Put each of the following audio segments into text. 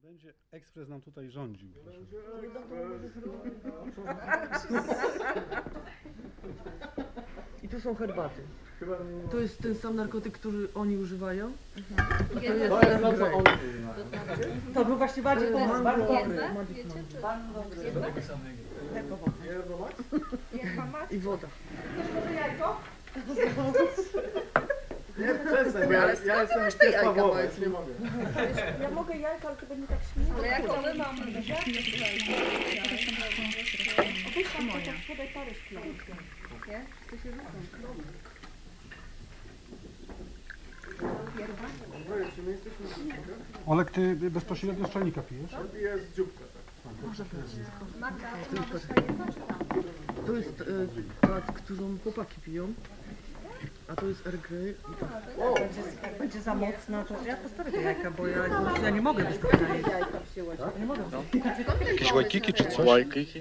będzie ekspres nam tutaj rządził. I tu są herbaty. To jest ten sam narkotyk, który oni używają? To jest to, co oni To był właśnie bardziej jedna? I woda. Nie, przestań, bo ja jestem podstawowy, nie mogę. Ja mogę jajka, ale to będzie tak śmieszne. Ale jak to my mamy? Weź tam chociaż podaj parę szklanek. Nie? Chce się rzucą. Olek, ty bezpośrednio z czajnika pijesz? Ja piję z dzióbka, tak. Magda, to ma łyżka jedna czy tam? To jest ta, którą chłopaki piją. A to jest Earl Grey. Będzie za mocna, to ja postawię te jajka, bo ja nie mogę bez tych jajka wzięłaś. Nie mogę. Jakieś łajkiki czy coś? Waikiki.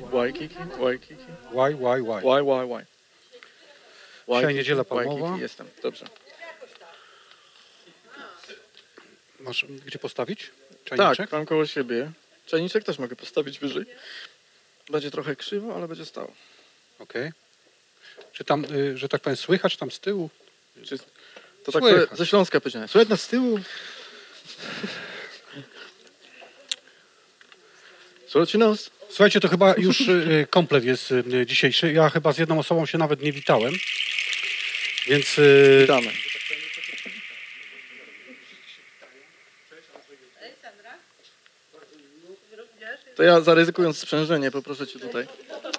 Why? Dzisiaj niedziela palmowa. Waikiki jestem, dobrze. Masz gdzie postawić? Tak, Czajniczek? mam koło siebie. Czajniczek też mogę postawić wyżej. Będzie trochę krzywo, ale będzie stało. Okej. Czy tam, że tak powiem, słychać tam z tyłu? To tak Słychać. ze Śląska powiedziane. Słychać nas z tyłu? Słuchajcie nos? Słuchajcie, to chyba już komplet jest dzisiejszy. Ja chyba z jedną osobą się nawet nie witałem. Więc Witamy. To ja zaryzykując sprzężenie, poproszę cię tutaj.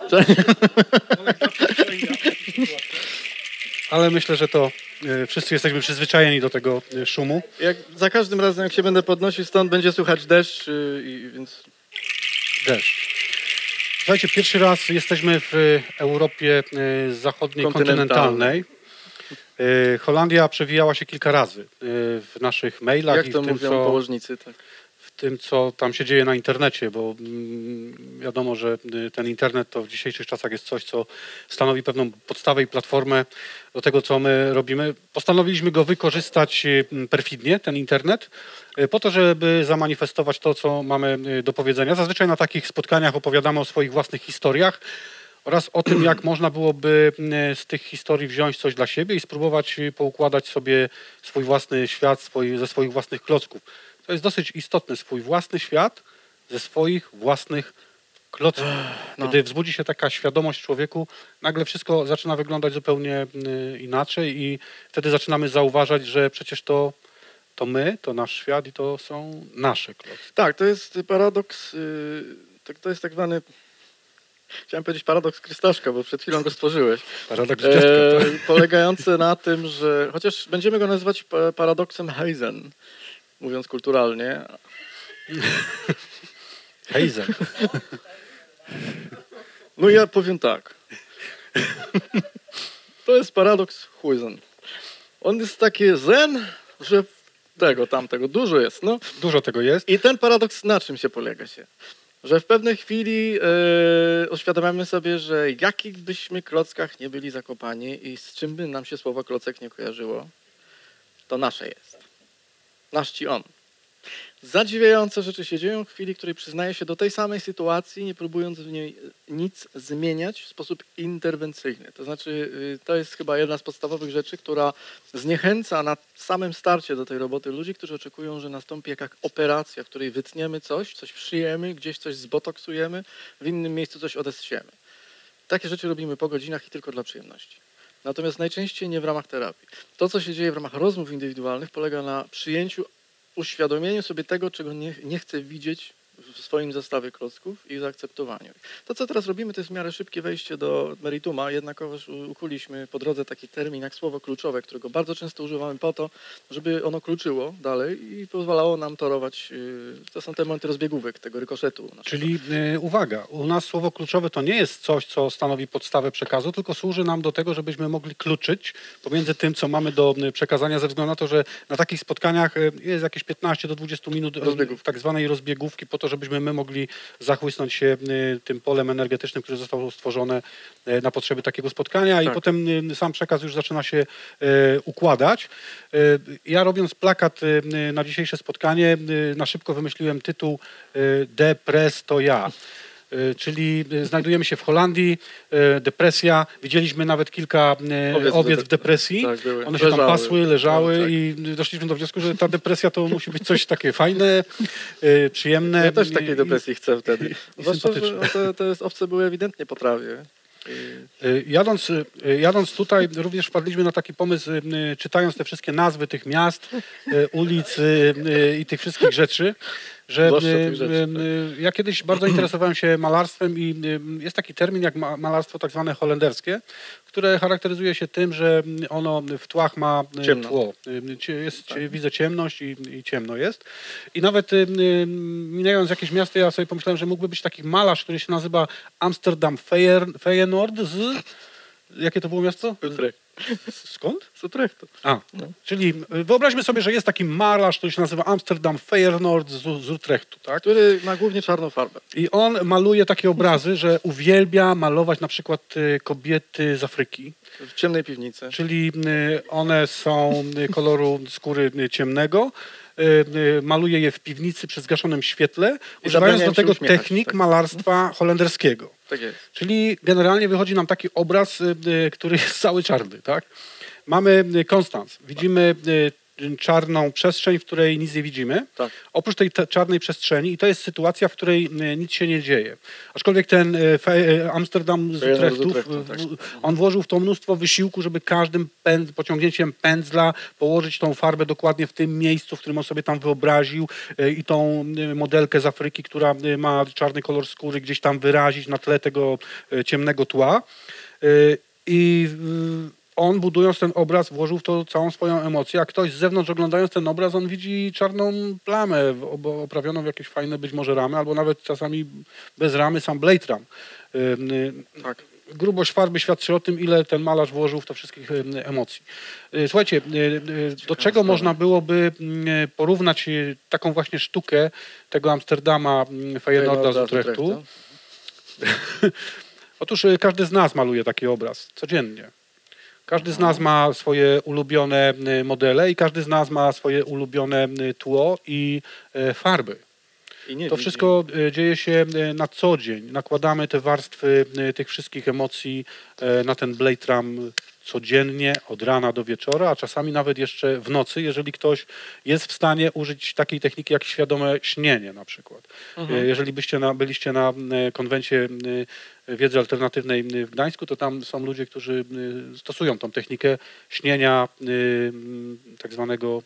ale myślę, że to wszyscy jesteśmy przyzwyczajeni do tego szumu. Jak za każdym razem, jak się będę podnosił stąd, będzie słychać deszcz, więc... Deszcz. Słuchajcie, pierwszy raz jesteśmy w Europie zachodniej, kontynentalnej. Holandia przewijała się kilka razy w naszych mailach Jak i to w tym, mówią co, położnicy, tak. w tym, co tam się dzieje na internecie, bo wiadomo, że ten internet to w dzisiejszych czasach jest coś, co stanowi pewną podstawę i platformę do tego, co my robimy. Postanowiliśmy go wykorzystać perfidnie, ten internet, po to, żeby zamanifestować to, co mamy do powiedzenia. Zazwyczaj na takich spotkaniach opowiadamy o swoich własnych historiach oraz o tym, jak można byłoby z tych historii wziąć coś dla siebie i spróbować poukładać sobie swój własny świat ze swoich własnych klocków. To jest dosyć istotne, swój własny świat ze swoich własnych klocków. Kiedy wzbudzi się taka świadomość w człowieku, nagle wszystko zaczyna wyglądać zupełnie inaczej i wtedy zaczynamy zauważać, że przecież to my, to nasz świat i to są nasze klocki. Tak, to jest paradoks, to jest tak zwany, chciałem powiedzieć paradoks Krystaszka, bo przed chwilą go stworzyłeś. Paradoks dziecka. Polegający na tym, że chociaż będziemy go nazywać paradoksem Heisen, mówiąc kulturalnie. Heisen. No ja powiem tak. To jest paradoks Huizen. On jest taki zen, że tamtego dużo jest. No. Dużo tego jest. I ten paradoks na czym się polega? Że w pewnej chwili uświadamiamy sobie, że jakich byśmy klockach nie byli zakopani i z czym by nam się słowo klocek nie kojarzyło, to nasze jest. Nasz ci on. Zadziwiające rzeczy się dzieją w chwili, w której przyznaje się do tej samej sytuacji, nie próbując w niej nic zmieniać w sposób interwencyjny. To znaczy, to jest chyba jedna z podstawowych rzeczy, która zniechęca na samym starcie do tej roboty ludzi, którzy oczekują, że nastąpi jakaś operacja, w której wytniemy coś wszyjemy, gdzieś coś zbotoksujemy, w innym miejscu coś odessiemy. Takie rzeczy robimy po godzinach i tylko dla przyjemności. Natomiast najczęściej nie w ramach terapii. To, co się dzieje w ramach rozmów indywidualnych, polega na przyjęciu, uświadomieniu sobie tego, czego nie chcę widzieć w swoim zestawie klocków i zaakceptowaniu. To, co teraz robimy, to jest w miarę szybkie wejście do merituma, jednakowoż ukuliśmy po drodze taki termin jak słowo kluczowe, którego bardzo często używamy po to, żeby ono kluczyło dalej i pozwalało nam torować, to są te momenty rozbiegówek, tego rykoszetu. Czyli uwaga, u nas słowo kluczowe to nie jest coś, co stanowi podstawę przekazu, tylko służy nam do tego, żebyśmy mogli kluczyć pomiędzy tym, co mamy do przekazania, ze względu na to, że na takich spotkaniach jest jakieś 15 do 20 minut tak zwanej rozbiegówki po to, żeby żebyśmy my mogli zachłysnąć się tym polem energetycznym, które zostało stworzone na potrzeby takiego spotkania i Tak. potem sam przekaz już zaczyna się układać. Ja robiąc plakat na dzisiejsze spotkanie, na szybko wymyśliłem tytuł Depres to ja. Czyli znajdujemy się w Holandii, depresja. Widzieliśmy nawet kilka owiec w depresji. Tak, były. One się tam Leżały. pasły, leżały Tak. i doszliśmy do wniosku, że ta depresja to musi być coś takie fajne, przyjemne. Ja też takiej depresji chcę wtedy. i Zwłaszcza, że sympatyczne. te owce były ewidentnie po trawie. Jadąc tutaj również wpadliśmy na taki pomysł, czytając te wszystkie nazwy tych miast, ulic i tych wszystkich rzeczy, że Zwłaszcza tych rzeczy, ja kiedyś bardzo interesowałem się malarstwem i jest taki termin jak malarstwo tak zwane holenderskie, które charakteryzuje się tym, że ono w tłach ma Ciemno. tło. Widzę ciemność i ciemno jest. I nawet minając jakieś miasto, ja sobie pomyślałem, że mógłby być taki malarz, który się nazywa Amsterdam Feyenoord z... Jakie to było miasto? Utrecht. Skąd? Z Utrechtu. Czyli wyobraźmy sobie, że jest taki malarz, który się nazywa Amsterdam Feyenoord z Utrechtu, tak? Który ma głównie czarną farbę. I on maluje takie obrazy, że uwielbia malować na przykład kobiety z Afryki. W ciemnej piwnicy. Czyli one są koloru skóry ciemnego. Maluje je w piwnicy przy zgaszonym świetle, I używając zabrania do im się tego uśmiechać, technik tak. malarstwa holenderskiego. Tak jest. Czyli generalnie wychodzi nam taki obraz, który jest cały czarny. Tak? Mamy Konstanz. Widzimy czarną przestrzeń, w której nic nie widzimy. Tak. Oprócz tej czarnej przestrzeni i to jest sytuacia, w której nic się nie dzieje. Aczkolwiek ten Amsterdam z Feyenoord z Utrechtu, Utrechtu, tak. on włożył w to mnóstwo wysiłku, żeby każdym pociągnięciem pędzla położyć tą farbę dokładnie w tym miejscu, w którym on sobie tam wyobraził i tą modelkę z Afryki, która ma czarny kolor skóry, gdzieś tam wyrazić na tle tego ciemnego tła. I on, budując ten obraz, włożył w to całą swoją emocję, a ktoś z zewnątrz, oglądając ten obraz, on widzi czarną plamę oprawioną w jakieś fajne być może ramy, albo nawet czasami bez ramy, sam blade ram. Tak. Grubość farby świadczy o tym, ile ten malarz włożył w to wszystkich emocji. Słuchajcie, do czego sprawa. można byłoby porównać taką właśnie sztukę tego Amsterdama Feyenoorda z Utrechtu? Otóż każdy z nas maluje taki obraz codziennie. Każdy z nas ma swoje ulubione modele i każdy z nas ma swoje ulubione tło i farby. I nie To widzi. wszystko dzieje się na co dzień. Nakładamy te warstwy tych wszystkich emocji na ten blade ram codziennie, od rana do wieczora, a czasami nawet jeszcze w nocy, jeżeli ktoś jest w stanie użyć takiej techniki jak świadome śnienie na przykład. Jeżeli byliście na konwencie wiedzy alternatywnej w Gdańsku, to tam są ludzie, którzy stosują tą technikę śnienia tak zwanego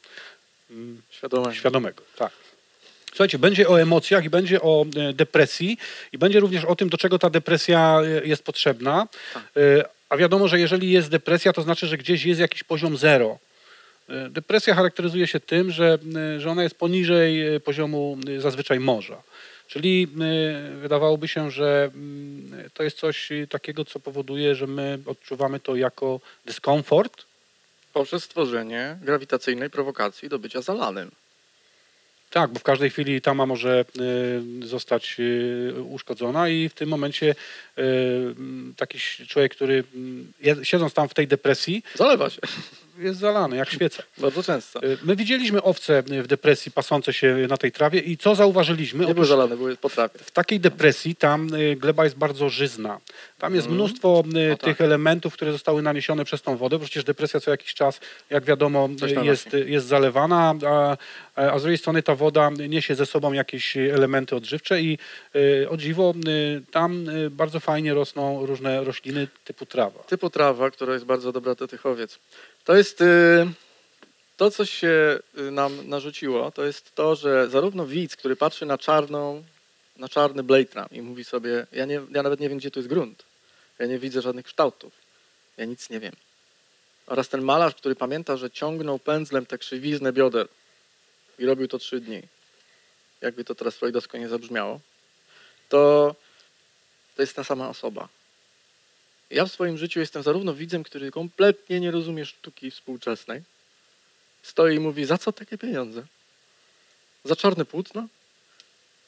świadomego. Tak. Słuchajcie, będzie o emocjach i będzie o depresji i będzie również o tym, do czego ta depresja jest potrzebna. A wiadomo, że jeżeli jest depresja, to znaczy, że gdzieś jest jakiś poziom zero. Depresja charakteryzuje się tym, że ona jest poniżej poziomu zazwyczaj morza. Czyli wydawałoby się, że to jest coś takiego, co powoduje, że my odczuwamy to jako dyskomfort. Poprzez stworzenie grawitacyjnej prowokacji do bycia zalanym. Tak, bo w każdej chwili tama może zostać uszkodzona i w tym momencie taki człowiek, który siedząc tam w tej depresji, Zalewa się. jest zalany jak świeca. Bardzo często. My widzieliśmy owce w depresji pasące się na tej trawie i co zauważyliśmy? Nie były Otóż zalane, były po trawie. w takiej depresji tam gleba jest bardzo żyzna. Tam jest mnóstwo tych tak. elementów, które zostały naniesione przez tą wodę, bo przecież depresja co jakiś czas, jak wiadomo, Coś tam jest zalewana, a z drugiej strony ta woda niesie ze sobą jakieś elementy odżywcze i o dziwo tam bardzo fajnie rosną różne rośliny typu trawa. Typu trawa, która jest bardzo dobra do tych owiec. To jest to, co się nam narzuciło, to jest to, że zarówno widz, który patrzy na czarny blade ram i mówi sobie, ja nawet nie wiem, gdzie tu jest grunt. Ja nie widzę żadnych kształtów. Ja nic nie wiem. Oraz ten malarz, który pamięta, że ciągnął pędzlem tę krzywiznę bioder i robił to 3 dni. Jakby to teraz freudowsko nie zabrzmiało. To jest ta sama osoba. Ja w swoim życiu jestem zarówno widzem, który kompletnie nie rozumie sztuki współczesnej, stoi i mówi, za co takie pieniądze? Za czarne płótno?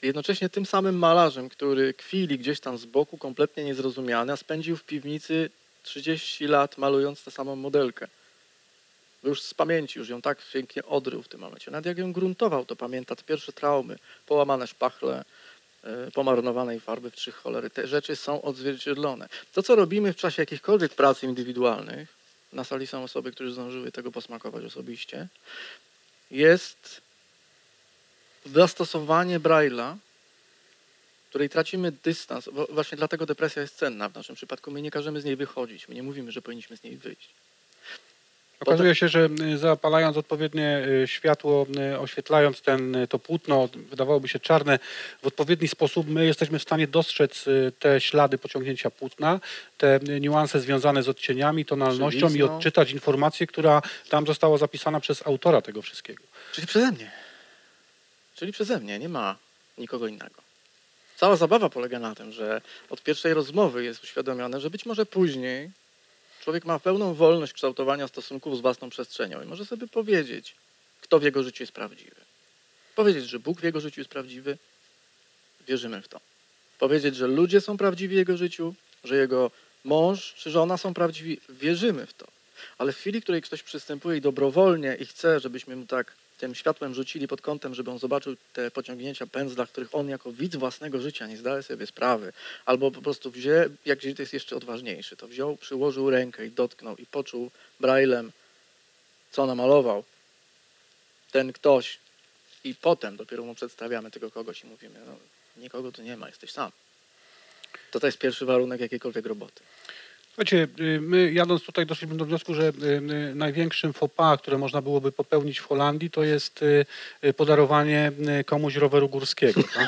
jednocześnie tym samym malarzem, który kwili gdzieś tam z boku, kompletnie niezrozumiany, a spędził w piwnicy 30 lat malując tę samą modelkę. Bo już z pamięci, już ją tak pięknie odrył w tym momencie. Nawet jak ją gruntował, to pamięta te pierwsze traumy, połamane szpachle, pomarnowanej farby w 3 cholery. Te rzeczy są odzwierciedlone. To, co robimy w czasie jakichkolwiek prac indywidualnych, na sali są osoby, które zdążyły tego posmakować osobiście, jest zastosowanie Braille'a, w której tracimy dystans. Bo właśnie dlatego depresja jest cenna w naszym przypadku. My nie każemy z niej wychodzić. My nie mówimy, że powinniśmy z niej wyjść. Okazuje się, że zapalając odpowiednie światło, oświetlając to płótno, wydawałoby się czarne, w odpowiedni sposób my jesteśmy w stanie dostrzec te ślady pociągnięcia płótna, te niuanse związane z odcieniami, tonalnością i Żywizną. odczytać informację, która tam została zapisana przez autora tego wszystkiego. Czyli przeze mnie. Czyli przeze mnie, nie ma nikogo innego. Cała zabawa polega na tym, że od pierwszej rozmowy jest uświadomione, że być może później człowiek ma pełną wolność kształtowania stosunków z własną przestrzenią i może sobie powiedzieć, kto w jego życiu jest prawdziwy. Powiedzieć, że Bóg w jego życiu jest prawdziwy, wierzymy w to. Powiedzieć, że ludzie są prawdziwi w jego życiu, że jego mąż czy żona są prawdziwi, wierzymy w to. Ale w chwili, w której ktoś przystępuje i dobrowolnie i chce, żebyśmy mu tak tym światłem rzucili pod kątem, żeby on zobaczył te pociągnięcia pędzla, których on jako widz własnego życia nie zdaje sobie sprawy, albo po prostu wziął, jak to jest jeszcze odważniejszy, to wziął, przyłożył rękę i dotknął i poczuł braillem, co namalował ten ktoś i potem dopiero mu przedstawiamy tego kogoś i mówimy, no nikogo tu nie ma, jesteś sam. To jest pierwszy warunek jakiejkolwiek roboty. Słuchajcie, my jadąc tutaj doszliśmy do wniosku, że największym faux pas, które można byłoby popełnić w Holandii, to jest podarowanie komuś roweru górskiego. Tak?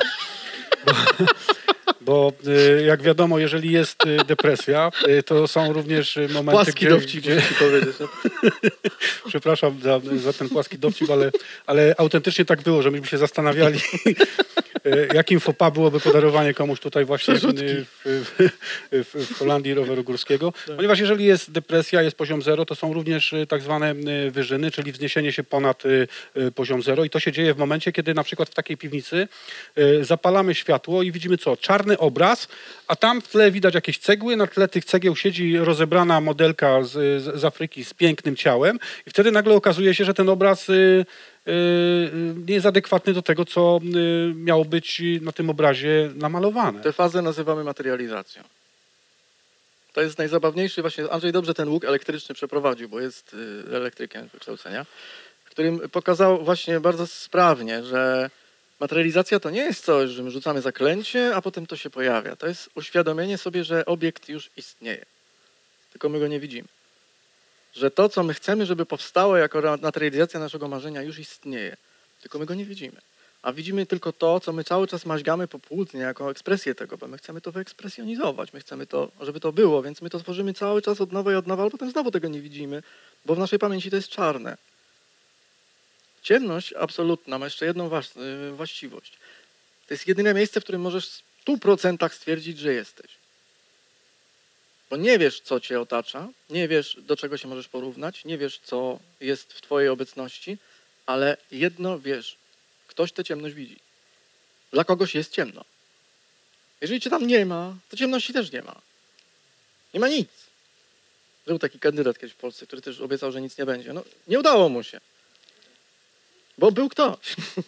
Bo jak wiadomo, jeżeli jest depresja, to są również momenty, Płaski dowcip, muszę ci powiedzieć. Przepraszam za ten płaski dowcip, ale autentycznie tak było, że myśmy się zastanawiali, jakim faux pas byłoby podarowanie komuś tutaj właśnie w Holandii roweru górskiego. Ponieważ jeżeli jest depresja, jest poziom 0, to są również tak zwane wyżyny, czyli wzniesienie się ponad poziom 0 i to się dzieje w momencie, kiedy na przykład w takiej piwnicy zapalamy światło i widzimy co? Czarny obraz, a tam w tle widać jakieś cegły, na tle tych cegieł siedzi rozebrana modelka z Afryki z pięknym ciałem i wtedy nagle okazuje się, że ten obraz nie jest adekwatny do tego, co miało być na tym obrazie namalowane. Tę fazę nazywamy materializacją. To jest najzabawniejszy, właśnie Andrzej dobrze ten łuk elektryczny przeprowadził, bo jest elektrykiem wykształcenia, w którym pokazał właśnie bardzo sprawnie, że materializacja to nie jest coś, że my rzucamy zaklęcie, a potem to się pojawia. To jest uświadomienie sobie, że obiekt już istnieje, tylko my go nie widzimy. Że to, co my chcemy, żeby powstało jako materializacja naszego marzenia, już istnieje, tylko my go nie widzimy. A widzimy tylko to, co my cały czas maźgamy po płótnie jako ekspresję tego, bo my chcemy to wyekspresjonizować, my chcemy to, żeby to było, więc my to tworzymy cały czas od nowa, ale potem znowu tego nie widzimy, bo w naszej pamięci to jest czarne. Ciemność absolutna ma jeszcze jedną właściwość. To jest jedyne miejsce, w którym możesz w 100% stwierdzić, że jesteś. Bo nie wiesz, co cię otacza, nie wiesz, do czego się możesz porównać, nie wiesz, co jest w twojej obecności, ale jedno wiesz, ktoś tę ciemność widzi. Dla kogoś jest ciemno. Jeżeli cię tam nie ma, to ciemności też nie ma. Nie ma nic. Był taki kandydat kiedyś w Polsce, który też obiecał, że nic nie będzie. No, nie udało mu się. Bo był ktoś.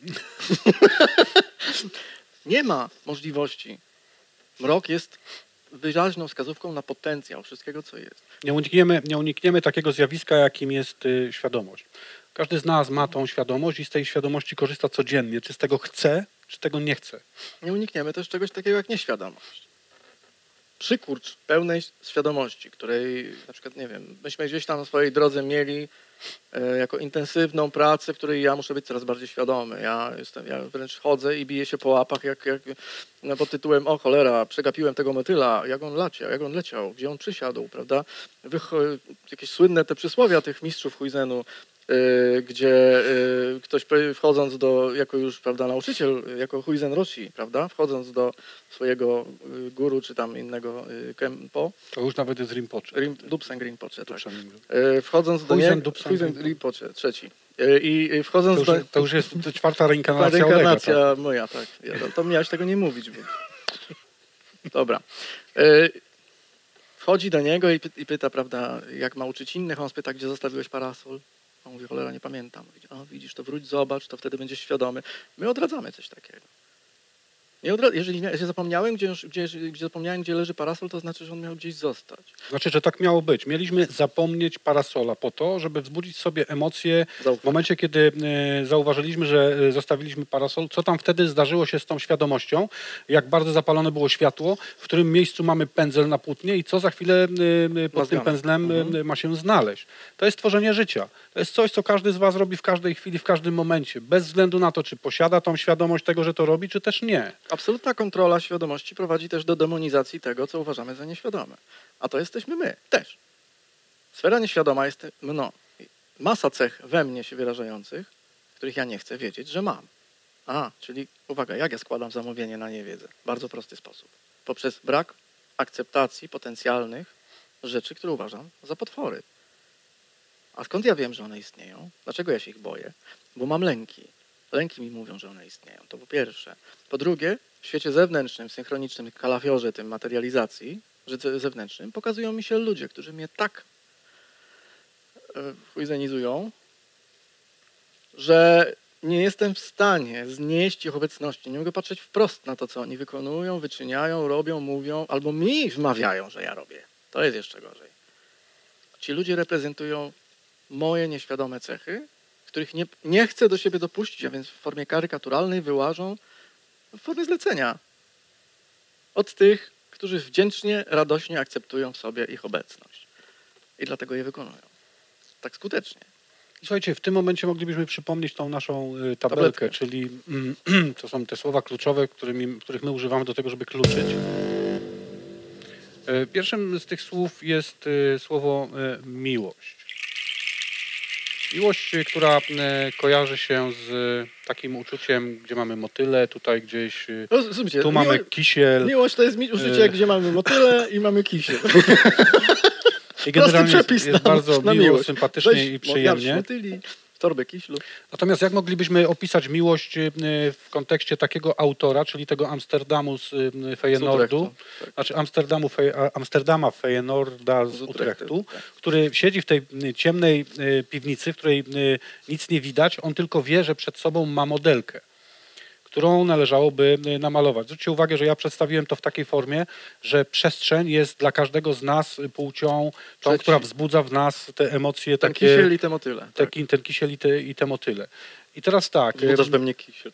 Nie ma możliwości. Mrok jest wyraźną wskazówką na potencjał wszystkiego, co jest. Nie unikniemy takiego zjawiska, jakim jest świadomość. Każdy z nas ma tą świadomość i z tej świadomości korzysta codziennie. Czy z tego chce, czy tego nie chce. Nie unikniemy też czegoś takiego jak nieświadomość. Przykurcz pełnej świadomości, której na przykład, nie wiem, myśmy gdzieś tam na swojej drodze mieli jako intensywną pracę, w której ja muszę być coraz bardziej świadomy. Ja wręcz chodzę i biję się po łapach, jak no, pod tytułem o cholera, przegapiłem tego motyla, jak on leciał, gdzie on przysiadł, prawda? Jakieś słynne te przysłowia tych mistrzów Huizenu, gdzie ktoś wchodząc jako już, prawda, nauczyciel, jako Huizen Roshi, prawda, wchodząc do swojego guru czy tam innego Kempo. To już nawet jest Rinpoche. Dubsen Rinpoche, tak. Dubsen. Wchodząc do Huizen niego, Dubsen Huizen Rinpoche, trzeci. I wchodząc To już jest czwarta ta reinkarnacja Olega. reinkarnacja moja, tak. To miałeś tego nie mówić. Bo... Dobra. Wchodzi do niego i pyta, prawda, jak ma uczyć innych. On spyta, gdzie zostawiłeś parasol. On mówi, cholera, nie pamiętam. Mówi, o, widzisz, to wróć, zobacz, to wtedy będziesz świadomy. My odradzamy coś takiego. Jeżeli zapomniałem, gdzie leży parasol, to znaczy, że on miał gdzieś zostać. Znaczy, że tak miało być. Mieliśmy zapomnieć parasola po to, żeby wzbudzić sobie emocje w momencie, kiedy zauważyliśmy, że zostawiliśmy parasol. Co tam wtedy zdarzyło się z tą świadomością? Jak bardzo zapalone było światło, w którym miejscu mamy pędzel na płótnie i co za chwilę pod tym pędzlem ma się znaleźć. To jest tworzenie życia. To jest coś, co każdy z was robi w każdej chwili, w każdym momencie. Bez względu na to, czy posiada tą świadomość tego, że to robi, czy też nie. Absolutna kontrola świadomości prowadzi też do demonizacji tego, co uważamy za nieświadome. A to jesteśmy my też. Sfera nieświadoma jest masa cech we mnie się wyrażających, których ja nie chcę wiedzieć, że mam. Czyli uwaga, jak ja składam zamówienie na niewiedzę? Bardzo prosty sposób. Poprzez brak akceptacji potencjalnych rzeczy, które uważam za potwory. A skąd ja wiem, że one istnieją? Dlaczego ja się ich boję? Bo mam lęki. Lęki mi mówią, że one istnieją. To po pierwsze. Po drugie, w świecie zewnętrznym, synchronicznym, kalafiorze, tym materializacji zewnętrznym, pokazują mi się ludzie, którzy mnie tak chujzenizują, że nie jestem w stanie znieść ich obecności. Nie mogę patrzeć wprost na to, co oni wykonują, wyczyniają, robią, mówią, albo mi wmawiają, że ja robię. To jest jeszcze gorzej. Ci ludzie reprezentują moje nieświadome cechy, których nie chcę do siebie dopuścić, a więc w formie karykaturalnej wyłażą w formie zlecenia od tych, którzy wdzięcznie, radośnie akceptują w sobie ich obecność. I dlatego je wykonują. Tak skutecznie. Słuchajcie, w tym momencie moglibyśmy przypomnieć tą naszą tabelkę, Tabletkę. czyli to są te słowa kluczowe, których my używamy do tego, żeby kluczyć. Pierwszym z tych słów jest słowo miłość. Miłość, która kojarzy się z takim uczuciem, gdzie mamy motyle, tutaj gdzieś, Rozumiecie, tu mamy kisiel. Miłość to jest uczucie, gdzie mamy motyle i mamy kisiel. I generalnie przepis jest na bardzo miło, miłość. sympatycznie Weź i przyjemnie. motyli, torbę kiślu. Natomiast jak moglibyśmy opisać miłość w kontekście takiego autora, czyli tego Amsterdamu z Feyenoordu, Tak. znaczy Amsterdama Feyenoorda z Utrechtu, tak. który siedzi w tej ciemnej piwnicy, w której nic nie widać, on tylko wie, że przed sobą ma modelkę, którą należałoby namalować. Zwróćcie uwagę, że ja przedstawiłem to w takiej formie, że przestrzeń jest dla każdego z nas płcią, tą, która wzbudza w nas te emocje Ten takie... kisiel i te motyle. Tak. Ten kisiel i te motyle. I teraz tak, Wzbudzasz we mnie kisiel.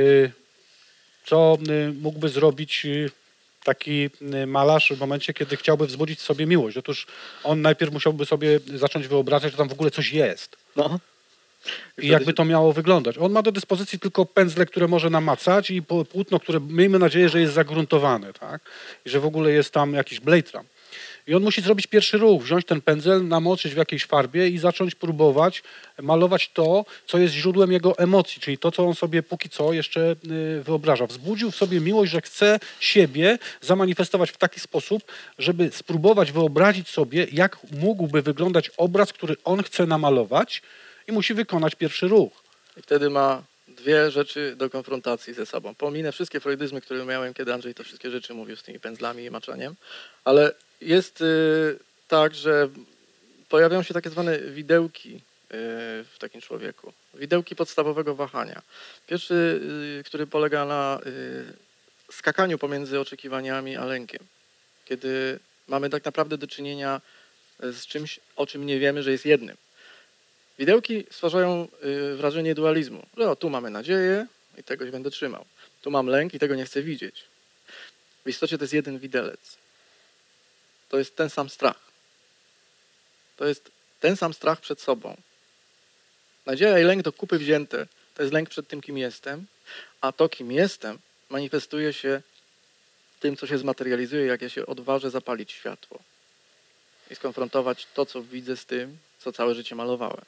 co mógłby zrobić taki malarz w momencie, kiedy chciałby wzbudzić w sobie miłość? Otóż on najpierw musiałby sobie zacząć wyobrażać, że tam w ogóle coś jest. No. I jakby to miało wyglądać. On ma do dyspozycji tylko pędzle, które może namacać i płótno, które miejmy nadzieję, że jest zagruntowane, tak? I że w ogóle jest tam jakiś blejtram. I on musi zrobić pierwszy ruch, wziąć ten pędzel, namoczyć w jakiejś farbie i zacząć próbować malować to, co jest źródłem jego emocji, czyli to, co on sobie póki co jeszcze wyobraża. Wzbudził w sobie miłość, że chce siebie zamanifestować w taki sposób, żeby spróbować wyobrazić sobie, jak mógłby wyglądać obraz, który on chce namalować i musi wykonać pierwszy ruch. I wtedy ma dwie rzeczy do konfrontacji ze sobą. Pominę wszystkie freudyzmy, które miałem, kiedy Andrzej to wszystkie rzeczy mówił z tymi pędzlami i maczeniem, ale jest tak, że pojawiają się takie zwane widełki w takim człowieku. Widełki podstawowego wahania. Pierwszy, który polega na skakaniu pomiędzy oczekiwaniami a lękiem. Kiedy mamy tak naprawdę do czynienia z czymś, o czym nie wiemy, że jest jednym. Widełki stwarzają wrażenie dualizmu. Że tu mamy nadzieję i tego się będę trzymał. Tu mam lęk i tego nie chcę widzieć. W istocie to jest jeden widelec. To jest ten sam strach. To jest ten sam strach przed sobą. Nadzieja i lęk do kupy wzięte to jest lęk przed tym, kim jestem, a to, kim jestem, manifestuje się tym, co się zmaterializuje, jak ja się odważę zapalić światło i skonfrontować to, co widzę, z tym, co całe życie malowałem.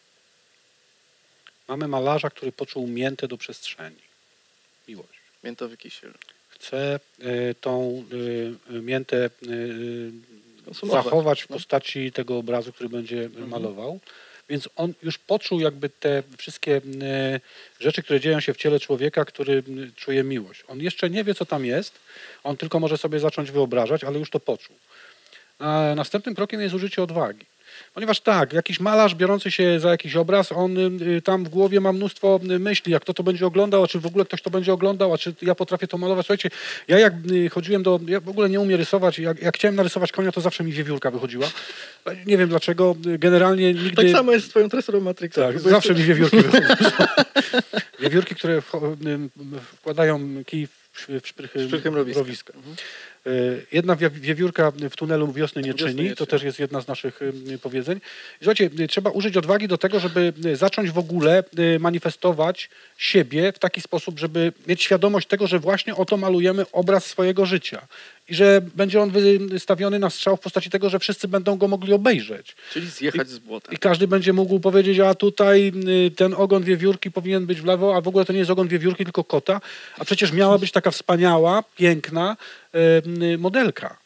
Mamy malarza, który poczuł miętę do przestrzeni. Miłość. Miętowy kisiel. Chce tą miętę Konsumować. zachować w postaci tego obrazu, który będzie malował. Więc on już poczuł jakby te wszystkie rzeczy, które dzieją się w ciele człowieka, który czuje miłość. On jeszcze nie wie, co tam jest, on tylko może sobie zacząć wyobrażać, ale już to poczuł. A następnym krokiem jest użycie odwagi. Ponieważ tak, jakiś malarz biorący się za jakiś obraz, on tam w głowie ma mnóstwo myśli, jak kto to będzie oglądał, a czy w ogóle ktoś to będzie oglądał, a czy ja potrafię to malować. Słuchajcie, ja jak chodziłem ja w ogóle nie umiem rysować, jak chciałem narysować konia, to zawsze mi wiewiórka wychodziła. Nie wiem dlaczego, generalnie nigdy... Tak samo jest z twoją tresurą Matrixa. Tak, zawsze mi wiewiórki wychodzą. Wiewiórki, które wkładają kij w szprychy mrowiska. Jedna wiewiórka w tunelu wiosny nie czyni, to też jest jedna z naszych powiedzeń. Słuchajcie, trzeba użyć odwagi do tego, żeby zacząć w ogóle manifestować siebie w taki sposób, żeby mieć świadomość tego, że właśnie oto malujemy obraz swojego życia i że będzie on wystawiony na strzał w postaci tego, że wszyscy będą go mogli obejrzeć. Czyli zjechać z błota. I każdy będzie mógł powiedzieć, a tutaj ten ogon wiewiórki powinien być w lewo, a w ogóle to nie jest ogon wiewiórki, tylko kota. A przecież miała być taka wspaniała, piękna modelka.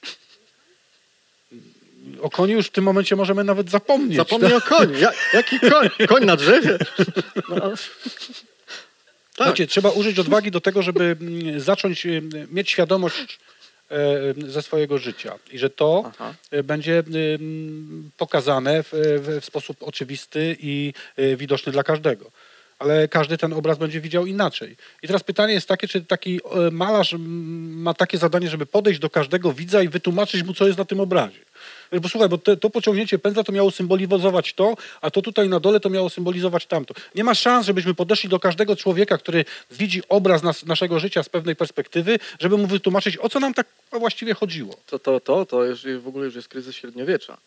O koniu już w tym momencie możemy nawet zapomnieć. Zapomnij o koniu. Jaki koń? Koń na drzewie? No, ale... Tak. Słuchajcie, trzeba użyć odwagi do tego, żeby zacząć mieć świadomość ze swojego życia i że to będzie pokazane w sposób oczywisty i widoczny dla każdego. Ale każdy ten obraz będzie widział inaczej. I teraz pytanie jest takie, czy taki malarz ma takie zadanie, żeby podejść do każdego widza i wytłumaczyć mu, co jest na tym obrazie. Bo słuchaj, bo to pociągnięcie pędzla to miało symbolizować to, a to tutaj na dole to miało symbolizować tamto. Nie ma szans, żebyśmy podeszli do każdego człowieka, który widzi obraz naszego życia z pewnej perspektywy, żeby mu wytłumaczyć, o co nam tak właściwie chodziło. To już w ogóle już jest kryzys średniowiecza.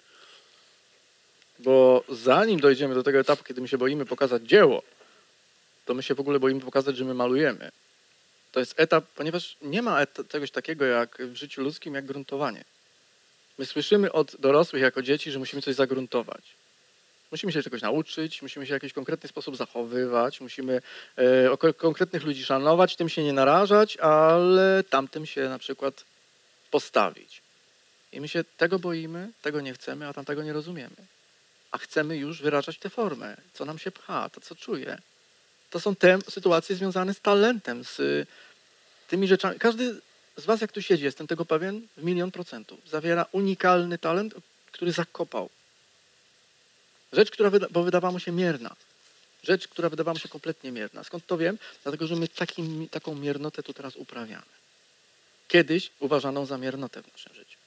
Bo zanim dojdziemy do tego etapu, kiedy my się boimy pokazać dzieło, to my się w ogóle boimy pokazać, że my malujemy. To jest etap, ponieważ nie ma czegoś takiego jak w życiu ludzkim, jak gruntowanie. My słyszymy od dorosłych jako dzieci, że musimy coś zagruntować. Musimy się czegoś nauczyć, musimy się w jakiś konkretny sposób zachowywać, musimy konkretnych ludzi szanować, tym się nie narażać, ale tamtym się na przykład postawić. I my się tego boimy, tego nie chcemy, a tamtego nie rozumiemy. A chcemy już wyrażać tę formę, co nam się pcha, to co czuje. To są te sytuacje związane z talentem, z tymi rzeczami. Każdy z was, jak tu siedzi, jestem tego pewien, w 1,000,000%. Zawiera unikalny talent, który zakopał. Rzecz, która wydawała mu się mierna. Rzecz, która wydawała mu się kompletnie mierna. Skąd to wiem? Dlatego, że my taką miernotę tu teraz uprawiamy. Kiedyś uważaną za miernotę w naszym życiu.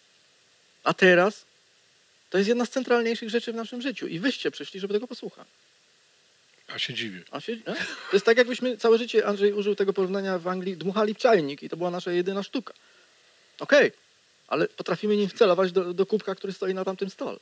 A teraz to jest jedna z centralniejszych rzeczy w naszym życiu. I wyście przyszli, żeby tego posłuchać. A się dziwię. To jest tak, jakbyśmy całe życie, Andrzej użył tego porównania w Anglii, dmuchali w czajnik i to była nasza jedyna sztuka. Okej, ale potrafimy nim wcelować do kubka, który stoi na tamtym stole.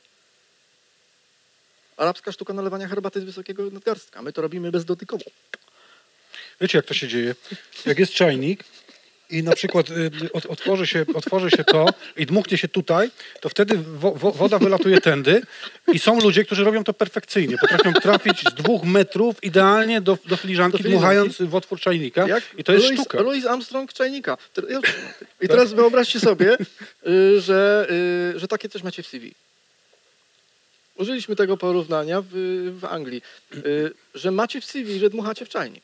Arabska sztuka nalewania herbaty z wysokiego nadgarstka. My to robimy bezdotykowo. Wiecie, jak to się dzieje? Jak jest czajnik i na przykład otworzy się to i dmuchnie się tutaj, to wtedy woda wylatuje tędy i są ludzie, którzy robią to perfekcyjnie. Potrafią trafić z 2 metrów idealnie do filiżanki, dmuchając w otwór czajnika. I to jest sztuka. Louis Armstrong czajnika. I teraz wyobraźcie sobie, że takie coś macie w CV. Użyliśmy tego porównania w Anglii, że macie w CV, że dmuchacie w czajnik.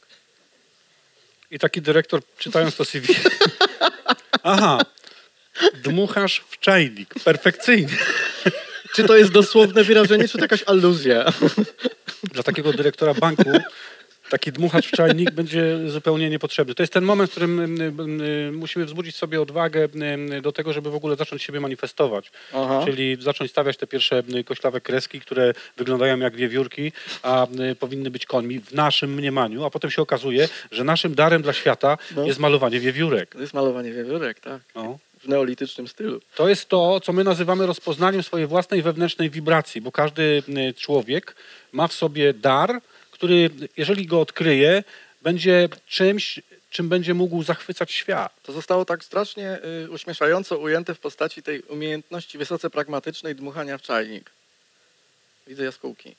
I taki dyrektor, czytając to CV, aha, dmuchasz w czajnik, perfekcyjnie. Czy to jest dosłowne wyrażenie, czy to jakaś aluzja? Dla takiego dyrektora banku taki dmuchacz w czajnik będzie zupełnie niepotrzebny. To jest ten moment, w którym musimy wzbudzić sobie odwagę do tego, żeby w ogóle zacząć siebie manifestować. Aha. Czyli zacząć stawiać te pierwsze koślawe kreski, które wyglądają jak wiewiórki, a powinny być końmi w naszym mniemaniu, a potem się okazuje, że naszym darem dla świata jest malowanie wiewiórek. To jest malowanie wiewiórek, tak. No. W neolitycznym stylu. To jest to, co my nazywamy rozpoznaniem swojej własnej wewnętrznej wibracji, bo każdy człowiek ma w sobie dar, który, jeżeli go odkryje, będzie czymś, czym będzie mógł zachwycać świat. To zostało tak strasznie uśmieszająco ujęte w postaci tej umiejętności wysoce pragmatycznej dmuchania w czajnik. Widzę jaskółki.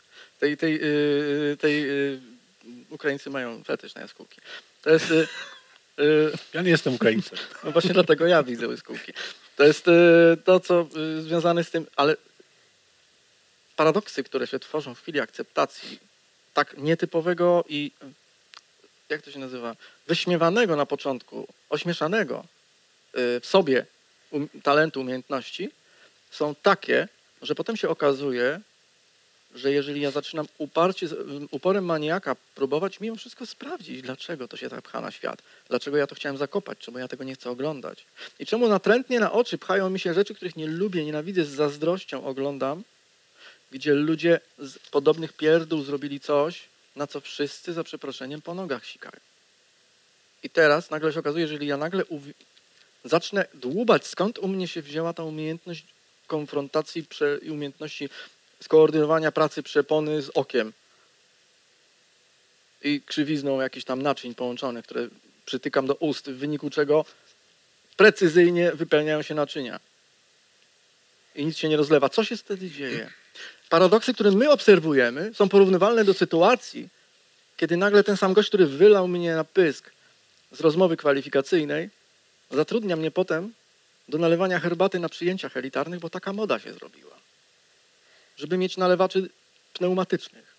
Ukraińcy mają fetysz na jaskółki. To jest... Ja nie jestem Ukraińcem. No właśnie dlatego ja widzę jaskółki. To jest to, co związane z tym, ale paradoksy, które się tworzą w chwili akceptacji tak nietypowego i, jak to się nazywa, wyśmiewanego na początku, ośmieszanego w sobie talentu, umiejętności, są takie, że potem się okazuje, że jeżeli ja zaczynam uparcie, uporem maniaka próbować mimo wszystko sprawdzić, dlaczego to się tak pcha na świat, dlaczego ja to chciałem zakopać, czemu ja tego nie chcę oglądać i czemu natrętnie na oczy pchają mi się rzeczy, których nie lubię, nienawidzę, z zazdrością oglądam, gdzie ludzie z podobnych pierdół zrobili coś, na co wszyscy za przeproszeniem po nogach sikają. I teraz nagle się okazuje, jeżeli ja nagle zacznę dłubać, skąd u mnie się wzięła ta umiejętność konfrontacji i umiejętności skoordynowania pracy przepony z okiem i krzywizną jakichś tam naczyń połączonych, które przytykam do ust, w wyniku czego precyzyjnie wypełniają się naczynia. I nic się nie rozlewa. Co się wtedy dzieje? Paradoksy, które my obserwujemy, są porównywalne do sytuacji, kiedy nagle ten sam gość, który wylał mnie na pysk z rozmowy kwalifikacyjnej, zatrudnia mnie potem do nalewania herbaty na przyjęciach elitarnych, bo taka moda się zrobiła. Żeby mieć nalewaczy pneumatycznych.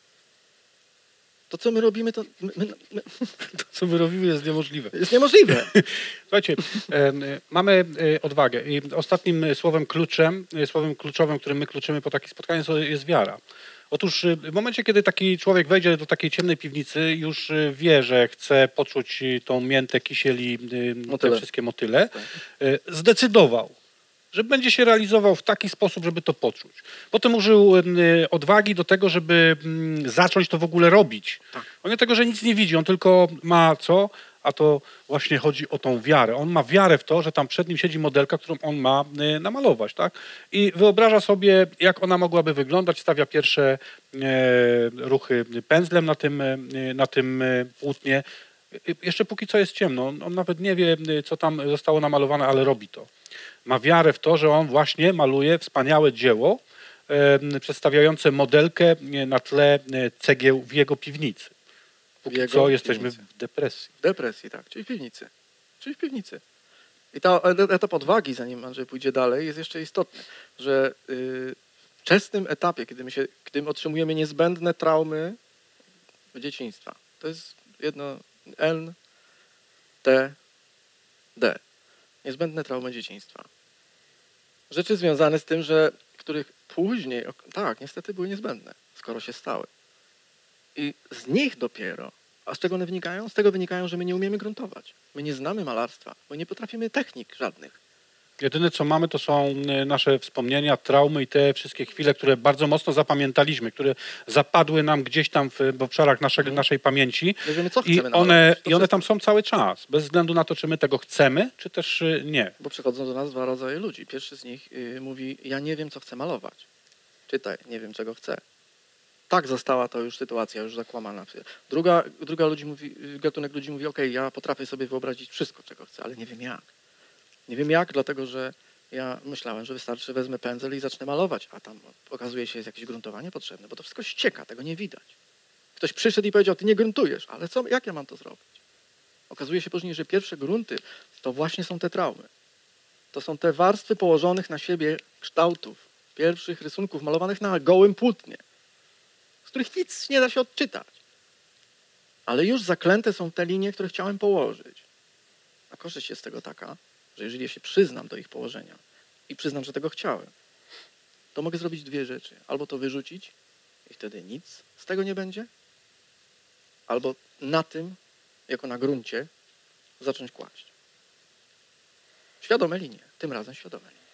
To, co my robimy, to To, co my robimy, jest niemożliwe. jest niemożliwe. Słuchajcie, mamy odwagę i ostatnim słowem kluczowym, którym my kluczymy po takich spotkaniach, jest wiara. Otóż w momencie, kiedy taki człowiek wejdzie do takiej ciemnej piwnicy, już wie, że chce poczuć tą miętę, kisiel i te wszystkie motyle, zdecydował, że będzie się realizował w taki sposób, żeby to poczuć. Potem użył odwagi do tego, żeby zacząć to w ogóle robić. On nie tego, że nic nie widzi, on tylko ma co? A to właśnie chodzi o tą wiarę. On ma wiarę w to, że tam przed nim siedzi modelka, którą on ma namalować. Tak? I wyobraża sobie, jak ona mogłaby wyglądać, stawia pierwsze ruchy pędzlem na tym płótnie. Jeszcze póki co jest ciemno. On nawet nie wie, co tam zostało namalowane, ale robi to. Ma wiarę w to, że on właśnie maluje wspaniałe dzieło przedstawiające modelkę na tle cegieł w jego piwnicy. Póki co jesteśmy w depresji. W depresji, tak. Czyli w piwnicy. I ta etap odwagi, zanim Andrzej pójdzie dalej, jest jeszcze istotny, że w wczesnym etapie, kiedy my otrzymujemy niezbędne traumy dzieciństwa, to jest jedno N, T, D. Niezbędne traumy dzieciństwa. Rzeczy związane z tym, których później, tak, niestety były niezbędne, skoro się stały. I z nich dopiero, a z czego one wynikają? Z tego wynikają, że my nie umiemy gruntować. My nie znamy malarstwa, bo nie potrafimy technik żadnych. Jedyne, co mamy, to są nasze wspomnienia, traumy i te wszystkie chwile, które bardzo mocno zapamiętaliśmy, które zapadły nam gdzieś tam w obszarach naszej pamięci. Nie wiemy, co I chcemy one tam są cały czas, bez względu na to, czy my tego chcemy, czy też nie. Bo przychodzą do nas dwa rodzaje ludzi. Pierwszy z nich mówi, ja nie wiem, co chcę malować. Czytaj, nie wiem, czego chcę. Tak została to już sytuacja, już zakłamana. Gatunek ludzi mówi, okej, ja potrafię sobie wyobrazić wszystko, czego chcę, ale nie wiem jak. Nie wiem jak, dlatego że ja myślałem, że wystarczy, wezmę pędzel i zacznę malować, a tam okazuje się, jest jakieś gruntowanie potrzebne, bo to wszystko ścieka, tego nie widać. Ktoś przyszedł i powiedział, ty nie gruntujesz, ale jak ja mam to zrobić? Okazuje się później, że pierwsze grunty to właśnie są te traumy. To są te warstwy położonych na siebie kształtów, pierwszych rysunków malowanych na gołym płótnie, z których nic nie da się odczytać. Ale już zaklęte są te linie, które chciałem położyć. A korzyść jest z tego taka, że jeżeli ja się przyznam do ich położenia i przyznam, że tego chciałem, to mogę zrobić dwie rzeczy. Albo to wyrzucić i wtedy nic z tego nie będzie, albo na tym, jako na gruncie, zacząć kłaść. Świadome linie, tym razem świadome linie.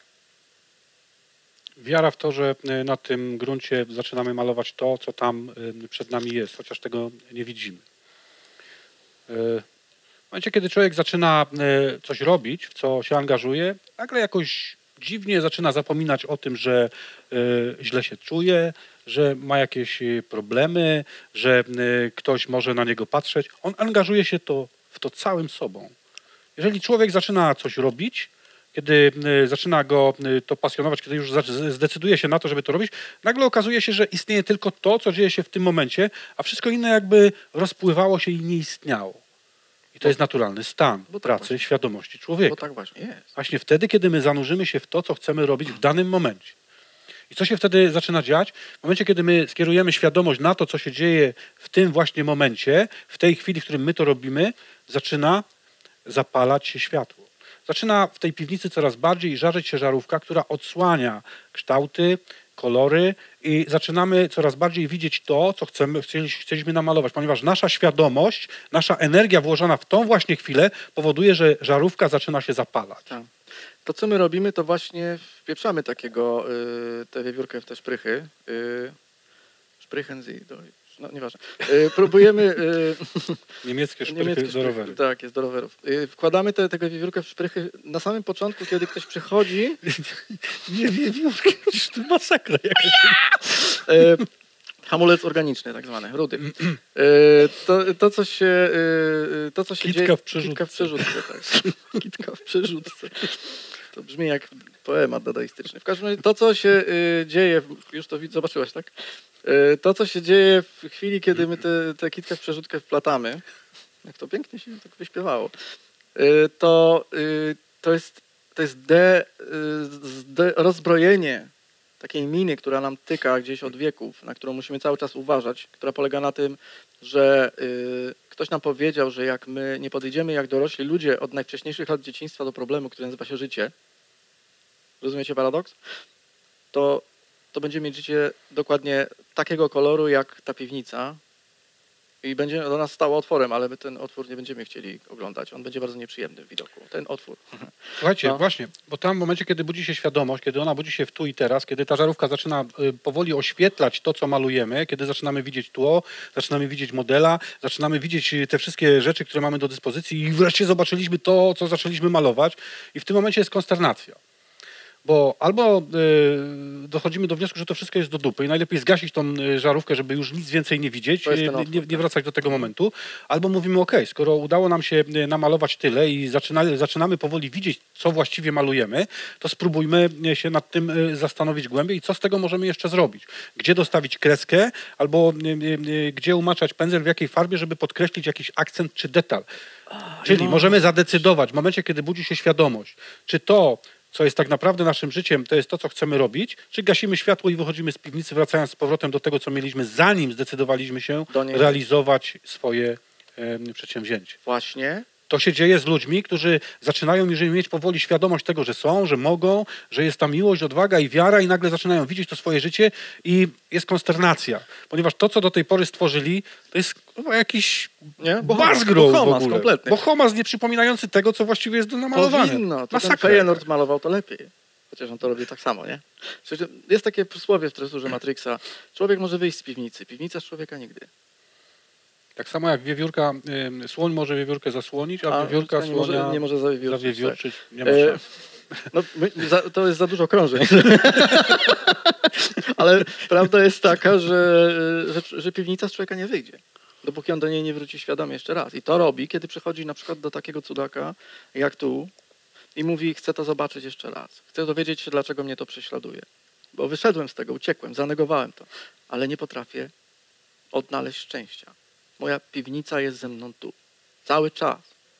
Wiara w to, że na tym gruncie zaczynamy malować to, co tam przed nami jest, chociaż tego nie widzimy. W momencie, kiedy człowiek zaczyna coś robić, w co się angażuje, nagle jakoś dziwnie zaczyna zapominać o tym, że źle się czuje, że ma jakieś problemy, że ktoś może na niego patrzeć. On angażuje się w to całym sobą. Jeżeli człowiek zaczyna coś robić, kiedy zaczyna go to pasjonować, kiedy już zdecyduje się na to, żeby to robić, nagle okazuje się, że istnieje tylko to, co dzieje się w tym momencie, a wszystko inne jakby rozpływało się i nie istniało. I to jest naturalny stan pracy, świadomości człowieka. Bo tak właśnie jest. Właśnie wtedy, kiedy my zanurzymy się w to, co chcemy robić w danym momencie. I co się wtedy zaczyna dziać? W momencie, kiedy my skierujemy świadomość na to, co się dzieje w tym właśnie momencie, w tej chwili, w którym my to robimy, zaczyna zapalać się światło. Zaczyna w tej piwnicy coraz bardziej żarzyć się żarówka, która odsłania kształty, kolory i zaczynamy coraz bardziej widzieć to, co chcieliśmy namalować, ponieważ nasza świadomość, nasza energia włożona w tą właśnie chwilę powoduje, że żarówka zaczyna się zapalać. Tak. To, co my robimy, to właśnie wpieprzamy tę wiewiórkę w te szprychy. Szprychen sie, no nieważne. Próbujemy... Niemieckie szprychy do roweru. Tak, jest do rowerów. Wkładamy tę wiewiórkę w szprychy na samym początku, kiedy ktoś przychodzi. Nie wiewiórkę, to masakra jakaś. Hamulec organiczny, tak zwany, rudy. To, co się Kitka dzieje... w przerzutce. Kitka w przerzutce, tak. Kitka w przerzutce. To brzmi jak poemat dadaistyczny. W każdym razie to, co się dzieje, już to zobaczyłaś, tak? To, co się dzieje w chwili, kiedy my tę kitkę w przerzutkę wplatamy, jak to pięknie się tak wyśpiewało, to jest rozbrojenie takiej miny, która nam tyka gdzieś od wieków, na którą musimy cały czas uważać, która polega na tym, że ktoś nam powiedział, że jak my nie podejdziemy jak dorośli ludzie od najwcześniejszych lat dzieciństwa do problemu, który nazywa się życie, rozumiecie paradoks? To będziemy mieć życie dokładnie takiego koloru jak ta piwnica i będzie do nas stało otworem, ale my ten otwór nie będziemy chcieli oglądać. On będzie bardzo nieprzyjemny w widoku. Ten otwór. Słuchajcie, No. właśnie, bo tam w momencie, kiedy budzi się świadomość, kiedy ona budzi się w tu i teraz, kiedy ta żarówka zaczyna powoli oświetlać to, co malujemy, kiedy zaczynamy widzieć tło, zaczynamy widzieć modela, zaczynamy widzieć te wszystkie rzeczy, które mamy do dyspozycji i wreszcie zobaczyliśmy to, co zaczęliśmy malować i w tym momencie jest konsternacja. Bo albo dochodzimy do wniosku, że to wszystko jest do dupy i najlepiej zgasić tą żarówkę, żeby już nic więcej nie widzieć, To jest ten otwór, nie wracać do tego momentu, albo mówimy ok, skoro udało nam się namalować tyle i zaczynamy powoli widzieć, co właściwie malujemy, to spróbujmy się nad tym zastanowić głębiej i co z tego możemy jeszcze zrobić. Gdzie dostawić kreskę, albo gdzie umaczać pędzel, w jakiej farbie, żeby podkreślić jakiś akcent czy detal. Czyli możemy zadecydować w momencie, kiedy budzi się świadomość, czy to, co jest tak naprawdę naszym życiem, to jest to, co chcemy robić, czy gasimy światło i wychodzimy z piwnicy, wracając z powrotem do tego, co mieliśmy, zanim zdecydowaliśmy się realizować swoje przedsięwzięcie. Właśnie. To się dzieje z ludźmi, którzy zaczynają już mieć powoli świadomość tego, że są, że mogą, że jest ta miłość, odwaga i wiara i nagle zaczynają widzieć to swoje życie i jest konsternacja. Ponieważ to, co do tej pory stworzyli, to jest jakiś bazgroł w ogóle. Kompletny. Bohomas nie przypominający tego, co właściwie jest do namalowania. Powinno. To ten Masakra. Feyenoord malował to lepiej. Chociaż on to robi tak samo, nie? Przecież jest takie przysłowie w tresurze Matrixa. Człowiek może wyjść z piwnicy. Piwnica z człowieka nigdy. Tak samo jak wiewiórka, słoń może wiewiórkę zasłonić, a wiewiórka słonia nie może zawiewiórczyć. Nie ma szans. No, to jest za dużo krążeń. Ale prawda jest taka, że piwnica z człowieka nie wyjdzie. Dopóki on do niej nie wróci świadomie jeszcze raz. I to robi, kiedy przychodzi na przykład do takiego cudaka, jak tu, i mówi, chcę to zobaczyć jeszcze raz. Chcę dowiedzieć się, dlaczego mnie to prześladuje. Bo wyszedłem z tego, uciekłem, zanegowałem to. Ale nie potrafię odnaleźć szczęścia. Moja piwnica jest ze mną tu. Cały czas.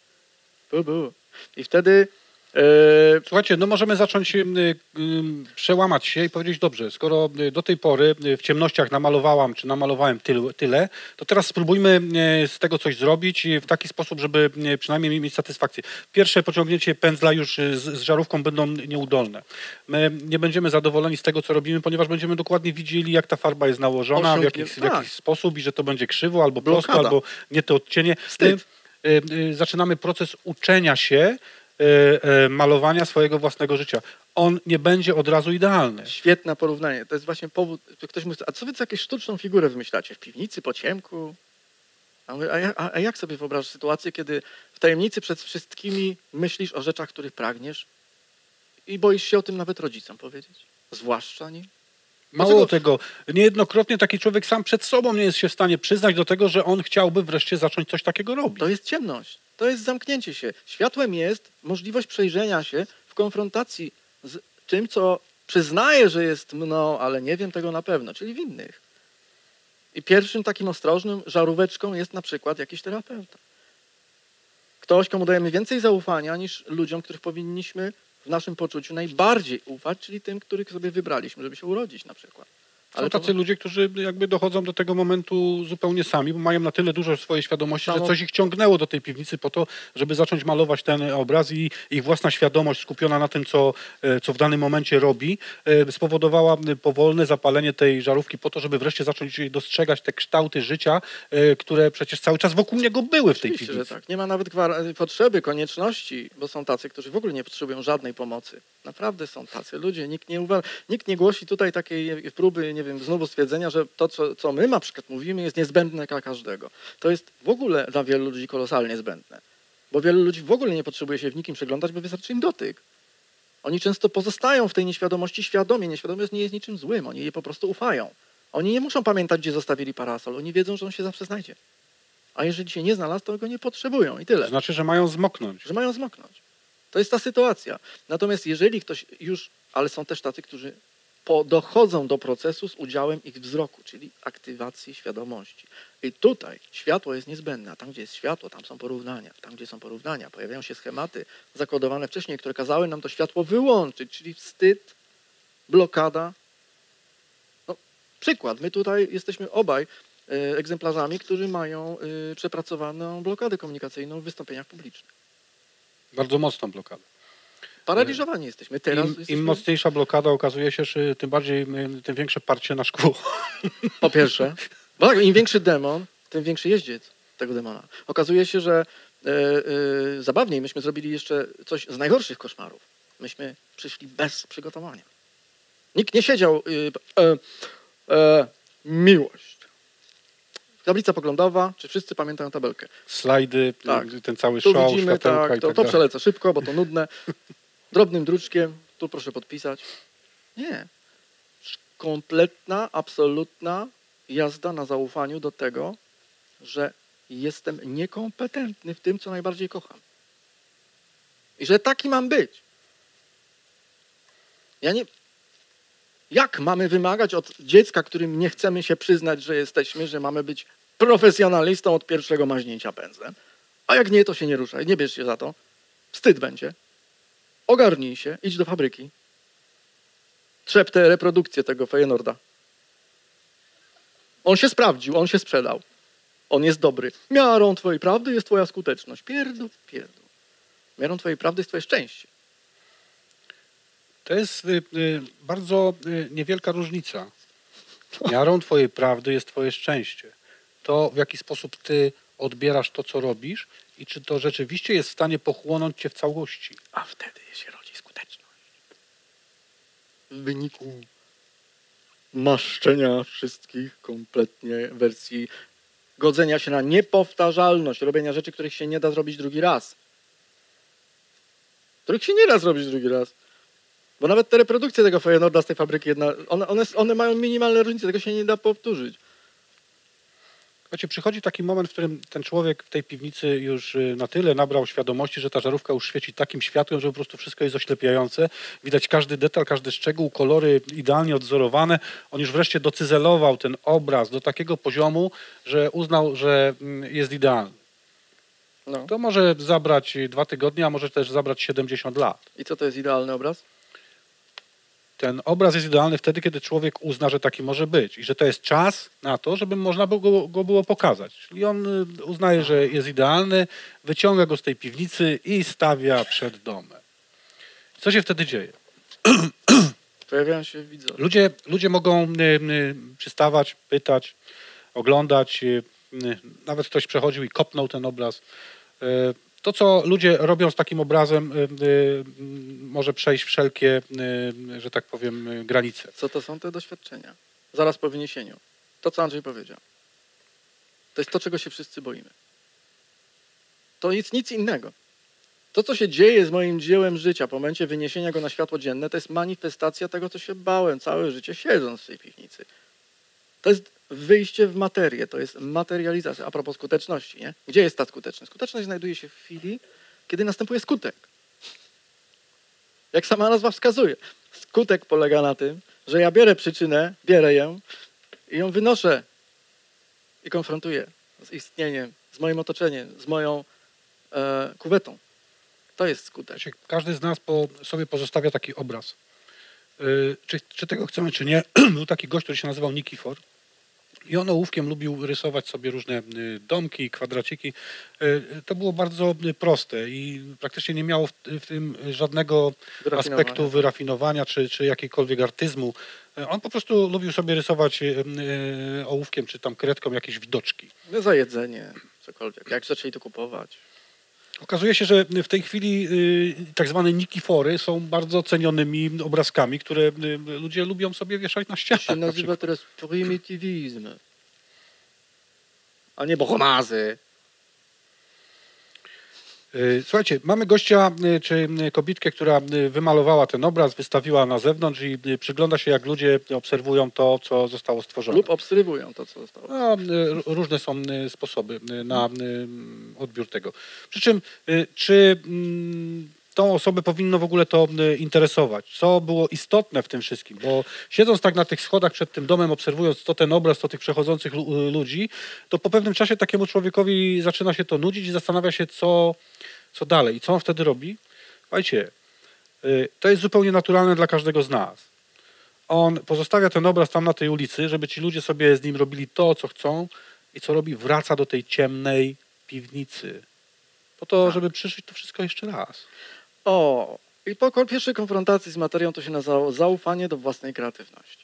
I wtedy... Słuchajcie, no możemy zacząć przełamać się i powiedzieć, dobrze, skoro do tej pory w ciemnościach namalowałem tyle, to teraz spróbujmy z tego coś zrobić w taki sposób, żeby przynajmniej mieć satysfakcję. Pierwsze pociągnięcie pędzla już z żarówką będą nieudolne. My nie będziemy zadowoleni z tego, co robimy, ponieważ będziemy dokładnie widzieli, jak ta farba jest nałożona, w jakiś sposób i że to będzie krzywo, albo prosto, albo nie to odcienie. Zaczynamy proces uczenia się malowania swojego własnego życia. On nie będzie od razu idealny. Świetne porównanie. To jest właśnie powód, ktoś mówi, a co wy jakąś sztuczną figurę wymyślacie? W piwnicy, po ciemku? A jak sobie wyobrażasz sytuację, kiedy w tajemnicy przed wszystkimi myślisz o rzeczach, których pragniesz i boisz się o tym nawet rodzicom powiedzieć? Zwłaszcza nim? Mało tego, niejednokrotnie taki człowiek sam przed sobą nie jest się w stanie przyznać do tego, że on chciałby wreszcie zacząć coś takiego robić. To jest ciemność. To jest zamknięcie się. Światłem jest możliwość przejrzenia się w konfrontacji z tym, co przyznaję, że jest mną, ale nie wiem tego na pewno, czyli w innych. I pierwszym takim ostrożnym żaróweczką jest na przykład jakiś terapeuta. Ktoś, komu dajemy więcej zaufania niż ludziom, których powinniśmy w naszym poczuciu najbardziej ufać, czyli tym, których sobie wybraliśmy, żeby się urodzić na przykład. Są tacy ludzie, którzy jakby dochodzą do tego momentu zupełnie sami, bo mają na tyle dużo swojej świadomości, że coś ich ciągnęło do tej piwnicy po to, żeby zacząć malować ten obraz i ich własna świadomość skupiona na tym, co w danym momencie robi, spowodowała powolne zapalenie tej żarówki po to, żeby wreszcie zacząć dostrzegać te kształty życia, które przecież cały czas wokół niego były w tej Oczywiście, piwnicy. że tak. Nie ma nawet potrzeby, konieczności, bo są tacy, którzy w ogóle nie potrzebują żadnej pomocy. Naprawdę są tacy ludzie. Nikt nie głosi tutaj takiej próby, nie wiem, znowu stwierdzenia, że to, co my na przykład mówimy, jest niezbędne dla każdego. To jest w ogóle dla wielu ludzi kolosalnie zbędne. Bo wielu ludzi w ogóle nie potrzebuje się w nikim przeglądać, bo wystarczy im dotyk. Oni często pozostają w tej nieświadomości świadomie. Nieświadomość nie jest niczym złym. Oni jej po prostu ufają. Oni nie muszą pamiętać, gdzie zostawili parasol. Oni wiedzą, że on się zawsze znajdzie. A jeżeli się nie znalazł, to go nie potrzebują i tyle. To znaczy, że mają zmoknąć. Że mają zmoknąć. To jest ta sytuacja. Natomiast jeżeli ktoś już, ale są też tacy, którzy dochodzą do procesu z udziałem ich wzroku, czyli aktywacji świadomości. I tutaj światło jest niezbędne. A tam, gdzie jest światło, tam są porównania. Tam, gdzie są porównania, pojawiają się schematy zakodowane wcześniej, które kazały nam to światło wyłączyć, czyli wstyd, blokada. No, przykład. My tutaj jesteśmy obaj egzemplarzami, którzy mają przepracowaną blokadę komunikacyjną w wystąpieniach publicznych. Bardzo mocną blokadę. Paraliżowani jesteśmy. Teraz Im jesteśmy... mocniejsza blokada okazuje się, że tym większe parcie na szkło. Po pierwsze, bo tak, im większy demon, tym większy jeździec tego demona. Okazuje się, że zabawniej myśmy zrobili jeszcze coś z najgorszych koszmarów. Myśmy przyszli bez przygotowania. Nikt nie siedział. Miłość. Tablica poglądowa. Czy wszyscy pamiętają tabelkę? Slajdy, Tak. Ten cały Tu show, widzimy, światełka tak, i to tak dalej. przelecę szybko, bo to nudne. Drobnym druczkiem, tu proszę podpisać. Nie. Kompletna, absolutna jazda na zaufaniu do tego, że jestem niekompetentny w tym, co najbardziej kocham. I że taki mam być. Jak mamy wymagać od dziecka, którym nie chcemy się przyznać, że jesteśmy, że mamy być profesjonalistą od pierwszego maźnięcia pędzlem? A jak nie, to się nie ruszaj, nie bierz się za to. Wstyd będzie. Ogarnij się, idź do fabryki. Trzep tę reprodukcję tego Feyenoorda. On się sprawdził, on się sprzedał. On jest dobry. Miarą twojej prawdy jest twoja skuteczność. Pierdół. Miarą twojej prawdy jest twoje szczęście. To jest bardzo niewielka różnica. Miarą twojej prawdy jest twoje szczęście. To, w jaki sposób ty odbierasz to, co robisz i czy to rzeczywiście jest w stanie pochłonąć cię w całości. A wtedy się rodzi skuteczność. W wyniku maszczenia wszystkich kompletnie wersji, godzenia się na niepowtarzalność, robienia rzeczy, których się nie da zrobić drugi raz. Których się nie da zrobić drugi raz. Bo nawet te reprodukcje tego Feyenoorda z tej fabryki, one mają minimalne różnice, tego się nie da powtórzyć. Słuchajcie, przychodzi taki moment, w którym ten człowiek w tej piwnicy już na tyle nabrał świadomości, że ta żarówka już świeci takim światłem, że po prostu wszystko jest oślepiające. Widać każdy detal, każdy szczegół, kolory idealnie odwzorowane. On już wreszcie docyzelował ten obraz do takiego poziomu, że uznał, że jest idealny. No. To może zabrać 2 tygodnie, a może też zabrać 70 lat. I co to jest idealny obraz? Ten obraz jest idealny wtedy, kiedy człowiek uzna, że taki może być i że to jest czas na to, żeby można go było pokazać. Czyli on uznaje, że jest idealny, wyciąga go z tej piwnicy i stawia przed domem. Co się wtedy dzieje? Pojawiają się widzowie. Ludzie mogą przystawać, pytać, oglądać. Nawet ktoś przechodził i kopnął ten obraz. To, co ludzie robią z takim obrazem, może przejść wszelkie, że tak powiem, granice. Co to są te doświadczenia? Zaraz po wyniesieniu. To, co Andrzej powiedział. To jest to, czego się wszyscy boimy. To jest nic innego. To, co się dzieje z moim dziełem życia po momencie wyniesienia go na światło dzienne, to jest manifestacja tego, co się bałem całe życie, siedząc w tej piwnicy. To jest wyjście w materię, to jest materializacja. A propos skuteczności, nie? Gdzie jest ta skuteczność? Skuteczność znajduje się w chwili, kiedy następuje skutek. Jak sama nazwa wskazuje. Skutek polega na tym, że ja biorę przyczynę, biorę ją i ją wynoszę i konfrontuję z istnieniem, z moim otoczeniem, z moją kuwetą. To jest skutek. Wiecie, każdy z nas sobie pozostawia taki obraz. Czy tego chcemy, czy nie. Był taki gość, który się nazywał Nikifor. I on ołówkiem lubił rysować sobie różne domki, kwadraciki. To było bardzo proste i praktycznie nie miało w tym żadnego aspektu wyrafinowania czy jakiejkolwiek artyzmu. On po prostu lubił sobie rysować ołówkiem czy tam kredką jakieś widoczki. No za jedzenie, cokolwiek. Jak zaczęli to kupować? Okazuje się, że w tej chwili tak zwane nikifory są bardzo cenionymi obrazkami, które ludzie lubią sobie wieszać na To ścianach. się na nazywa przykład. teraz prymitywizm. A nie bohomazy. Słuchajcie, mamy gościa czy kobietkę, która wymalowała ten obraz, wystawiła na zewnątrz i przygląda się, jak ludzie obserwują to, co zostało stworzone. Lub obserwują to, co zostało. No, różne są sposoby na odbiór tego. Przy czym, czy tą osobę powinno w ogóle to interesować? Co było istotne w tym wszystkim? Bo siedząc tak na tych schodach przed tym domem, obserwując to ten obraz, to tych przechodzących ludzi, to po pewnym czasie takiemu człowiekowi zaczyna się to nudzić i zastanawia się, co dalej. I co on wtedy robi? Słuchajcie, to jest zupełnie naturalne dla każdego z nas. On pozostawia ten obraz tam na tej ulicy, żeby ci ludzie sobie z nim robili to, co chcą i co robi? Wraca do tej ciemnej piwnicy. Po to, żeby przeżyć to wszystko jeszcze raz. O, i po pierwszej konfrontacji z materią to się nazywało zaufanie do własnej kreatywności.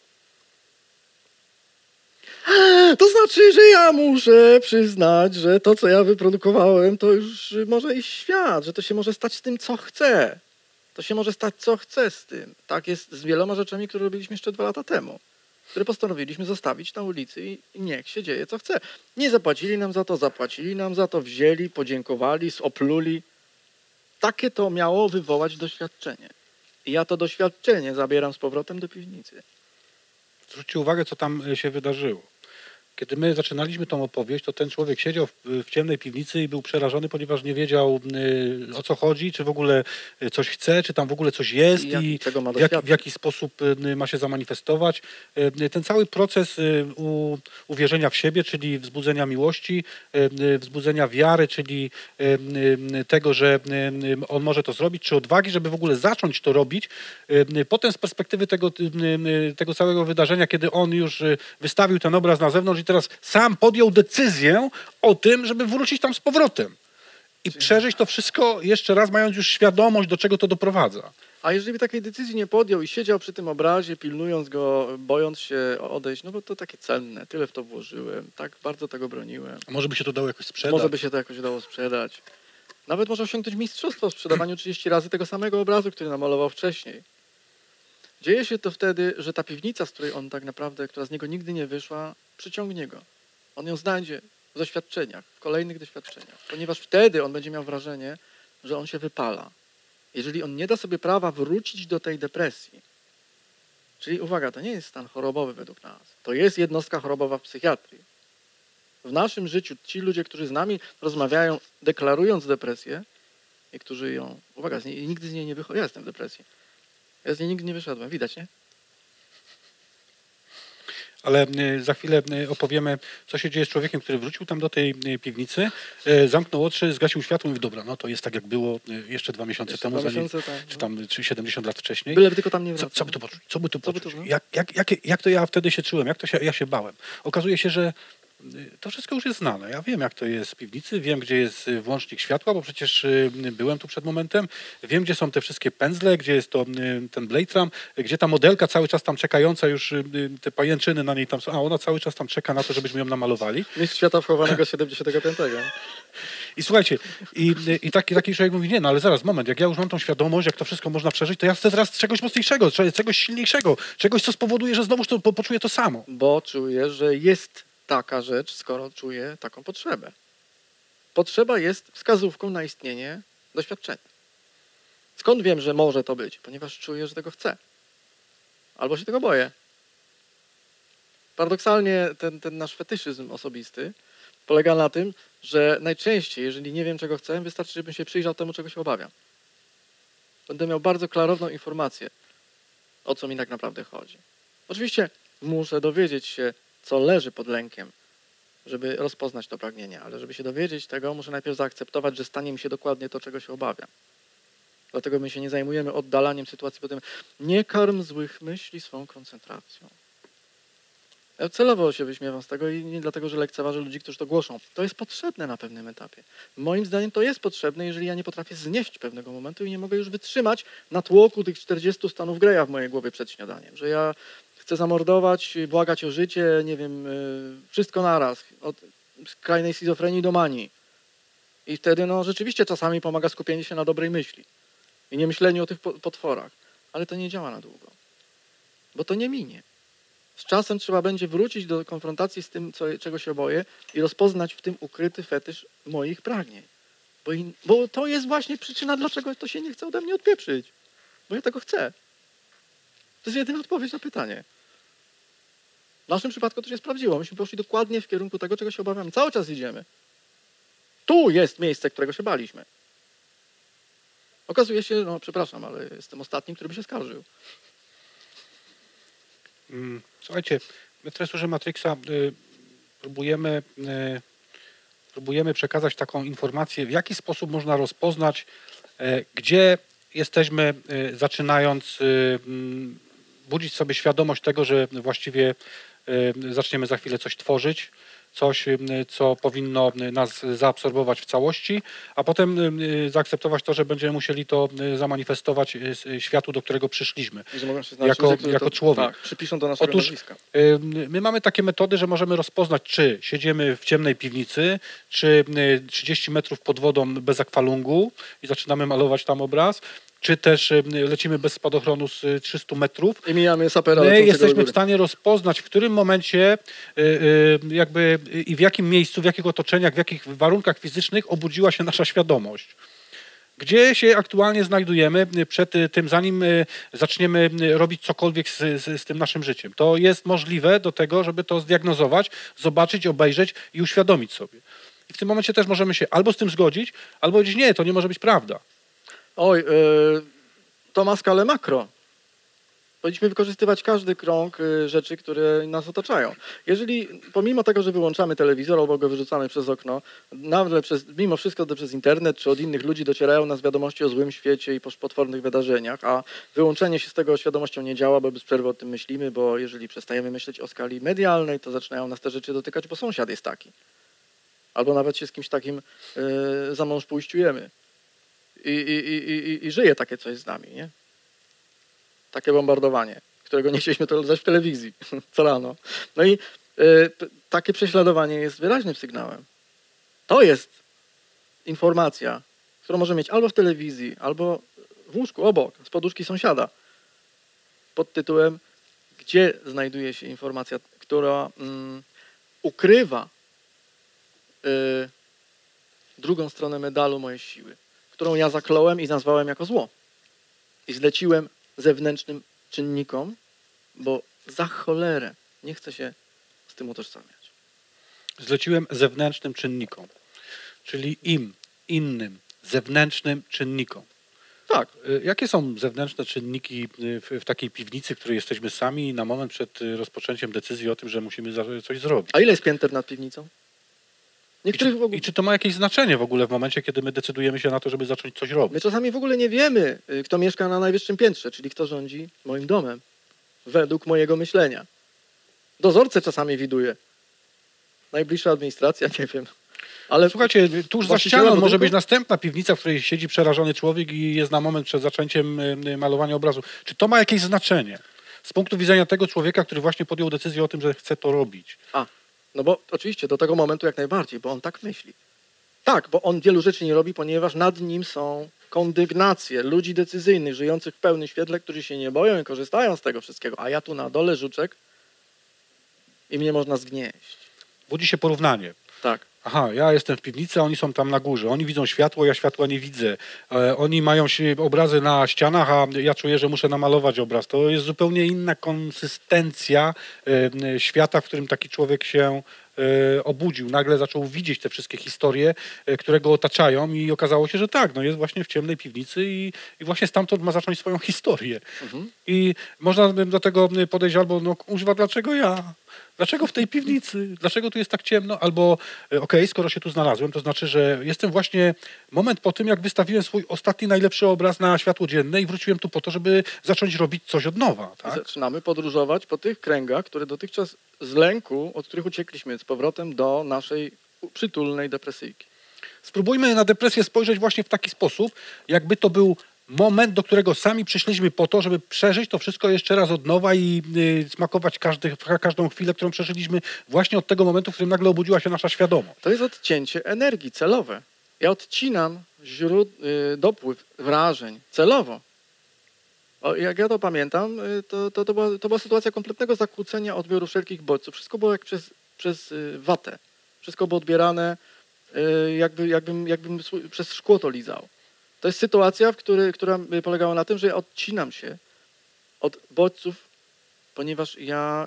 To znaczy, że ja muszę przyznać, że to, co ja wyprodukowałem, to już może iść w świat, że to się może stać z tym, co chcę. To się może stać, co chcę z tym. Tak jest z wieloma rzeczami, które robiliśmy jeszcze 2 lata temu, które postanowiliśmy zostawić na ulicy i niech się dzieje, co chce. Nie zapłacili nam za to, zapłacili nam za to, wzięli, podziękowali, opluli. Takie to miało wywołać doświadczenie. I ja to doświadczenie zabieram z powrotem do piwnicy. Zwróćcie uwagę, co tam się wydarzyło. Kiedy my zaczynaliśmy tą opowieść, to ten człowiek siedział w ciemnej piwnicy i był przerażony, ponieważ nie wiedział, o co chodzi, czy w ogóle coś chce, czy tam w ogóle coś jest i czego ma w jaki sposób ma się zamanifestować. Ten cały proces uwierzenia w siebie, czyli wzbudzenia miłości, wzbudzenia wiary, czyli tego, że on może to zrobić, czy odwagi, żeby w ogóle zacząć to robić. Potem z perspektywy tego całego wydarzenia, kiedy on już wystawił ten obraz na zewnątrz i teraz sam podjął decyzję o tym, żeby wrócić tam z powrotem i przeżyć to wszystko jeszcze raz, mając już świadomość, do czego to doprowadza. A jeżeli by takiej decyzji nie podjął i siedział przy tym obrazie, pilnując go, bojąc się odejść, no bo to takie cenne, tyle w to włożyłem, tak bardzo tego broniłem. A może by się to dało jakoś sprzedać? Może by się to jakoś dało sprzedać. Nawet może osiągnąć mistrzostwo w sprzedawaniu 30 razy tego samego obrazu, który namalował wcześniej. Dzieje się to wtedy, że ta piwnica, z której on tak naprawdę, która z niego nigdy nie wyszła, przyciągnie go. On ją znajdzie w doświadczeniach, w kolejnych doświadczeniach. Ponieważ wtedy on będzie miał wrażenie, że on się wypala. Jeżeli on nie da sobie prawa wrócić do tej depresji, czyli uwaga, to nie jest stan chorobowy według nas, to jest jednostka chorobowa w psychiatrii. W naszym życiu ci ludzie, którzy z nami rozmawiają, deklarując depresję i którzy ją, uwaga, nigdy z niej nie wychodzą, ja jestem w depresji. Ja z niej nigdy nie wyszedłem, widać, nie? Ale za chwilę opowiemy, co się dzieje z człowiekiem, który wrócił tam do tej piwnicy, zamknął oczy, zgasił światło i mówi, dobra, no to jest tak, jak było jeszcze 2 miesiące Jeszcze temu, 2 miesiące, tak, czy tam czy 70 lat wcześniej. Byleby tylko tam nie wracał. Co by to poczuć? Co by to poczuć? było? Jak to ja wtedy się czułem? Ja się bałem? Okazuje się, że to wszystko już jest znane. Ja wiem, jak to jest w piwnicy, wiem, gdzie jest włącznik światła, bo przecież byłem tu przed momentem. Wiem, gdzie są te wszystkie pędzle, gdzie jest to ten blade ram, gdzie ta modelka cały czas tam czekająca, już te pajęczyny na niej tam są, a ona cały czas tam czeka na to, żebyśmy ją namalowali. Mistrz świata wchowanego 75. I słuchajcie, i taki człowiek mówi, nie, no ale zaraz, moment, jak ja już mam tą świadomość, jak to wszystko można przeżyć, to ja chcę teraz czegoś mocniejszego, czegoś silniejszego, czegoś, co spowoduje, że znowuż to poczuję to samo. Bo czuję, że jest taka rzecz, skoro czuję taką potrzebę. Potrzeba jest wskazówką na istnienie doświadczenia. Skąd wiem, że może to być? Ponieważ czuję, że tego chcę. Albo się tego boję. Paradoksalnie ten nasz fetyszyzm osobisty polega na tym, że najczęściej, jeżeli nie wiem, czego chcę, wystarczy, żebym się przyjrzał temu, czego się obawiam. Będę miał bardzo klarowną informację, o co mi tak naprawdę chodzi. Oczywiście muszę dowiedzieć się, co leży pod lękiem. żeby rozpoznać to pragnienie, ale żeby się dowiedzieć tego, muszę najpierw zaakceptować, że stanie mi się dokładnie to, czego się obawiam. Dlatego my się nie zajmujemy oddalaniem sytuacji, potem nie karm złych myśli swą koncentracją. Ja celowo się wyśmiewam z tego i nie dlatego, że lekceważę ludzi, którzy to głoszą. To jest potrzebne na pewnym etapie. Moim zdaniem to jest potrzebne, jeżeli ja nie potrafię znieść pewnego momentu i nie mogę już wytrzymać natłoku tych 40 stanów Greya w mojej głowie przed śniadaniem. Że ja chcę zamordować, błagać o życie, nie wiem, wszystko naraz. Od skrajnej schizofrenii do manii. I wtedy no rzeczywiście czasami pomaga skupienie się na dobrej myśli. I nie myśleniu o tych potworach. Ale to nie działa na długo. Bo to nie minie. Z czasem trzeba będzie wrócić do konfrontacji z tym, czego się boję i rozpoznać w tym ukryty fetysz moich pragnień. Bo to jest właśnie przyczyna, dlaczego to się nie chce ode mnie odpieprzyć. Bo ja tego chcę. To jest jedyna odpowiedź na pytanie. W naszym przypadku to się sprawdziło. Myśmy poszli dokładnie w kierunku tego, czego się obawiamy. Cały czas idziemy. Tu jest miejsce, którego się baliśmy. Okazuje się, no przepraszam, ale jestem ostatnim, który by się skarżył. Słuchajcie, my w tresurze Matrixa próbujemy przekazać taką informację, w jaki sposób można rozpoznać, gdzie jesteśmy, zaczynając budzić sobie świadomość tego, że właściwie zaczniemy za chwilę coś tworzyć, coś, co powinno nas zaabsorbować w całości, a potem zaakceptować to, że będziemy musieli to zamanifestować światu, do którego przyszliśmy. I że mogą się znaleźć Jako, ludzie, którzy jako to, człowiek. Tak, przypiszą do naszego Otóż nazwiska. my mamy takie metody, że możemy rozpoznać, czy siedzimy w ciemnej piwnicy, czy 30 metrów pod wodą bez akwalungu i zaczynamy malować tam obraz, czy też lecimy bez spadochronu z 300 metrów. I mijamy sapera. My lecącego do jesteśmy góry. w stanie rozpoznać, w którym momencie jakby i w jakim miejscu, w jakich otoczeniach, w jakich warunkach fizycznych obudziła się nasza świadomość. Gdzie się aktualnie znajdujemy przed tym, zanim zaczniemy robić cokolwiek z tym naszym życiem. To jest możliwe do tego, żeby to zdiagnozować, zobaczyć, obejrzeć i uświadomić sobie. I w tym momencie też możemy się albo z tym zgodzić, albo powiedzieć, nie, to nie może być prawda. Oj, to ma skalę makro. Powinniśmy wykorzystywać każdy krąg rzeczy, które nas otaczają. Jeżeli pomimo tego, że wyłączamy telewizor albo go wyrzucamy przez okno, nawet mimo wszystko przez internet czy od innych ludzi docierają nas wiadomości o złym świecie i potwornych wydarzeniach, a wyłączenie się z tego świadomością nie działa, bo bez przerwy o tym myślimy, bo jeżeli przestajemy myśleć o skali medialnej, to zaczynają nas te rzeczy dotykać, bo sąsiad jest taki. Albo nawet się z kimś takim za mąż pójściujemy. I żyje takie coś z nami, nie? Takie bombardowanie, którego nie chcieliśmy tolerować w telewizji co rano. No i takie prześladowanie jest wyraźnym sygnałem. To jest informacja, którą możemy mieć albo w telewizji, albo w łóżku obok, z poduszki sąsiada. Pod tytułem, gdzie znajduje się informacja, która ukrywa drugą stronę medalu mojej siły, którą ja zakląłem i nazwałem jako zło. I zleciłem zewnętrznym czynnikom, bo za cholerę nie chcę się z tym utożsamiać. Zleciłem zewnętrznym czynnikom, czyli innym, zewnętrznym czynnikom. Tak. Jakie są zewnętrzne czynniki w takiej piwnicy, w której jesteśmy sami na moment przed rozpoczęciem decyzji o tym, że musimy coś zrobić? A ile jest pięter nad piwnicą? Niektórych w ogóle... I czy to ma jakieś znaczenie w ogóle w momencie, kiedy my decydujemy się na to, żeby zacząć coś robić? My czasami w ogóle nie wiemy, kto mieszka na najwyższym piętrze, czyli kto rządzi moim domem, według mojego myślenia. Dozorcę czasami widuję. Najbliższa administracja, nie wiem. Ale słuchajcie, tuż za właściciela ścianą może budynku? być następna piwnica, w której siedzi przerażony człowiek i jest na moment przed zaczęciem malowania obrazu. Czy to ma jakieś znaczenie z punktu widzenia tego człowieka, który właśnie podjął decyzję o tym, że chce to robić? No bo oczywiście do tego momentu jak najbardziej, bo on tak myśli. Tak, bo on wielu rzeczy nie robi, ponieważ nad nim są kondygnacje ludzi decyzyjnych, żyjących w pełnym świetle, którzy się nie boją i korzystają z tego wszystkiego. A ja tu na dole żuczek i mnie można zgnieść. Budzi się porównanie. Tak. Aha, ja jestem w piwnicy, a oni są tam na górze. Oni widzą światło, ja światła nie widzę. Oni mają obrazy na ścianach, a ja czuję, że muszę namalować obraz. To jest zupełnie inna konsystencja świata, w którym taki człowiek się obudził. Nagle zaczął widzieć te wszystkie historie, które go otaczają i okazało się, że tak, no jest właśnie w ciemnej piwnicy i właśnie stamtąd ma zacząć swoją historię. I można do tego podejść albo, no kuźwa, dlaczego ja? Dlaczego w tej piwnicy? Dlaczego tu jest tak ciemno? Albo okej, skoro się tu znalazłem, to znaczy, że jestem właśnie moment po tym, jak wystawiłem swój ostatni najlepszy obraz na światło dzienne i wróciłem tu po to, żeby zacząć robić coś od nowa. I Tak? zaczynamy podróżować po tych kręgach, które dotychczas z lęku, od których uciekliśmy z powrotem do naszej przytulnej depresyjki. Spróbujmy na depresję spojrzeć właśnie w taki sposób, jakby to był moment, do którego sami przyszliśmy po to, żeby przeżyć to wszystko jeszcze raz od nowa i smakować każdą chwilę, którą przeżyliśmy właśnie od tego momentu, w którym nagle obudziła się nasza świadomość. To jest odcięcie energii celowe. Ja odcinam dopływ wrażeń celowo. Jak ja to pamiętam, to była sytuacja kompletnego zakłócenia odbioru wszelkich bodźców. Wszystko było jak przez watę. Wszystko było odbierane, jakbym przez szkło to lizał. To jest sytuacja, która polegała na tym, że ja odcinam się od bodźców, ponieważ ja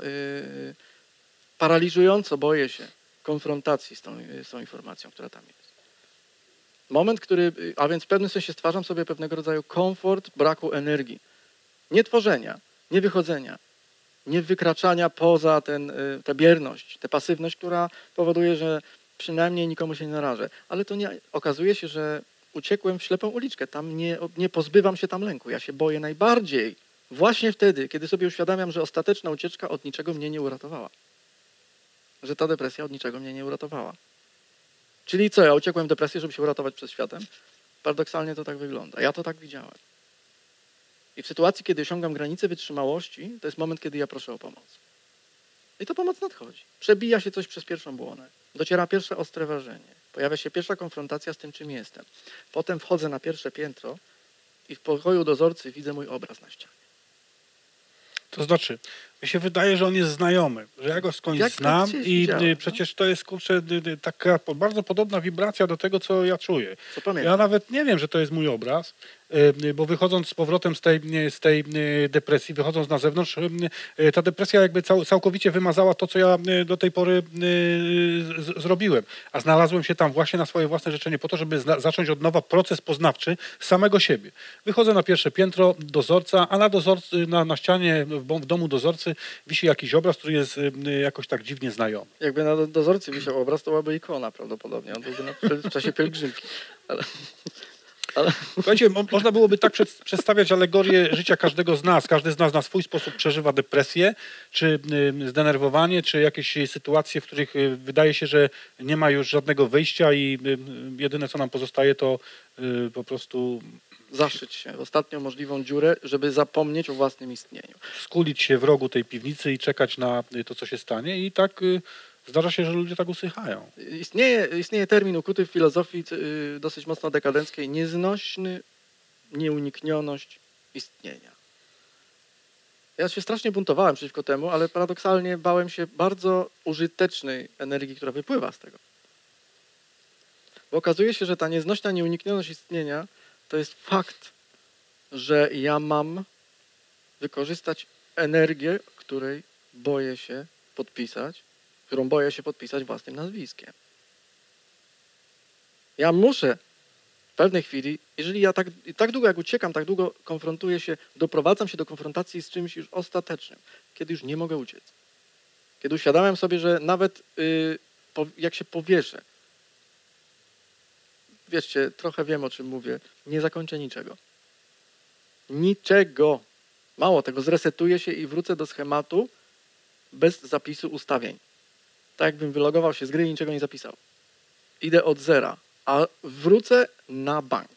paraliżująco boję się konfrontacji z tą informacją, która tam jest. Moment, a więc w pewnym sensie stwarzam sobie pewnego rodzaju komfort braku energii. Nie tworzenia, nie wychodzenia, nie wykraczania poza tę bierność, tę pasywność, która powoduje, że przynajmniej nikomu się nie narażę. Ale to nie, okazuje się, że uciekłem w ślepą uliczkę. Tam nie pozbywam się tam lęku. Ja się boję najbardziej właśnie wtedy, kiedy sobie uświadamiam, że ostateczna ucieczka od niczego mnie nie uratowała. Że ta depresja od niczego mnie nie uratowała. Czyli co, ja uciekłem w depresję, żeby się uratować przed światem? Paradoksalnie to tak wygląda. Ja to tak widziałem. I w sytuacji, kiedy osiągam granicę wytrzymałości, to jest moment, kiedy ja proszę o pomoc. I to pomoc nadchodzi. Przebija się coś przez pierwszą błonę. Dociera pierwsze ostre wrażenie. Pojawia się pierwsza konfrontacja z tym, czym jestem. Potem wchodzę na pierwsze piętro i w pokoju dozorcy widzę mój obraz na ścianie. To znaczy, mi się wydaje, że on jest znajomy, że ja go skądś Jak znam gdzieś i widziałem, no. przecież to jest, kurczę, taka bardzo podobna wibracja do tego, co ja czuję. Co pamiętam? Ja nawet nie wiem, że to jest mój obraz, bo wychodząc z powrotem z tej depresji, wychodząc na zewnątrz, ta depresja jakby całkowicie wymazała to, co ja do tej pory zrobiłem. A znalazłem się tam właśnie na swoje własne życzenie po to, żeby zacząć od nowa proces poznawczy samego siebie. Wychodzę na pierwsze piętro dozorca, a na ścianie w domu dozorcy wisi jakiś obraz, który jest jakoś tak dziwnie znajomy. Jakby na dozorcy wisiał obraz, to byłaby ikona prawdopodobnie. On byłby w czasie pielgrzymki. Ale Słuchajcie, można byłoby tak przedstawiać alegorię życia każdego z nas. Każdy z nas na swój sposób przeżywa depresję, czy zdenerwowanie, czy jakieś sytuacje, w których wydaje się, że nie ma już żadnego wyjścia i jedyne, co nam pozostaje, to po prostu zaszyć się w ostatnią możliwą dziurę, żeby zapomnieć o własnym istnieniu. skulić się w rogu tej piwnicy i czekać na to, co się stanie. I tak zdarza się, że ludzie tak usychają. Istnieje termin ukuty w filozofii dosyć mocno dekadenckiej: nieznośny, nieuniknioność istnienia. Ja się strasznie buntowałem przeciwko temu, ale paradoksalnie bałem się bardzo użytecznej energii, która wypływa z tego. Bo okazuje się, że ta nieznośna nieuniknioność istnienia to jest fakt, że ja mam wykorzystać energię, którą boję się podpisać własnym nazwiskiem. Ja muszę w pewnej chwili, jeżeli ja tak długo jak uciekam, tak długo doprowadzam się do konfrontacji z czymś już ostatecznym, kiedy już nie mogę uciec. Kiedy uświadamiam sobie, że nawet jak się powieszę, wierzcie, trochę wiem, o czym mówię, nie zakończę niczego. Niczego. Mało tego, zresetuję się i wrócę do schematu bez zapisu ustawień. Tak jakbym wylogował się z gry i niczego nie zapisał. Idę od zera, a wrócę na bank.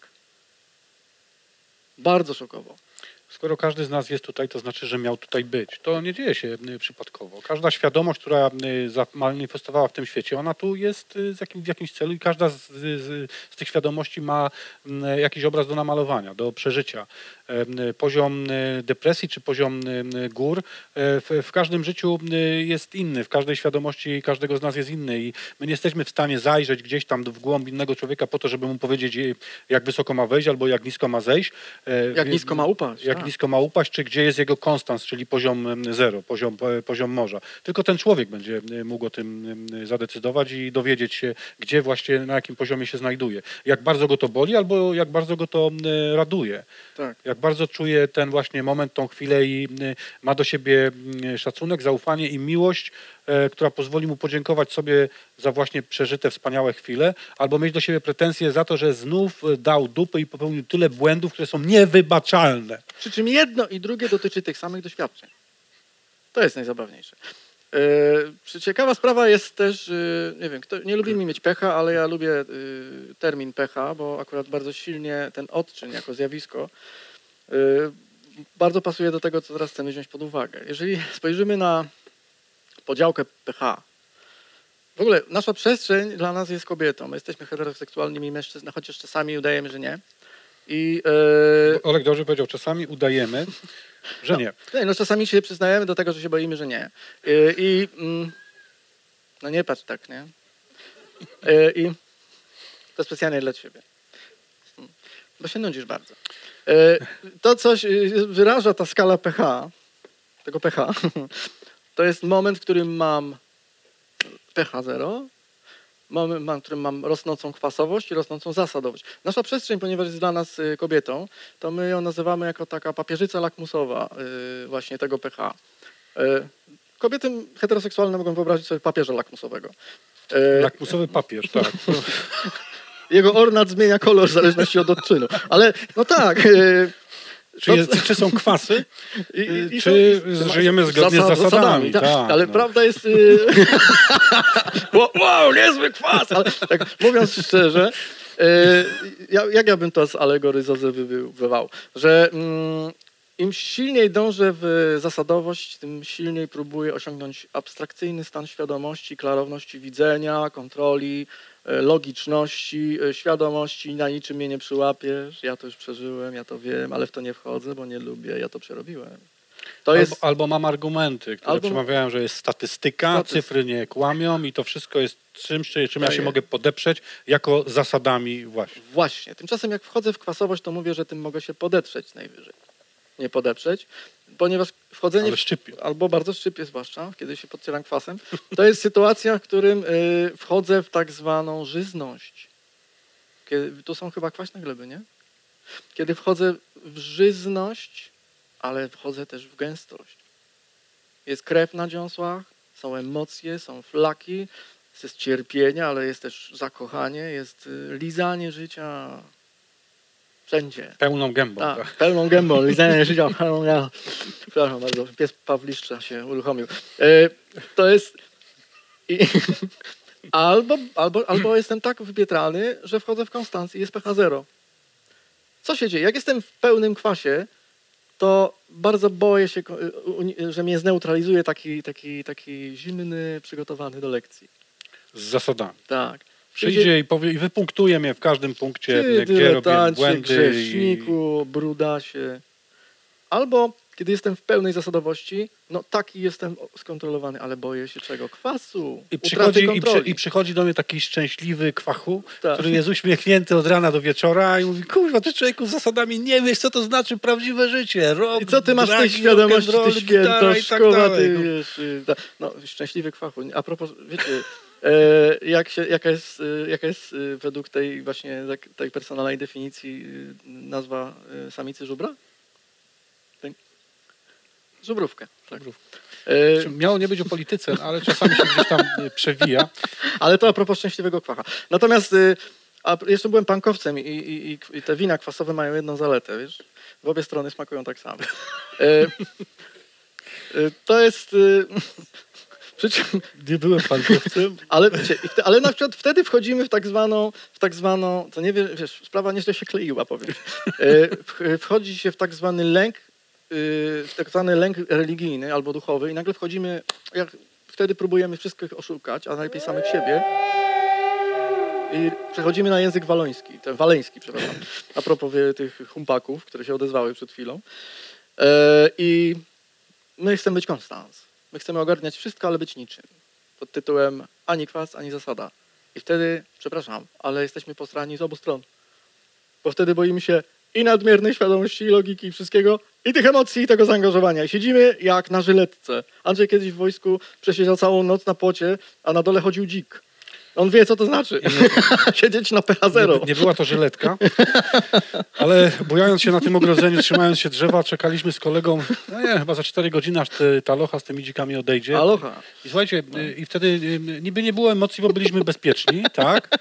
Bardzo szokowo. Skoro każdy z nas jest tutaj, to znaczy, że miał tutaj być. To nie dzieje się przypadkowo. Każda świadomość, która manifestowała w tym świecie, ona tu jest w jakimś celu i każda z tych świadomości ma jakiś obraz do namalowania, do przeżycia. Poziom depresji czy poziom gór w każdym życiu jest inny, w każdej świadomości każdego z nas jest inny i my nie jesteśmy w stanie zajrzeć gdzieś tam w głąb innego człowieka po to, żeby mu powiedzieć, jak wysoko ma wejść albo jak nisko ma zejść. Jak nisko ma upaść. Jak nisko ma upaść, czy gdzie jest jego konstans, czyli poziom zero, poziom morza. Tylko ten człowiek będzie mógł o tym zadecydować i dowiedzieć się, gdzie właśnie, na jakim poziomie się znajduje. Jak bardzo go to boli, albo jak bardzo go to raduje. Tak. Jak bardzo czuje ten właśnie moment, tą chwilę i ma do siebie szacunek, zaufanie i miłość która pozwoli mu podziękować sobie za właśnie przeżyte wspaniałe chwile, albo mieć do siebie pretensje za to, że znów dał dupy i popełnił tyle błędów, które są niewybaczalne. Przy czym jedno i drugie dotyczy tych samych doświadczeń. To jest najzabawniejsze. Ciekawa sprawa jest też, nie wiem, nie lubimy mieć pecha, ale ja lubię termin pecha, bo akurat bardzo silnie ten odczyn jako zjawisko bardzo pasuje do tego, co teraz chcemy wziąć pod uwagę. Jeżeli spojrzymy na podziałkę pH, w ogóle nasza przestrzeń dla nas jest kobietą. My jesteśmy heteroseksualnymi mężczyznami, chociaż czasami udajemy, że nie. I, Olek dobrze powiedział, czasami udajemy, że nie. no czasami się przyznajemy do tego, że się boimy, że nie. No nie patrz tak, nie? I to specjalnie dla ciebie. Bo się nudzisz bardzo. To coś wyraża ta skala pH, tego pH, to jest moment, w którym mam pH 0, moment, w którym mam rosnącą kwasowość i rosnącą zasadowość. Nasza przestrzeń, ponieważ jest dla nas kobietą, to my ją nazywamy jako taka papieżyca lakmusowa właśnie tego pH. Kobiety heteroseksualne mogą wyobrazić sobie papieża lakmusowego. Lakmusowy papier, tak. Jego ornat zmienia kolor w zależności od odczynu. Ale no tak. Czy są kwasy, I czy żyjemy zgodnie z zasadami. Tak. Tak, Ale no. prawda jest... wow, niezły kwas! Ale tak mówiąc szczerze, jak ja bym to zalegoryzowywał, że im silniej dążę w zasadowość, tym silniej próbuję osiągnąć abstrakcyjny stan świadomości, klarowności widzenia, kontroli, logiczności, świadomości, na niczym mnie nie przyłapiesz, ja to już przeżyłem, ja to wiem, ale w to nie wchodzę, bo nie lubię, ja to przerobiłem. To jest... Albo mam argumenty, które przemawiają, że jest statystyka, cyfry nie kłamią i to wszystko jest czymś, czym ja się mogę podeprzeć jako zasadami właśnie. Właśnie. Tymczasem jak wchodzę w kwasowość, to mówię, że tym mogę się podeprzeć najwyżej. Nie podeprzeć, ponieważ wchodzenie... Ale szczypie. Albo bardzo szczypie zwłaszcza, kiedy się podcieram kwasem. To jest sytuacja, w którym wchodzę w tak zwaną żyzność. Tu są chyba kwaśne gleby, nie? Kiedy wchodzę w żyzność, ale wchodzę też w gęstość. Jest krew na dziąsłach, są emocje, są flaki, jest cierpienie, ale jest też zakochanie, jest lizanie życia wszędzie. Pełną gębą. Tak, Tak. pełną gębą, lizanie życia, pełną gębą. Przepraszam bardzo, pies Pawliszcza się uruchomił. To jest... Albo jestem tak wypietrany, że wchodzę w konstancję i jest pH 0. Co się dzieje? Jak jestem w pełnym kwasie, to bardzo boję się, że mnie zneutralizuje taki zimny, przygotowany do lekcji. Z zasadami. Tak. Przyjdzie i powie i wypunktuje mnie w każdym punkcie, Ty, gdzie robię błędy. grzeszniku, brudasie. Albo kiedy jestem w pełnej zasadowości, no taki jestem skontrolowany, ale boję się czego? Kwasu. I przychodzi do mnie taki szczęśliwy kwachu, Tak. który jest uśmiechnięty od rana do wieczora i mówi, kurwa, ty człowieku z zasadami nie wiesz, co to znaczy prawdziwe życie. Rock, I co ty masz z tej dragi, świadomości, rock and roll, ty gitara i tak świętoszkowa, dalej. ty No. wiesz. No, szczęśliwy kwachu. A propos, wiecie, jaka jest według tej właśnie tej personalnej definicji nazwa samicy żubra? Żubrówkę. Tak. Miało nie być o polityce, ale czasami się gdzieś tam przewija. Ale to a propos szczęśliwego kwacha. Natomiast jeszcze byłem pankowcem i te wina kwasowe mają jedną zaletę, wiesz? W obie strony smakują tak samo. To jest... Przy czym, Nie byłem pankowcem. ale wiecie, ale na przykład wtedy wchodzimy w tak zwaną, to nie wiesz, sprawa nieźle się kleiła, powiem. Wchodzi się w tak zwany lęk, religijny albo duchowy i nagle wchodzimy, wtedy próbujemy wszystkich oszukać, a najlepiej samych siebie. I przechodzimy na język waleński, przepraszam, a propos tych humpaków, które się odezwały przed chwilą. I my chcemy być konstans. My chcemy ogarniać wszystko, ale być niczym. Pod tytułem ani kwas, ani zasada. I wtedy, przepraszam, ale jesteśmy posrani z obu stron. Bo wtedy boimy się i nadmiernej świadomości, i logiki, i wszystkiego, i tych emocji, i tego zaangażowania. I siedzimy jak na żyletce. Andrzej kiedyś w wojsku przesiedział całą noc na płocie, a na dole chodził dzik. On wie, co to znaczy. Siedzieć na pH 0. Nie była to żyletka, ale bujając się na tym ogrodzeniu, trzymając się drzewa, czekaliśmy z kolegą, no nie, chyba za 4 godziny, aż ta locha z tymi dzikami odejdzie. Aloha. I słuchajcie, i wtedy niby nie było emocji, bo byliśmy bezpieczni, tak?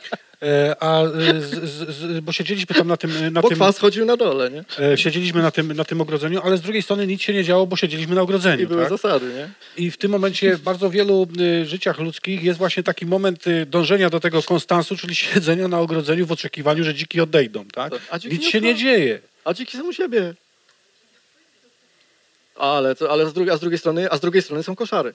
Bo siedzieliśmy tam Bo kwas chodził na dole, nie? siedzieliśmy na tym ogrodzeniu, ale z drugiej strony nic się nie działo, bo siedzieliśmy na ogrodzeniu. I były tak? zasady, nie? I w tym momencie w bardzo wielu życiach ludzkich jest właśnie taki moment dążenia do tego konstansu, czyli siedzenia na ogrodzeniu w oczekiwaniu, że dziki odejdą. Tak? A dziki Nic nie się nie odchodzą. dzieje. A dziki są u siebie. Ale z drugiej strony są koszary.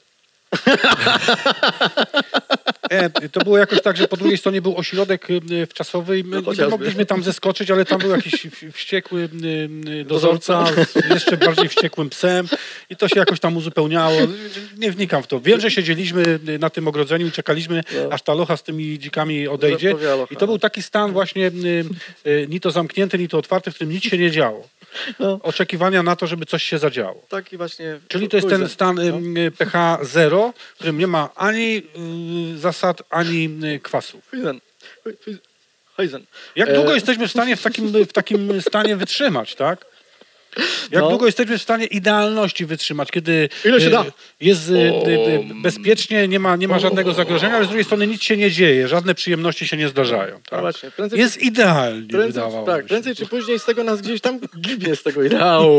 To było jakoś tak, że po drugiej stronie był ośrodek wczasowy i my nie chociażby. mogliśmy tam zeskoczyć, ale tam był jakiś wściekły dozorca z jeszcze bardziej wściekłym psem i to się jakoś tam uzupełniało. Nie wnikam w to. Wiem, że siedzieliśmy na tym ogrodzeniu i czekaliśmy, aż ta locha z tymi dzikami odejdzie. Zapowiada locha. I to był taki stan właśnie ni to zamknięty, ni to otwarty, w którym nic się nie działo. No. Oczekiwania na to, żeby coś się zadziało. Taki właśnie... Czyli to jest ten stan pH 0, w którym nie ma ani zasad, ani kwasów. Heizen. Jak długo jesteśmy w stanie w takim stanie wytrzymać, tak? Jak No. długo jesteśmy w stanie idealności wytrzymać, kiedy Ile się da? jest bezpiecznie, nie ma żadnego zagrożenia, ale z drugiej strony nic się nie dzieje, żadne przyjemności się nie zdarzają. No Tak? właśnie, prędzej, Jest idealnie, prędzej, wydawało tak, się. prędzej czy później z tego nas gdzieś tam gibnie z tego ideału.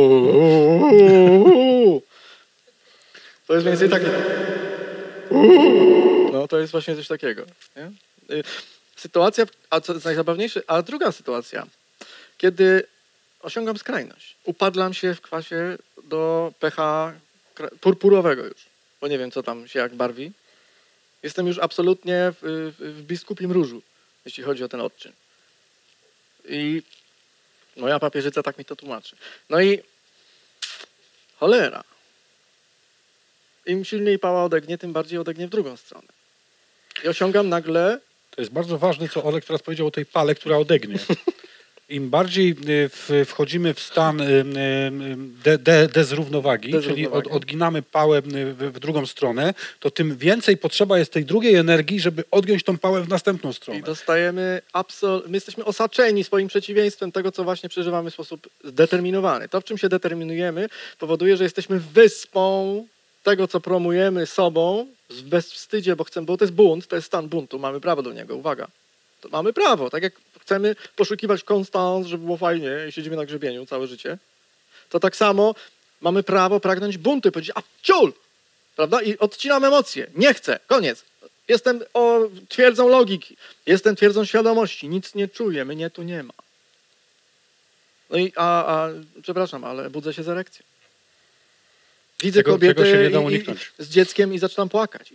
To jest mniej więcej takie. No to jest właśnie coś takiego. Nie? Sytuacja, a co jest najzabawniejsze, a druga sytuacja, kiedy osiągam skrajność. Upadlam się w kwasie do pH purpurowego już, bo nie wiem, co tam się jak barwi. Jestem już absolutnie w biskupim różu, jeśli chodzi o ten odczyn. I moja papieżyca tak mi to tłumaczy. No i cholera. Im silniej pała odegnie, tym bardziej odegnie w drugą stronę. I osiągam nagle... To jest bardzo ważne, co Olek teraz powiedział o tej pale, która odegnie. Im bardziej wchodzimy w stan dezrównowagi, czyli odginamy pałę w drugą stronę, to tym więcej potrzeba jest tej drugiej energii, żeby odgiąć tą pałę w następną stronę. I dostajemy my jesteśmy osaczeni swoim przeciwieństwem tego, co właśnie przeżywamy w sposób zdeterminowany. To, w czym się determinujemy, powoduje, że jesteśmy wyspą tego, co promujemy sobą, w bezwstydzie, bo to jest bunt, to jest stan buntu, mamy prawo do niego, uwaga. To mamy prawo, tak jak chcemy poszukiwać konstans, żeby było fajnie i siedzimy na grzebieniu całe życie, to tak samo mamy prawo pragnąć buntu, powiedzieć, a ciul, prawda? I odcinam emocje, nie chcę, koniec. Jestem twierdzą logiki, jestem twierdzą świadomości, nic nie czuję, mnie tu nie ma. No i, przepraszam, ale budzę się z erekcją. Widzę kobietę się nie da uniknąć. z dzieckiem i zaczynam płakać.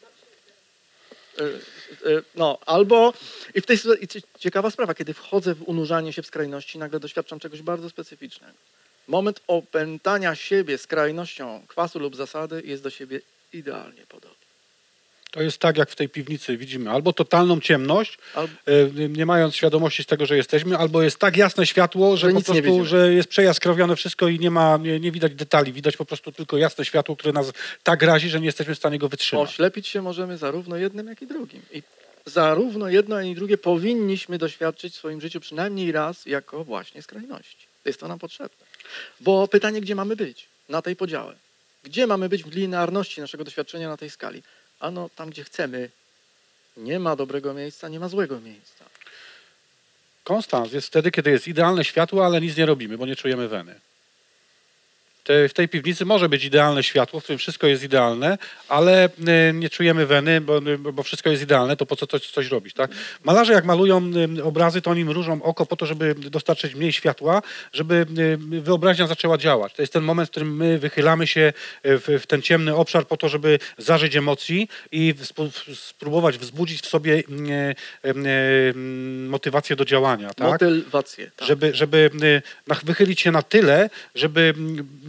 No, albo i w tej sytuacji ciekawa sprawa, kiedy wchodzę w unurzanie się w skrajności, nagle doświadczam czegoś bardzo specyficznego. Moment opętania siebie skrajnością kwasu lub zasady jest do siebie idealnie podobny. To jest tak, jak w tej piwnicy widzimy. Albo totalną ciemność, nie mając świadomości z tego, że jesteśmy, albo jest tak jasne światło, że po nic nie prostu, widzimy. że jest przejaskrawione wszystko i nie widać detali. Widać po prostu tylko jasne światło, które nas tak razi, że nie jesteśmy w stanie go wytrzymać. Oślepić się możemy zarówno jednym, jak i drugim. I zarówno jedno, jak i drugie powinniśmy doświadczyć w swoim życiu przynajmniej raz jako właśnie skrajności. Jest to nam potrzebne. Bo pytanie, gdzie mamy być na tej podziale? Gdzie mamy być w linearności naszego doświadczenia na tej skali? Ano tam, gdzie chcemy. Nie ma dobrego miejsca, nie ma złego miejsca. Konstans jest wtedy, kiedy jest idealne światło, ale nic nie robimy, bo nie czujemy weny. W tej piwnicy może być idealne światło, w którym wszystko jest idealne, ale nie czujemy weny, bo wszystko jest idealne, to po co coś robić, tak? Malarze jak malują obrazy, to oni mrużą oko po to, żeby dostarczyć mniej światła, żeby wyobraźnia zaczęła działać. To jest ten moment, w którym my wychylamy się w ten ciemny obszar po to, żeby zażyć emocji i spróbować wzbudzić w sobie motywację do działania, tak? Motywację. Tak. Żeby wychylić się na tyle, żeby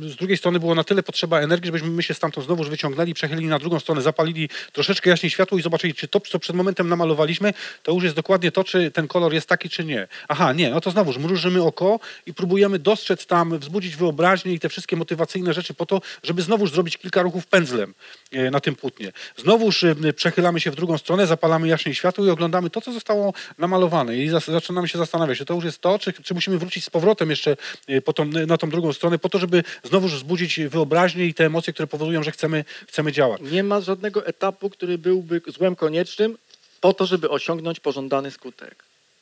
z drugiej strony było na tyle potrzeba energii, żebyśmy my się stamtąd znowuż wyciągnęli, przechylili na drugą stronę, zapalili troszeczkę jaśniej światło i zobaczyli, czy to, co przed momentem namalowaliśmy, to już jest dokładnie to, czy ten kolor jest taki, czy nie. Aha, nie, no to znowuż mrużymy oko i próbujemy dostrzec tam, wzbudzić wyobraźnię i te wszystkie motywacyjne rzeczy po to, żeby znowuż zrobić kilka ruchów pędzlem na tym płótnie. Znowuż przechylamy się w drugą stronę, zapalamy jaśniej światło i oglądamy to, co zostało namalowane i zaczynamy się zastanawiać, czy to już jest to, czy musimy wrócić z powrotem jeszcze na tą drugą stronę po to, żeby znowuż wzbudzić wyobraźnię i te emocje, które powodują, że chcemy działać. Nie ma żadnego etapu, który byłby złem koniecznym po to, żeby osiągnąć pożądany skutek.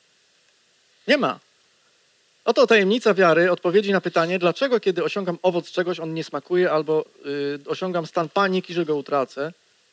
Nie ma. Oto tajemnica wiary, odpowiedzi na pytanie, dlaczego kiedy osiągam owoc czegoś, on nie smakuje, albo osiągam stan paniki, że go utracę,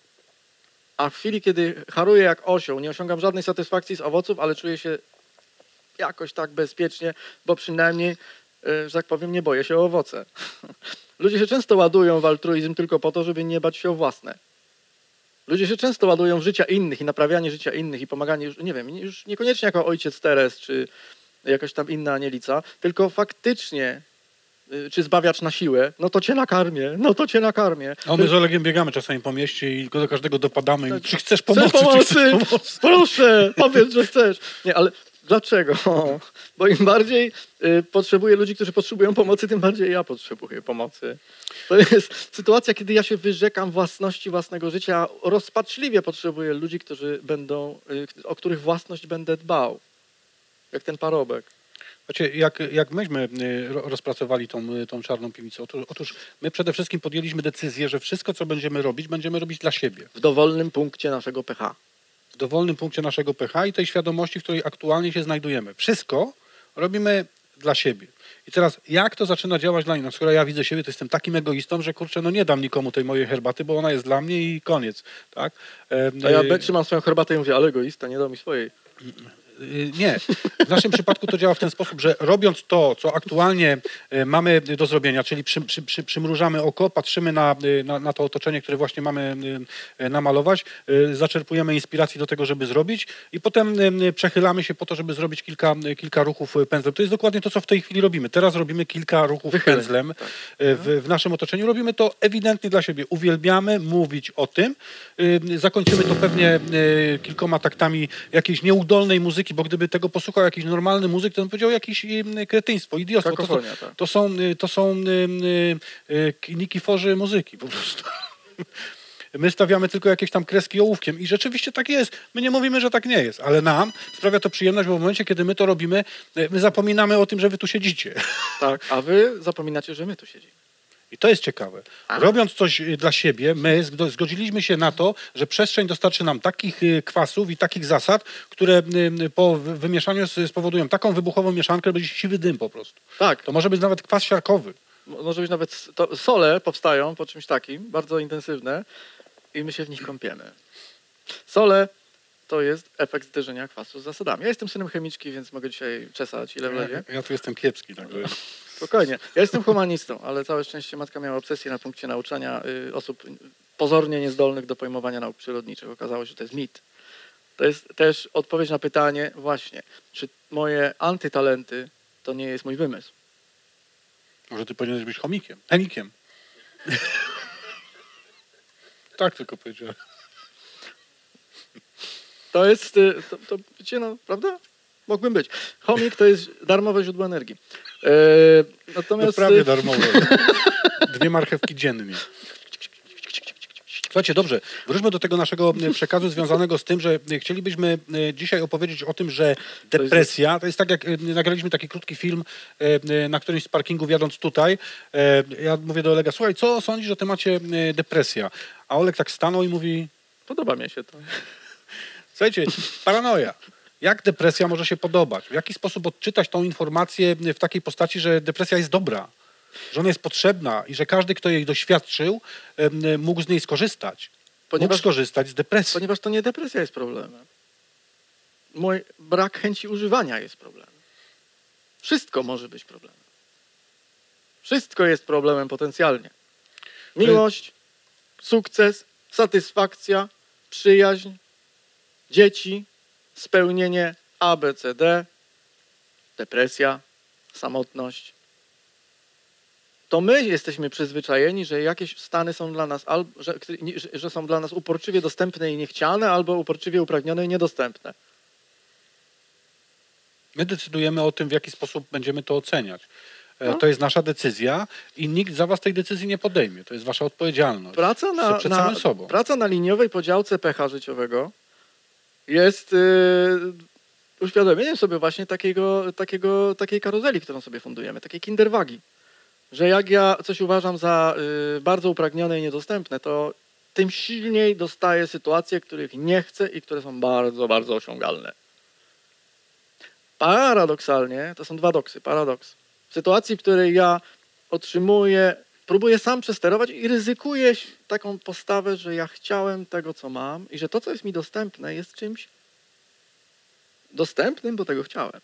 a w chwili, kiedy haruję jak osioł, nie osiągam żadnej satysfakcji z owoców, ale czuję się jakoś tak bezpiecznie, bo przynajmniej, że tak powiem, nie boję się o owoce. Ludzie się często ładują w altruizm tylko po to, żeby nie bać się o własne. Ludzie się często ładują w życia innych i naprawianie życia innych i pomaganie, nie wiem, już niekoniecznie jako ojciec Teres, czy jakaś tam inna anielica, tylko faktycznie, czy zbawiacz na siłę, no to cię nakarmię, no to cię nakarmię. No my z Olegiem biegamy czasami po mieście i do każdego dopadamy. Tak. Czy chcesz Chcę pomocy? Czy pomocy? chcesz pomocy? Proszę, powiedz, że chcesz. Nie, ale dlaczego? Bo im bardziej potrzebuję ludzi, którzy potrzebują pomocy, tym bardziej ja potrzebuję pomocy. To jest sytuacja, kiedy ja się wyrzekam własności własnego życia, a rozpaczliwie potrzebuję ludzi, którzy będą, o których własność będę dbał. Jak ten parobek. Wiecie, jak myśmy rozpracowali tą czarną piwnicę, otóż my przede wszystkim podjęliśmy decyzję, że wszystko, co będziemy robić dla siebie. W dowolnym punkcie naszego pH. W dowolnym punkcie naszego pH i tej świadomości, w której aktualnie się znajdujemy. Wszystko robimy dla siebie. I teraz, jak to zaczyna działać dla mnie? No, skoro ja widzę siebie, to jestem takim egoistą, że kurczę, no nie dam nikomu tej mojej herbaty, bo ona jest dla mnie i koniec. Tak? A ja trzymam swoją herbatę i mówię, ale egoista, nie dał mi swojej. Nie. W naszym przypadku to działa w ten sposób, że robiąc to, co aktualnie mamy do zrobienia, czyli przymrużamy oko, patrzymy na to otoczenie, które właśnie mamy namalować, zaczerpujemy inspiracji do tego, żeby zrobić i potem przechylamy się po to, żeby zrobić kilka ruchów pędzlem. To jest dokładnie to, co w tej chwili robimy. Teraz robimy kilka ruchów pędzlem w naszym otoczeniu. Robimy to ewidentnie dla siebie. Uwielbiamy mówić o tym. Zakończymy to pewnie kilkoma taktami jakiejś nieudolnej muzyki, bo gdyby tego posłuchał jakiś normalny muzyk, to on powiedział jakieś kretyństwo, idiotstwo. Kakofonia, tak. To są nikiforzy muzyki po prostu. My stawiamy tylko jakieś tam kreski ołówkiem i rzeczywiście tak jest. My nie mówimy, że tak nie jest, ale nam sprawia to przyjemność, bo w momencie, kiedy my to robimy, my zapominamy o tym, że wy tu siedzicie. Tak, a wy zapominacie, że my tu siedzimy. I to jest ciekawe. Robiąc coś dla siebie, my zgodziliśmy się na to, że przestrzeń dostarczy nam takich kwasów i takich zasad, które po wymieszaniu spowodują taką wybuchową mieszankę, że będzie siwy dym po prostu. Tak. To może być nawet kwas siarkowy. Może być nawet sole powstają po czymś takim, bardzo intensywne i my się w nich kąpiemy. Sole to jest efekt zderzenia kwasu z zasadami. Ja jestem synem chemiczki, więc mogę dzisiaj czesać ile wlezie. Ja tu jestem kiepski. Tak Spokojnie. Ja jestem humanistą, ale całe szczęście matka miała obsesję na punkcie nauczania osób pozornie niezdolnych do pojmowania nauk przyrodniczych. Okazało się, że to jest mit. To jest też odpowiedź na pytanie właśnie, czy moje antytalenty to nie jest mój wymysł. Może ty powinieneś być chemikiem. Tak tylko powiedziałem. To jest, to wiecie, no, prawda? Mógłbym być. Chomik to jest darmowe źródło energii. Natomiast... To prawie darmowe. 2 marchewki dziennie. Słuchajcie, dobrze, wróćmy do tego naszego przekazu związanego z tym, że chcielibyśmy dzisiaj opowiedzieć o tym, że depresja, to jest tak jak nagraliśmy taki krótki film na którymś z parkingów jadąc tutaj. Ja mówię do Olega, słuchaj, co sądzisz o temacie depresja? A Oleg tak stanął i mówi... Podoba mi się to. Słuchajcie, paranoja. Jak depresja może się podobać? W jaki sposób odczytać tą informację w takiej postaci, że depresja jest dobra? Że ona jest potrzebna i że każdy, kto jej doświadczył, mógł z niej skorzystać. Mógł skorzystać z depresji. Ponieważ to nie depresja jest problemem. Mój brak chęci używania jest problemem. Wszystko może być problemem. Wszystko jest problemem potencjalnie. Miłość, sukces, satysfakcja, przyjaźń, dzieci, spełnienie A, B, C, D, depresja, samotność. to my jesteśmy przyzwyczajeni, że jakieś stany są dla nas, że są dla nas uporczywie dostępne i niechciane, albo uporczywie upragnione i niedostępne. My decydujemy o tym, w jaki sposób będziemy to oceniać. To jest nasza decyzja i nikt za was tej decyzji nie podejmie. To jest wasza odpowiedzialność. Przed samym sobą. Praca na liniowej podziałce pecha życiowego jest uświadomieniem sobie właśnie takiej karuzeli, którą sobie fundujemy, takiej kinderwagi. Że jak ja coś uważam za bardzo upragnione i niedostępne, to tym silniej dostaję sytuacje, których nie chcę i które są bardzo, bardzo osiągalne. Paradoksalnie, to są dwa doksy, paradoks. W sytuacji, w której ja próbuję sam przesterować i ryzykuję taką postawę, że ja chciałem tego, co mam i że to, co jest mi dostępne, jest czymś dostępnym, bo tego chciałem.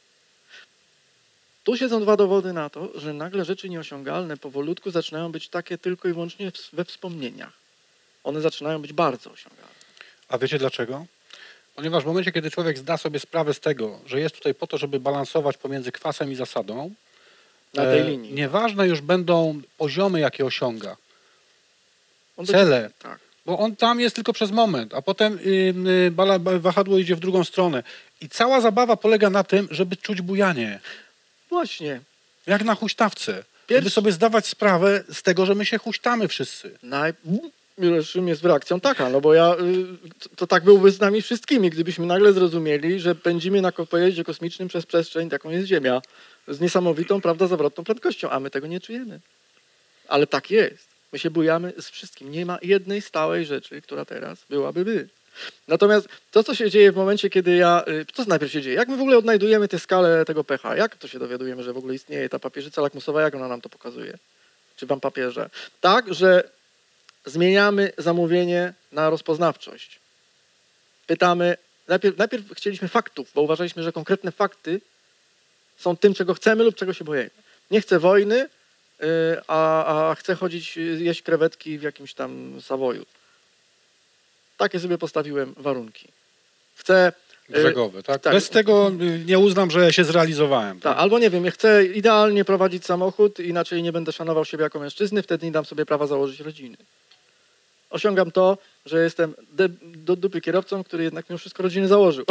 Tu siedzą dwa dowody na to, że nagle rzeczy nieosiągalne powolutku zaczynają być takie tylko i wyłącznie we wspomnieniach. One zaczynają być bardzo osiągalne. A wiecie dlaczego? Ponieważ w momencie, kiedy człowiek zda sobie sprawę z tego, że jest tutaj po to, żeby balansować pomiędzy kwasem i zasadą, Na tej linii. nieważne już będą poziomy, jakie osiąga, cele, Tak. bo on tam jest tylko przez moment, a potem wahadło idzie w drugą stronę. I cała zabawa polega na tym, żeby czuć bujanie. Właśnie. Jak na huśtawce. Żeby sobie zdawać sprawę z tego, że my się huśtamy wszyscy. Najmilszym jest reakcją taka, no bo to tak byłby z nami wszystkimi, gdybyśmy nagle zrozumieli, że pędzimy na pojeździe kosmicznym przez przestrzeń, taką jest Ziemia, z niesamowitą, prawda, zawrotną prędkością, a my tego nie czujemy. Ale tak jest. My się bujamy z wszystkim. Nie ma jednej stałej rzeczy, która teraz byłaby. Natomiast to, co się dzieje w momencie, kiedy co najpierw się dzieje? Jak my w ogóle odnajdujemy tę skalę tego pH? Jak to się dowiadujemy, że w ogóle istnieje ta papierzyca lakmusowa? Jak ona nam to pokazuje? Czy wam papierze? Tak, że zmieniamy zamówienie na rozpoznawczość. Pytamy, najpierw chcieliśmy faktów, bo uważaliśmy, że konkretne fakty są tym, czego chcemy lub czego się boimy. Nie chcę wojny, a chcę jeść krewetki w jakimś tam Savoyu. Takie sobie postawiłem warunki. Chcę... Brzegowe, tak? Bez tego nie uznam, że się zrealizowałem. Tak? Albo nie wiem, ja chcę idealnie prowadzić samochód, inaczej nie będę szanował siebie jako mężczyzny, wtedy nie dam sobie prawa założyć rodziny. Osiągam to, że jestem do dupy kierowcą, który jednak mimo wszystko rodziny założył.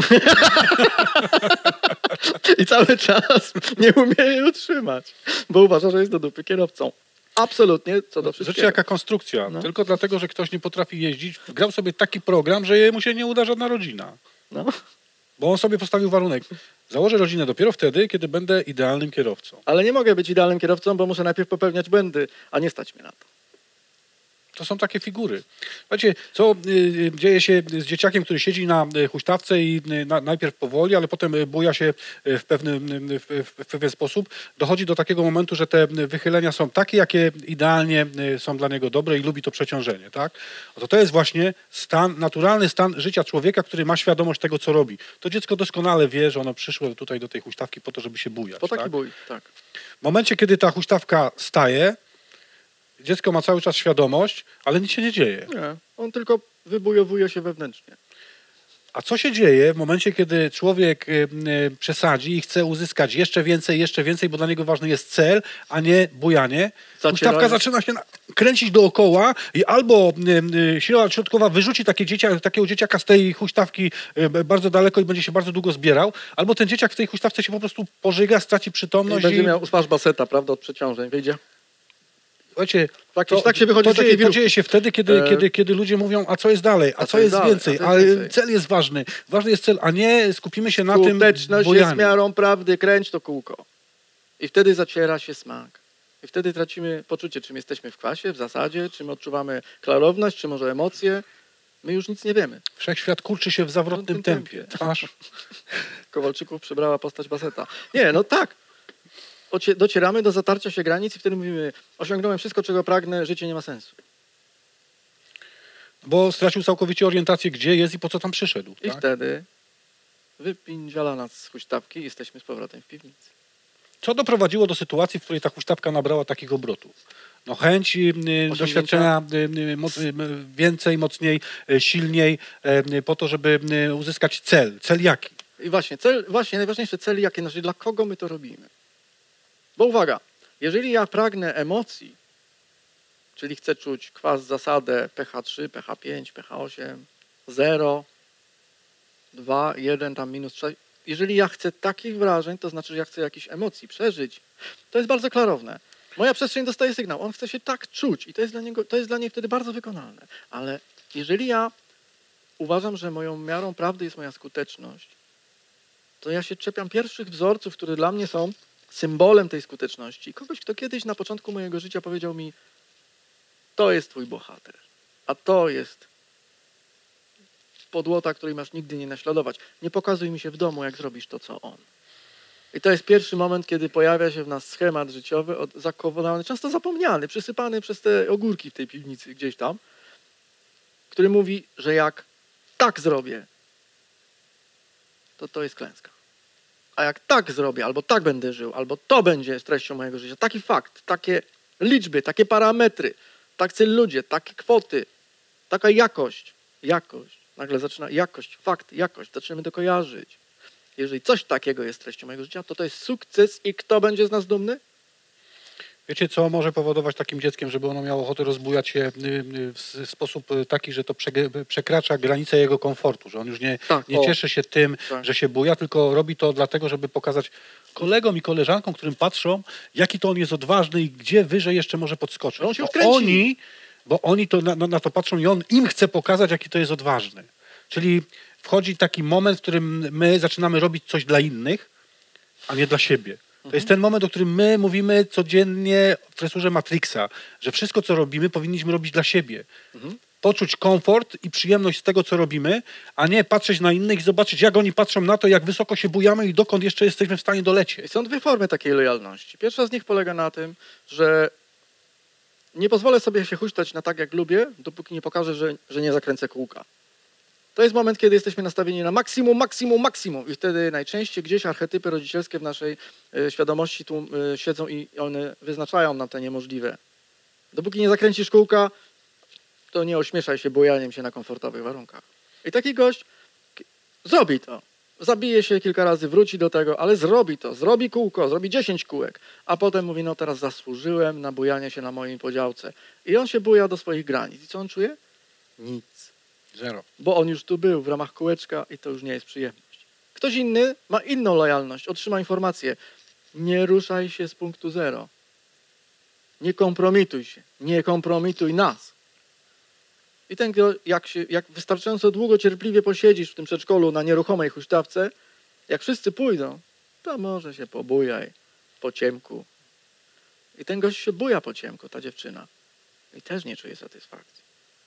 I cały czas nie umie jej utrzymać, bo uważa, że jest do dupy kierowcą. Absolutnie, co do wszystkiego. Rzeczy jaka konstrukcja. No. Tylko dlatego, że ktoś nie potrafi jeździć, grał sobie taki program, że mu się nie uda żadna rodzina. No. Bo on sobie postawił warunek. Założę rodzinę dopiero wtedy, kiedy będę idealnym kierowcą. Ale nie mogę być idealnym kierowcą, bo muszę najpierw popełniać błędy, a nie stać mnie na to. To są takie figury. Słuchajcie, co dzieje się z dzieciakiem, który siedzi na huśtawce i najpierw powoli, ale potem buja się w pewien sposób. Dochodzi do takiego momentu, że te wychylenia są takie, jakie idealnie są dla niego dobre i lubi to przeciążenie. Tak? To jest właśnie naturalny stan życia człowieka, który ma świadomość tego, co robi. To dziecko doskonale wie, że ono przyszło tutaj do tej huśtawki po to, żeby się bujać. Po taki tak? bój, tak. W momencie, kiedy ta huśtawka staje, dziecko ma cały czas świadomość, ale nic się nie dzieje. Nie, on tylko wybujowuje się wewnętrznie. A co się dzieje w momencie, kiedy człowiek przesadzi i chce uzyskać jeszcze więcej, bo dla niego ważny jest cel, a nie bujanie? Huśtawka zaczyna się kręcić dookoła i albo siła środkowa wyrzuci takiego dzieciaka z tej huśtawki bardzo daleko i będzie się bardzo długo zbierał, albo ten dzieciak w tej huśtawce się po prostu pożyga, straci przytomność. Będzie miał twarz baseta, prawda, od przeciążeń. Wyjdzie. Słuchajcie, tak się wychodzi z takiej to dzieje się wtedy, kiedy ludzie mówią, a co jest dalej, a co jest więcej, ale cel jest ważny. Ważny jest cel, a nie skupimy się na tym skuteczność bujaniu. jest miarą prawdy, kręć to kółko. I wtedy zaciera się smak. I wtedy tracimy poczucie, czym jesteśmy w kwasie, w zasadzie, czym odczuwamy klarowność, czy może emocje. My już nic nie wiemy. Wszechświat kurczy się w zawrotnym tempie. Kowalczyków przybrała postać baseta. Nie, no tak. Docieramy do zatarcia się granic i wtedy mówimy, osiągnąłem wszystko, czego pragnę, życie nie ma sensu. Bo stracił całkowicie orientację, gdzie jest i po co tam przyszedł. I tak? wtedy wypindziala nas z huśtawki i jesteśmy z powrotem w piwnicy. Co doprowadziło do sytuacji, w której ta huśtawka nabrała takich obrotów? No chęć doświadczenia więcej, mocniej, silniej po to, żeby uzyskać cel. Cel jaki? I właśnie, najważniejszy cel jaki, znaczy dla kogo my to robimy. Bo uwaga, Jeżeli ja pragnę emocji, czyli chcę czuć kwas, zasadę pH 3, pH 5, pH 8, 0, 2, 1, tam minus 3. Jeżeli ja chcę takich wrażeń, to znaczy, że ja chcę jakichś emocji przeżyć. To jest bardzo klarowne. Moja przestrzeń dostaje sygnał. On chce się tak czuć i to jest dla niej wtedy bardzo wykonalne. Ale jeżeli ja uważam, że moją miarą prawdy jest moja skuteczność, to ja się czepiam pierwszych wzorców, które dla mnie są symbolem tej skuteczności. Kogoś, kto kiedyś na początku mojego życia powiedział mi, to jest twój bohater, a to jest podłota, której masz nigdy nie naśladować. Nie pokazuj mi się w domu, jak zrobisz to, co on. I to jest pierwszy moment, kiedy pojawia się w nas schemat życiowy, zakowany, często zapomniany, przysypany przez te ogórki w tej piwnicy gdzieś tam, który mówi, że jak tak zrobię, to jest klęska. A jak tak zrobię, albo tak będę żył, albo to będzie treścią mojego życia, taki fakt, takie liczby, takie parametry, tacy ludzie, takie kwoty, taka jakość, nagle zaczyna jakość, fakt, jakość, zaczynamy to kojarzyć. Jeżeli coś takiego jest treścią mojego życia, to jest sukces i kto będzie z nas dumny? Wiecie, co może powodować takim dzieckiem, żeby ono miało ochotę rozbujać się w sposób taki, że to przekracza granicę jego komfortu, że on już nie cieszy się tym, że się buja, tylko robi to dlatego, żeby pokazać kolegom i koleżankom, którym patrzą, jaki to on jest odważny i gdzie wyżej jeszcze może podskoczyć. On się wkręci. Bo oni to na to patrzą i on im chce pokazać, jaki to jest odważny. Czyli wchodzi taki moment, w którym my zaczynamy robić coś dla innych, a nie dla siebie. To jest ten moment, o którym my mówimy codziennie w tresurze Matrixa, że wszystko, co robimy, powinniśmy robić dla siebie. Poczuć komfort i przyjemność z tego, co robimy, a nie patrzeć na innych i zobaczyć, jak oni patrzą na to, jak wysoko się bujamy i dokąd jeszcze jesteśmy w stanie dolecieć. Są dwie formy takiej lojalności. Pierwsza z nich polega na tym, że nie pozwolę sobie się huśtać na tak, jak lubię, dopóki nie pokażę, że nie zakręcę kółka. To jest moment, kiedy jesteśmy nastawieni na maksimum, maksimum, maksimum. I wtedy najczęściej gdzieś archetypy rodzicielskie w naszej świadomości tu siedzą i one wyznaczają nam te niemożliwe. Dopóki nie zakręcisz kółka, to nie ośmieszaj się bojaniem się na komfortowych warunkach. I taki gość zrobi to. Zabije się kilka razy, wróci do tego, ale zrobi to. Zrobi kółko, zrobi 10 kółek. A potem mówi, no teraz zasłużyłem na bujanie się na mojej podziałce. I on się buja do swoich granic. I co on czuje? Nic. Zero. Bo on już tu był w ramach kółeczka i to już nie jest przyjemność. Ktoś inny ma inną lojalność. Otrzyma informację. Nie ruszaj się z punktu zero. Nie kompromituj się. Nie kompromituj nas. I ten, jak wystarczająco długo cierpliwie posiedzisz w tym przedszkolu na nieruchomej huśtawce, jak wszyscy pójdą, to może się pobujaj po ciemku. I ten gość się buja po ciemku, ta dziewczyna. I też nie czuje satysfakcji.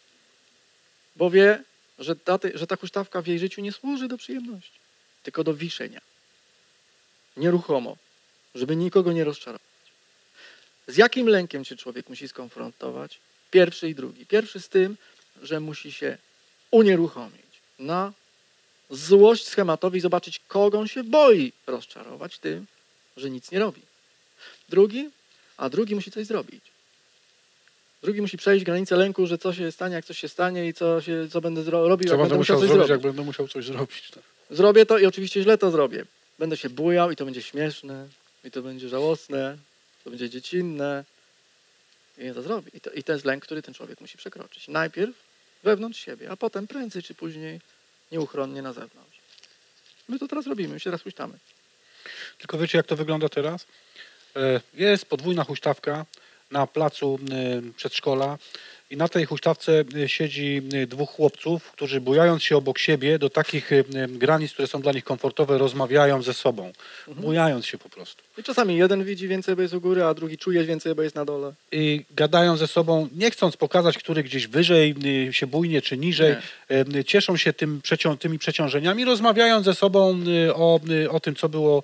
Bo wie, że ta huśtawka w jej życiu nie służy do przyjemności, tylko do wiszenia. Nieruchomo, żeby nikogo nie rozczarować. Z jakim lękiem się człowiek musi skonfrontować? Pierwszy i drugi. Pierwszy z tym, że musi się unieruchomić na złość schematowi, zobaczyć, kogo on się boi rozczarować tym, że nic nie robi. Drugi musi coś zrobić. Drugi musi przejść granicę lęku, że co się stanie, jak coś się stanie i co będę robił, jak będę musiał coś zrobić. Jak będę musiał coś zrobić. Tak. Zrobię to i oczywiście źle to zrobię. Będę się bujał i to będzie śmieszne, i to będzie żałosne, to będzie dziecinne. I nie to zrobi. I to jest lęk, który ten człowiek musi przekroczyć. Najpierw wewnątrz siebie, a potem prędzej czy później nieuchronnie na zewnątrz. My to teraz robimy, my się teraz huśtamy. Tylko wiecie, jak to wygląda teraz? Jest podwójna huśtawka na placu przedszkola i na tej huśtawce siedzi dwóch chłopców, którzy bujając się obok siebie do takich granic, które są dla nich komfortowe, rozmawiają ze sobą. Bujając się po prostu. I czasami jeden widzi więcej, bo jest u góry, a drugi czuje więcej, bo jest na dole. I gadają ze sobą, nie chcąc pokazać, który gdzieś wyżej się bujnie, czy niżej. Nie. Cieszą się tymi przeciążeniami, rozmawiają ze sobą o tym, co było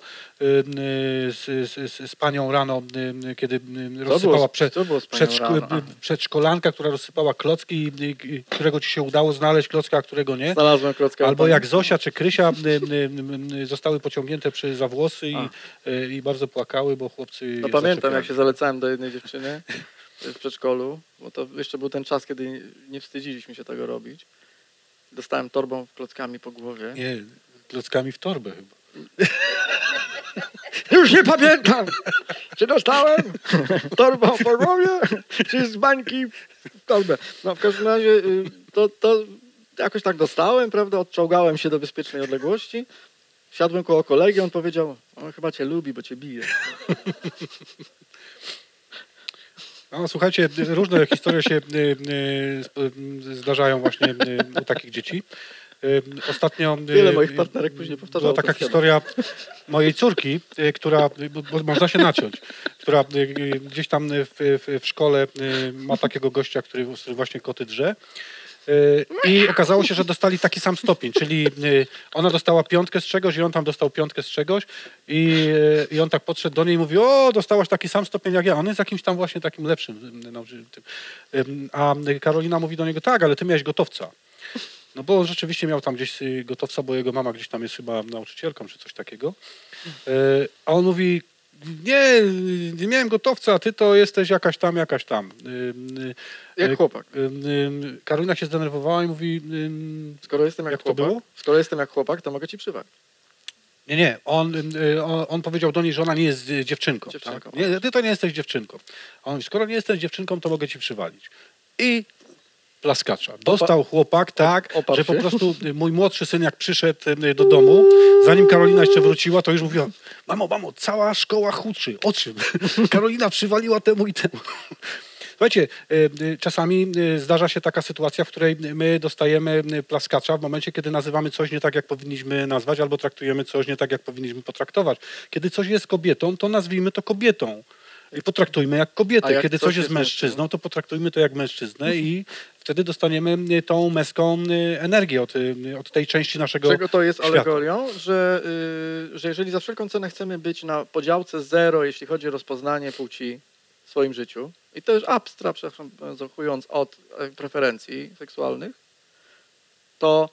z panią rano, kiedy rozsypała przedszkolanka, która rozsypała klocki, którego ci się udało znaleźć klocka, a którego nie. Znalazłem klocka. Albo jak Zosia czy Krysia zostały pociągnięte za włosy i bardzo płakały, bo chłopcy No pamiętam, jak się zalecałem do jednej dziewczyny w przedszkolu, bo to jeszcze był ten czas, kiedy nie wstydziliśmy się tego robić. Dostałem torbą klockami po głowie. Nie, klockami w torbę chyba. Już nie pamiętam, czy dostałem torbą po głowie, czy z bańki w torbę. No w każdym razie to jakoś tak dostałem, prawda, odczołgałem się do bezpiecznej odległości. Siadłem koło kolegi, on powiedział, on chyba cię lubi, bo cię bije. No, słuchajcie, różne historie się zdarzają właśnie u takich dzieci. Ostatnio Wiele moich partnerek później powtarzało. była taka tę scenę. historia mojej córki, która, bo można się naciąć, która gdzieś tam w szkole ma takiego gościa, który właśnie koty drze. I okazało się, że dostali taki sam stopień, czyli ona dostała 5 z czegoś i on tam dostał 5 z czegoś i on tak podszedł do niej i mówi, o, dostałaś taki sam stopień jak ja. On jest jakimś tam właśnie takim lepszym. A Karolina mówi do niego, tak, ale ty miałeś gotowca. No bo on rzeczywiście miał tam gdzieś gotowca, bo jego mama gdzieś tam jest chyba nauczycielką czy coś takiego. A on mówi, nie miałem gotowca, ty to jesteś jakaś tam. Jak chłopak. Karolina się zdenerwowała i mówi, Skoro jestem jak Jak to chłopak, było? skoro jestem jak chłopak, to mogę ci przywalić. nie, on powiedział do niej, że ona nie jest dziewczynką. Dziewczynką. Tak? Nie, ty to nie jesteś dziewczynką. A on mówi, skoro nie jesteś dziewczynką, to mogę ci przywalić. I plaskacza. Dostał chłopak tak, oparł że po się. prostu mój młodszy syn jak przyszedł do domu, zanim Karolina jeszcze wróciła, to już mówiła, mamo, cała szkoła huczy. O czym? Karolina przywaliła temu i temu. Słuchajcie, czasami zdarza się taka sytuacja, w której my dostajemy plaskacza w momencie, kiedy nazywamy coś nie tak, jak powinniśmy nazwać, albo traktujemy coś nie tak, jak powinniśmy potraktować. Kiedy coś jest kobietą, to nazwijmy to kobietą. I potraktujmy jak A kobietę. jak Kiedy coś jest mężczyzną, to potraktujmy to jak mężczyznę i wtedy dostaniemy tą męską energię od tej części naszego Czego to jest świata. alegorią? Że jeżeli za wszelką cenę chcemy być na podziałce 0, jeśli chodzi o rozpoznanie płci w swoim życiu, i to już abstrahując od preferencji seksualnych, to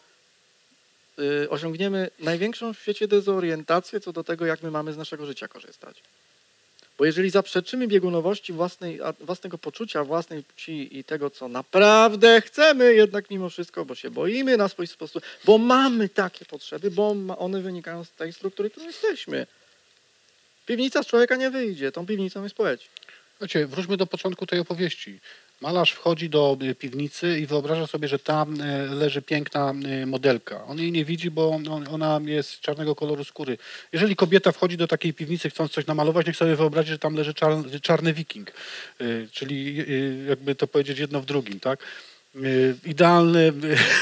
osiągniemy największą w świecie dezorientację co do tego, jak my mamy z naszego życia korzystać. Bo jeżeli zaprzeczymy biegunowości własnego poczucia, własnej płci i tego, co naprawdę chcemy jednak mimo wszystko, bo się boimy na swój sposób, bo mamy takie potrzeby, bo one wynikają z tej struktury, którą jesteśmy. Piwnica z człowieka nie wyjdzie, tą piwnicą jest płeć. Słuchajcie, wróćmy do początku tej opowieści. Malarz wchodzi do piwnicy i wyobraża sobie, że tam leży piękna modelka. On jej nie widzi, bo ona jest czarnego koloru skóry. Jeżeli kobieta wchodzi do takiej piwnicy, chcąc coś namalować, niech sobie wyobrazi, że tam leży czarny wiking. Czyli jakby to powiedzieć jedno w drugim, tak? Idealne...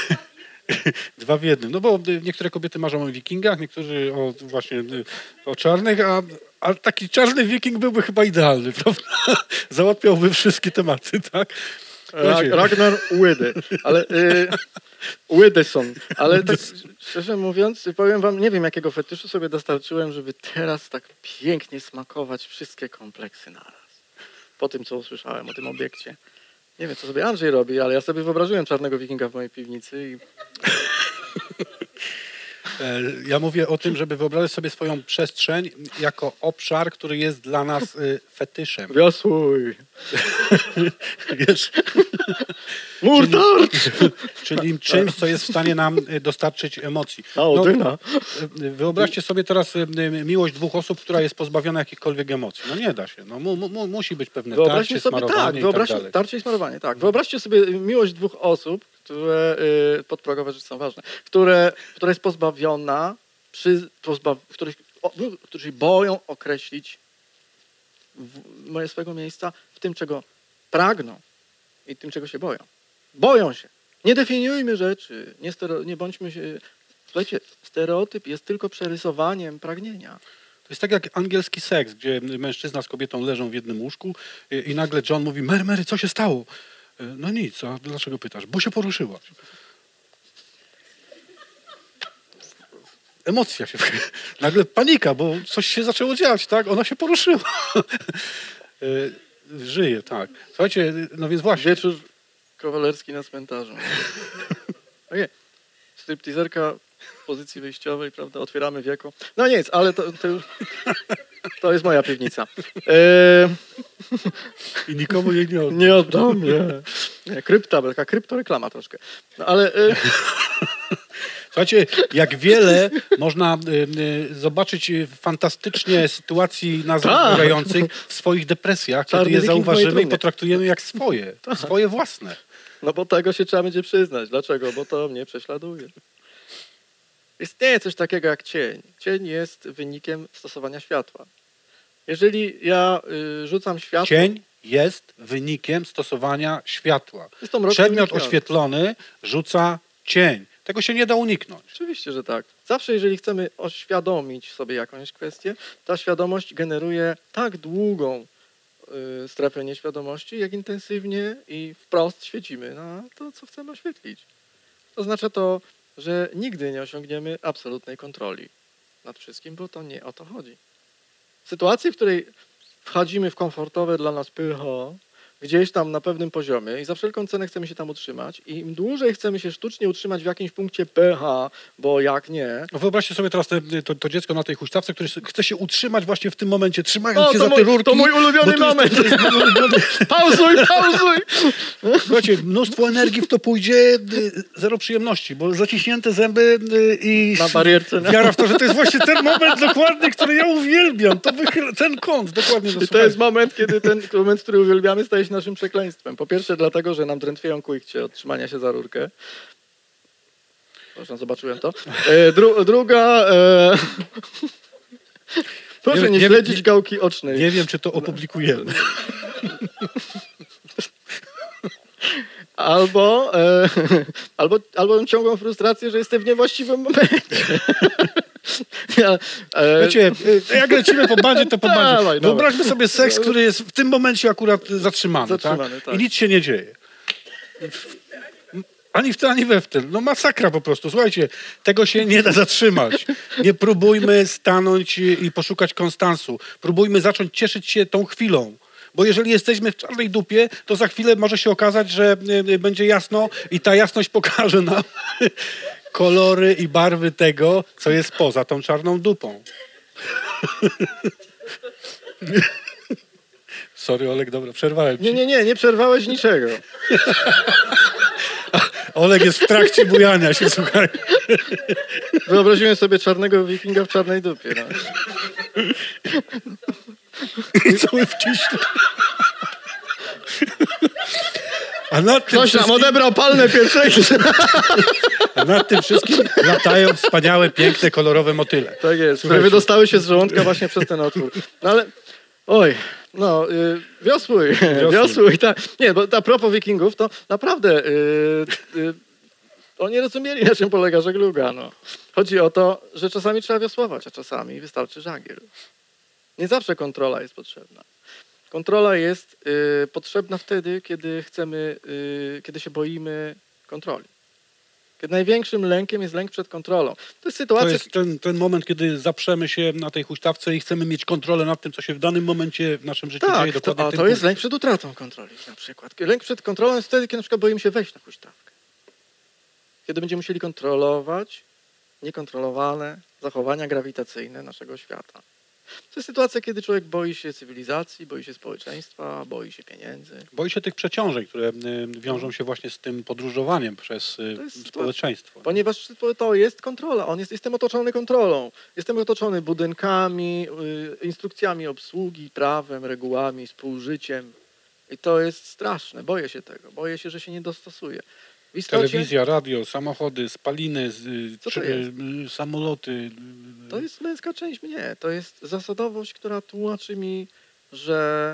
Dwa w jednym. No bo niektóre kobiety marzą o wikingach, niektórzy właśnie o czarnych, a taki czarny wiking byłby chyba idealny, prawda? Załatwiałby wszystkie tematy, tak? Ragnar Łydy. Ale Łydyson. Ale tak szczerze mówiąc, powiem wam, nie wiem jakiego fetyszu sobie dostarczyłem, żeby teraz tak pięknie smakować wszystkie kompleksy naraz. Po tym, co usłyszałem o tym obiekcie. Nie wiem, co sobie Andrzej robi, ale ja sobie wyobraziłem czarnego wikinga w mojej piwnicy i Ja mówię o tym, żeby wyobrazić sobie swoją przestrzeń jako obszar, który jest dla nas fetyszem. wiosłuj. Wiesz? Murtard! Czyli czymś, co jest w stanie nam dostarczyć emocji. A Odyna. Wyobraźcie sobie teraz miłość dwóch osób, która jest pozbawiona jakichkolwiek emocji. No nie da się. No, musi być pewne Wyobraźcie tarcie, sobie, smarowanie tak, i tak dalej. tarcie i smarowanie, tak. Wyobraźcie sobie miłość dwóch osób, które, podprogowe rzeczy są ważne, która jest pozbawiona, którzy boją określić swego miejsca w tym, czego pragną i tym, czego się boją. Boją się. Nie definiujmy rzeczy, nie bądźmy się... Słuchajcie, stereotyp jest tylko przerysowaniem pragnienia. To jest tak jak angielski seks, gdzie mężczyzna z kobietą leżą w jednym łóżku i nagle John mówi, Mary, co się stało? No nic, a dlaczego pytasz? Bo się poruszyłaś. Emocja się... Nagle panika, bo coś się zaczęło dziać, tak? Ona się poruszyła. Żyje, tak. Słuchajcie, no więc właśnie... Wieczór kawalerski na cmentarzu. Okay. Stripteaserka w pozycji wyjściowej, prawda? Otwieramy wieko. No nic, ale to jest moja piwnica. I nikomu jej nie odda. Nie oddam, nie. Krypta, taka kryptoreklama troszkę. No ale... Słuchajcie, jak wiele można zobaczyć fantastycznie sytuacji nas rozwijających w swoich depresjach, kiedy Czarny je wiking w mojej zauważymy i trumnie. potraktujemy jak swoje, swoje własne. No bo tego się trzeba będzie przyznać. Dlaczego? Bo to mnie prześladuje. Istnieje coś takiego jak cień. Cień jest wynikiem stosowania światła. Jeżeli ja rzucam światło... Cień jest wynikiem stosowania światła. Jest to mrok Przedmiot światła. oświetlony rzuca cień. Tego się nie da uniknąć. Oczywiście, że tak. Zawsze jeżeli chcemy oświadomić sobie jakąś kwestię, ta świadomość generuje tak długą strefę nieświadomości, jak intensywnie i wprost świecimy na to, co chcemy oświetlić. Oznacza to, że nigdy nie osiągniemy absolutnej kontroli nad wszystkim, bo to nie o to chodzi. W sytuacji, w której wchodzimy w komfortowe dla nas pH, gdzieś tam na pewnym poziomie i za wszelką cenę chcemy się tam utrzymać i im dłużej chcemy się sztucznie utrzymać w jakimś punkcie pH, bo jak nie... No wyobraźcie sobie teraz to dziecko na tej huśtawce, które chce się utrzymać właśnie w tym momencie, trzymając O, się to za te mój, rurki. to mój ulubiony bo moment! to jest mój ulubiony. Pauzuj, pauzuj! Słuchajcie, mnóstwo energii w to pójdzie, zero przyjemności, bo zaciśnięte zęby i Na barierce. Nie? wiara w to, że to jest właśnie ten moment dokładny, który ja uwielbiam. Ten kąt, dokładnie. I to jest moment, kiedy ten moment, który uwielbiamy, staje się naszym przekleństwem. Po pierwsze dlatego, że nam drętwieją kujkcie od trzymania się za rurkę. Proszę, zobaczyłem to. Druga... Proszę nie śledzić gałki ocznej. Nie wiem, czy to opublikujemy. Albo ciągłą frustrację, że jestem w niewłaściwym momencie. Wiecie, jak lecimy po bandzie, to po bandzie. Dawaj, Wyobraźmy sobie seks, który jest w tym momencie akurat zatrzymany. Tak. I nic się nie dzieje. Ani w ten, ani we w ten. No masakra po prostu. Słuchajcie, tego się nie da zatrzymać. Nie próbujmy stanąć i poszukać konstansu. Próbujmy zacząć cieszyć się tą chwilą. Bo jeżeli jesteśmy w czarnej dupie, to za chwilę może się okazać, że będzie jasno i ta jasność pokaże nam kolory i barwy tego, co jest poza tą czarną dupą. Sorry, Olek, dobra, przerwałem ci. Nie przerwałeś niczego. Olek jest w trakcie bujania się, słuchaj. Wyobraziłem sobie czarnego wikinga w czarnej dupie. No. I cały wciśle. A nad tym Ktoś nam wszystkim, odebrał palne pierwszeństwo. a nad tym wszystkim latają wspaniałe, piękne, kolorowe motyle. Tak jest, które Słuchajcie. wydostały się z żołądka właśnie przez ten otwór. No ale, wiosłuj, tak. Nie, bo a propos wikingów, to naprawdę oni rozumieli, na czym polega żegluga. No. Chodzi o to, że czasami trzeba wiosłować, a czasami wystarczy żagiel. Nie zawsze kontrola jest potrzebna. Kontrola jest potrzebna wtedy, kiedy kiedy się boimy kontroli. Kiedy największym lękiem jest lęk przed kontrolą. To jest sytuacja... To jest ten moment, kiedy zaprzemy się na tej huśtawce i chcemy mieć kontrolę nad tym, co się w danym momencie w naszym życiu dzieje. Tak, Dokładnie w tym to jest punkcie. lęk przed utratą kontroli na przykład. Lęk przed kontrolą jest wtedy, kiedy na przykład boimy się wejść na huśtawkę. Kiedy będziemy musieli kontrolować niekontrolowane zachowania grawitacyjne naszego świata. To jest sytuacja, kiedy człowiek boi się cywilizacji, boi się społeczeństwa, boi się pieniędzy. Boi się tych przeciążeń, które wiążą się właśnie z tym podróżowaniem przez jest społeczeństwo. Ponieważ to jest kontrola. Jestem otoczony kontrolą. Jestem otoczony budynkami, instrukcjami obsługi, prawem, regułami, współżyciem. I to jest straszne. Boję się tego. Boję się, że się nie dostosuję. W istocie Telewizja, radio, samochody, spaliny, Co to jest? samoloty. to jest męska część mnie. To jest zasadowość, która tłumaczy mi, że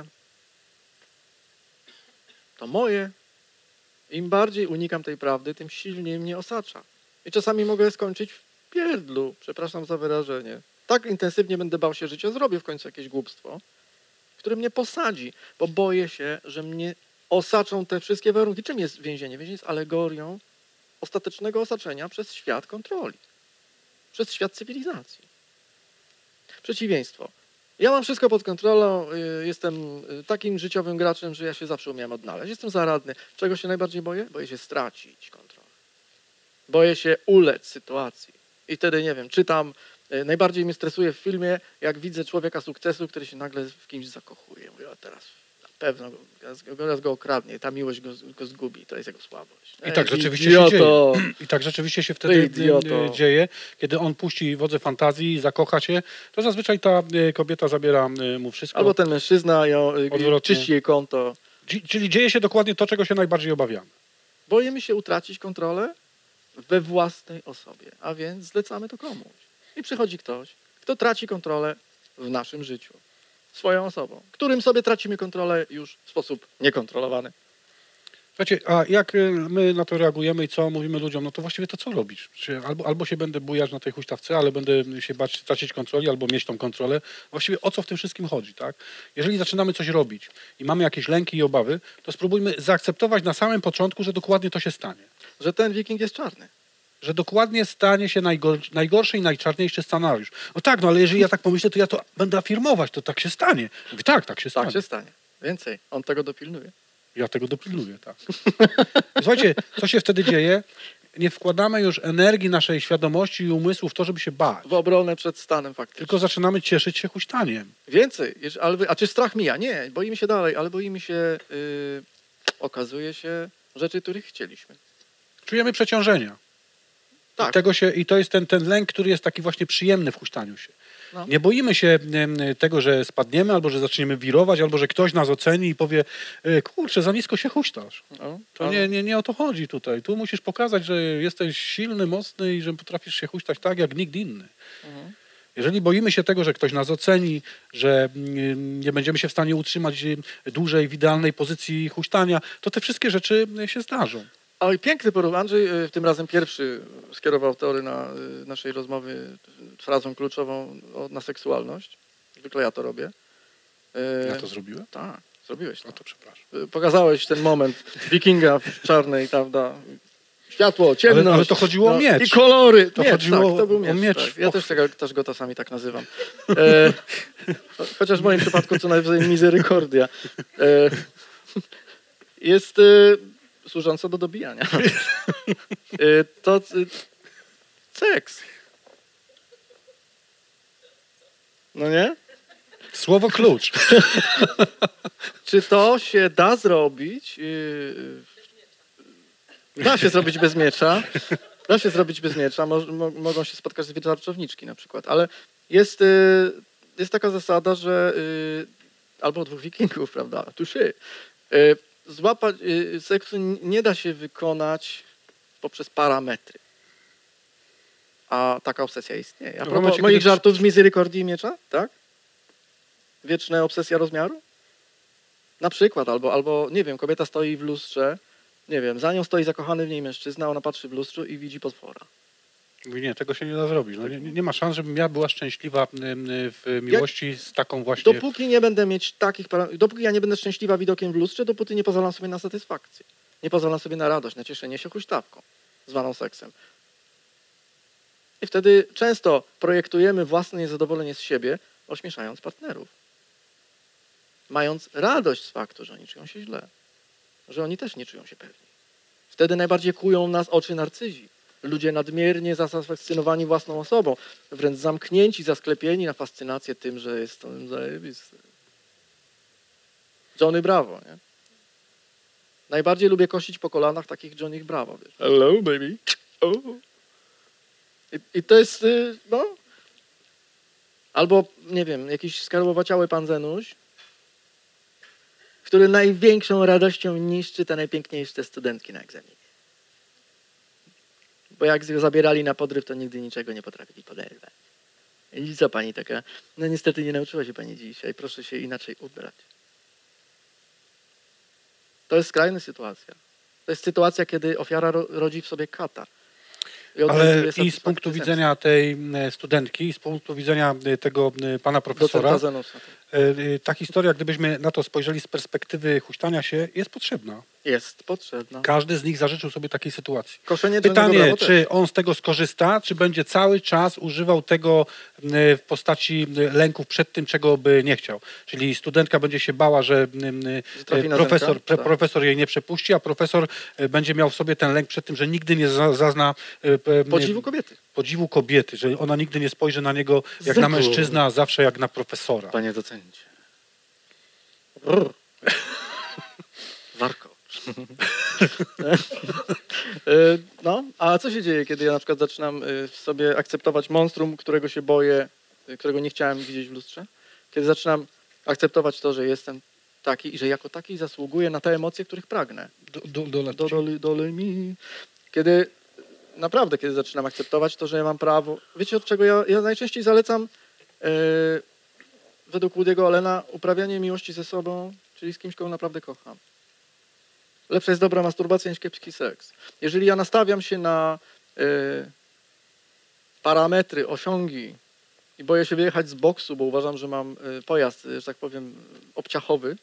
to moje. Im bardziej unikam tej prawdy, tym silniej mnie osacza. I czasami mogę skończyć w pierdlu, przepraszam za wyrażenie. Tak intensywnie będę bał się życia, zrobię w końcu jakieś głupstwo, które mnie posadzi, bo boję się, że mnie osaczą te wszystkie warunki. Czym jest więzienie? Więzienie jest alegorią ostatecznego osaczenia przez świat kontroli. Przez świat cywilizacji. Przeciwieństwo. Ja mam wszystko pod kontrolą, jestem takim życiowym graczem, że ja się zawsze umiałem odnaleźć. Jestem zaradny. Czego się najbardziej boję? Boję się stracić kontrolę. Boję się ulec sytuacji. I wtedy, nie wiem, czytam, najbardziej mnie stresuje w filmie, jak widzę człowieka sukcesu, który się nagle w kimś zakochuje. Mówię, a teraz na pewno raz go okradnie, ta miłość go zgubi, to jest jego słabość. I tak rzeczywiście idioto. się dzieje. I tak rzeczywiście się wtedy idioto. dzieje, kiedy on puści wodze fantazji, zakocha się, to zazwyczaj ta kobieta zabiera mu wszystko. Albo ten mężczyzna Odwrotnie. czyści jej konto. Czyli dzieje się dokładnie to, czego się najbardziej obawiamy. Boimy się utracić kontrolę we własnej osobie, a więc zlecamy to komuś. I przychodzi ktoś, kto traci kontrolę w naszym życiu. Swoją osobą, którym sobie tracimy kontrolę już w sposób niekontrolowany. Słuchajcie, a jak my na to reagujemy i co mówimy ludziom, no to właściwie to co robić? Czy albo się będę bujać na tej huśtawce, ale będę się bać tracić kontroli, albo mieć tą kontrolę. Właściwie o co w tym wszystkim chodzi, tak? Jeżeli zaczynamy coś robić i mamy jakieś lęki i obawy, to spróbujmy zaakceptować na samym początku, że dokładnie to się stanie. Że ten wiking jest czarny. Że dokładnie stanie się najgorszy i najczarniejszy scenariusz. No tak, no ale jeżeli ja tak pomyślę, to ja to będę afirmować, to tak się stanie. Mówię, tak się stanie. Tak się stanie. Więcej, on tego dopilnuje. Ja tego dopilnuję, tak. Słuchajcie, co się wtedy dzieje? Nie wkładamy już energii naszej świadomości i umysłu w to, żeby się bać. W obronę przed stanem faktycznie. Tylko zaczynamy cieszyć się huśtaniem. Więcej. A czy strach mija? Nie, boimy się dalej, ale boimy się, okazuje się, rzeczy, których chcieliśmy. Czujemy przeciążenia. Tak. I to jest ten lęk, który jest taki właśnie przyjemny w huśtaniu się. No. Nie boimy się tego, że spadniemy, albo że zaczniemy wirować, albo że ktoś nas oceni i powie, kurczę, za nisko się huśtasz. No, To nie o to chodzi tutaj. Tu musisz pokazać, że jesteś silny, mocny i że potrafisz się huśtać tak, jak nikt inny. Mhm. Jeżeli boimy się tego, że ktoś nas oceni, że nie będziemy się w stanie utrzymać dłużej w idealnej pozycji huśtania, to te wszystkie rzeczy się zdarzą. Oj, piękny porównanie. Andrzej tym razem pierwszy skierował tory naszej rozmowy frazą kluczową na seksualność. Zwykle ja to robię. Ja to zrobiłem? Tak, zrobiłeś to. No to przepraszam. Pokazałeś ten moment wikinga w czarnej, prawda? Światło, ciemność. Ale to chodziło o miecz. I kolory. To miecz, chodziło tak, to był o miecz. miecz. Tak. Ja też go czasami tak nazywam. Chociaż w moim przypadku co najwyżej miserykordia. Jest służąca do dobijania. Seks. No nie? Słowo klucz. Czy to się da zrobić? Da się zrobić bez miecza. Da się zrobić bez miecza. Mogą się spotkać dwie czarowniczki na przykład. Ale jest taka zasada, że albo dwóch wikingów, prawda? Tuszy. Seksu nie da się wykonać poprzez parametry. A taka obsesja istnieje. A W propos momencie, moich kiedy- żartów z miserykordii i miecza, tak? Wieczna obsesja rozmiaru? Na przykład, albo nie wiem, kobieta stoi w lustrze, nie wiem, za nią stoi zakochany w niej mężczyzna, ona patrzy w lustro i widzi potwora. Mówi, nie, tego się nie da zrobić. No, nie ma szans, żebym ja była szczęśliwa w miłości z taką właśnie... Dopóki nie będę mieć takich dopóki ja nie będę szczęśliwa widokiem w lustrze, dopóty nie pozwalam sobie na satysfakcję. Nie pozwalam sobie na radość, na cieszenie się huśtawką, zwaną seksem. I wtedy często projektujemy własne niezadowolenie z siebie, ośmieszając partnerów. Mając radość z faktu, że oni czują się źle. Że oni też nie czują się pewni. Wtedy najbardziej kują nas oczy narcyzi. Ludzie nadmiernie zasatysfakcjonowani własną osobą, wręcz zamknięci, zasklepieni na fascynację tym, że jest to zajebisty. Johnny Bravo, nie? Najbardziej lubię kosić po kolanach takich Johnny Bravo, wiesz. Hello, baby. Oh. I to jest, no... Albo, nie wiem, jakiś skarbowaciały pan Zenuś, który największą radością niszczy te najpiękniejsze studentki na egzaminie. Bo jak go zabierali na podryw, to nigdy niczego nie potrafili poderwać. I co pani taka? No niestety nie nauczyła się pani dzisiaj, proszę się inaczej ubrać. To jest skrajna sytuacja. To jest sytuacja, kiedy ofiara rodzi w sobie katar. Ale i z punktu widzenia tej studentki, i z punktu widzenia tego pana profesora, ta historia, gdybyśmy na to spojrzeli z perspektywy huśtania się, jest potrzebna. Jest potrzebna. Każdy z nich zażyczył sobie takiej sytuacji. Koszenie Pytanie, czy on z tego skorzysta, czy będzie cały czas używał tego w postaci lęków przed tym, czego by nie chciał. Czyli studentka będzie się bała, że profesor jej nie przepuści, a profesor będzie miał w sobie ten lęk przed tym, że nigdy nie zazna podziwu kobiety, że ona nigdy nie spojrzy na niego jak na mężczyznę, a zawsze jak na profesora. Panie docencie. Warkocz. No, a co się dzieje, kiedy ja na przykład zaczynam w sobie akceptować monstrum, którego się boję, którego nie chciałem widzieć w lustrze? Kiedy zaczynam akceptować to, że jestem taki i że jako taki zasługuję na te emocje, których pragnę. Dole mi. Kiedy naprawdę, kiedy zaczynam akceptować to, że ja mam prawo. Wiecie, od czego ja najczęściej zalecam według Woody'ego Allena uprawianie miłości ze sobą, czyli z kimś, kogo naprawdę kocham. Lepsza jest dobra masturbacja niż kiepski seks. Jeżeli ja nastawiam się na parametry, osiągi i boję się wyjechać z boksu, bo uważam, że mam pojazd, że tak powiem, obciachowy,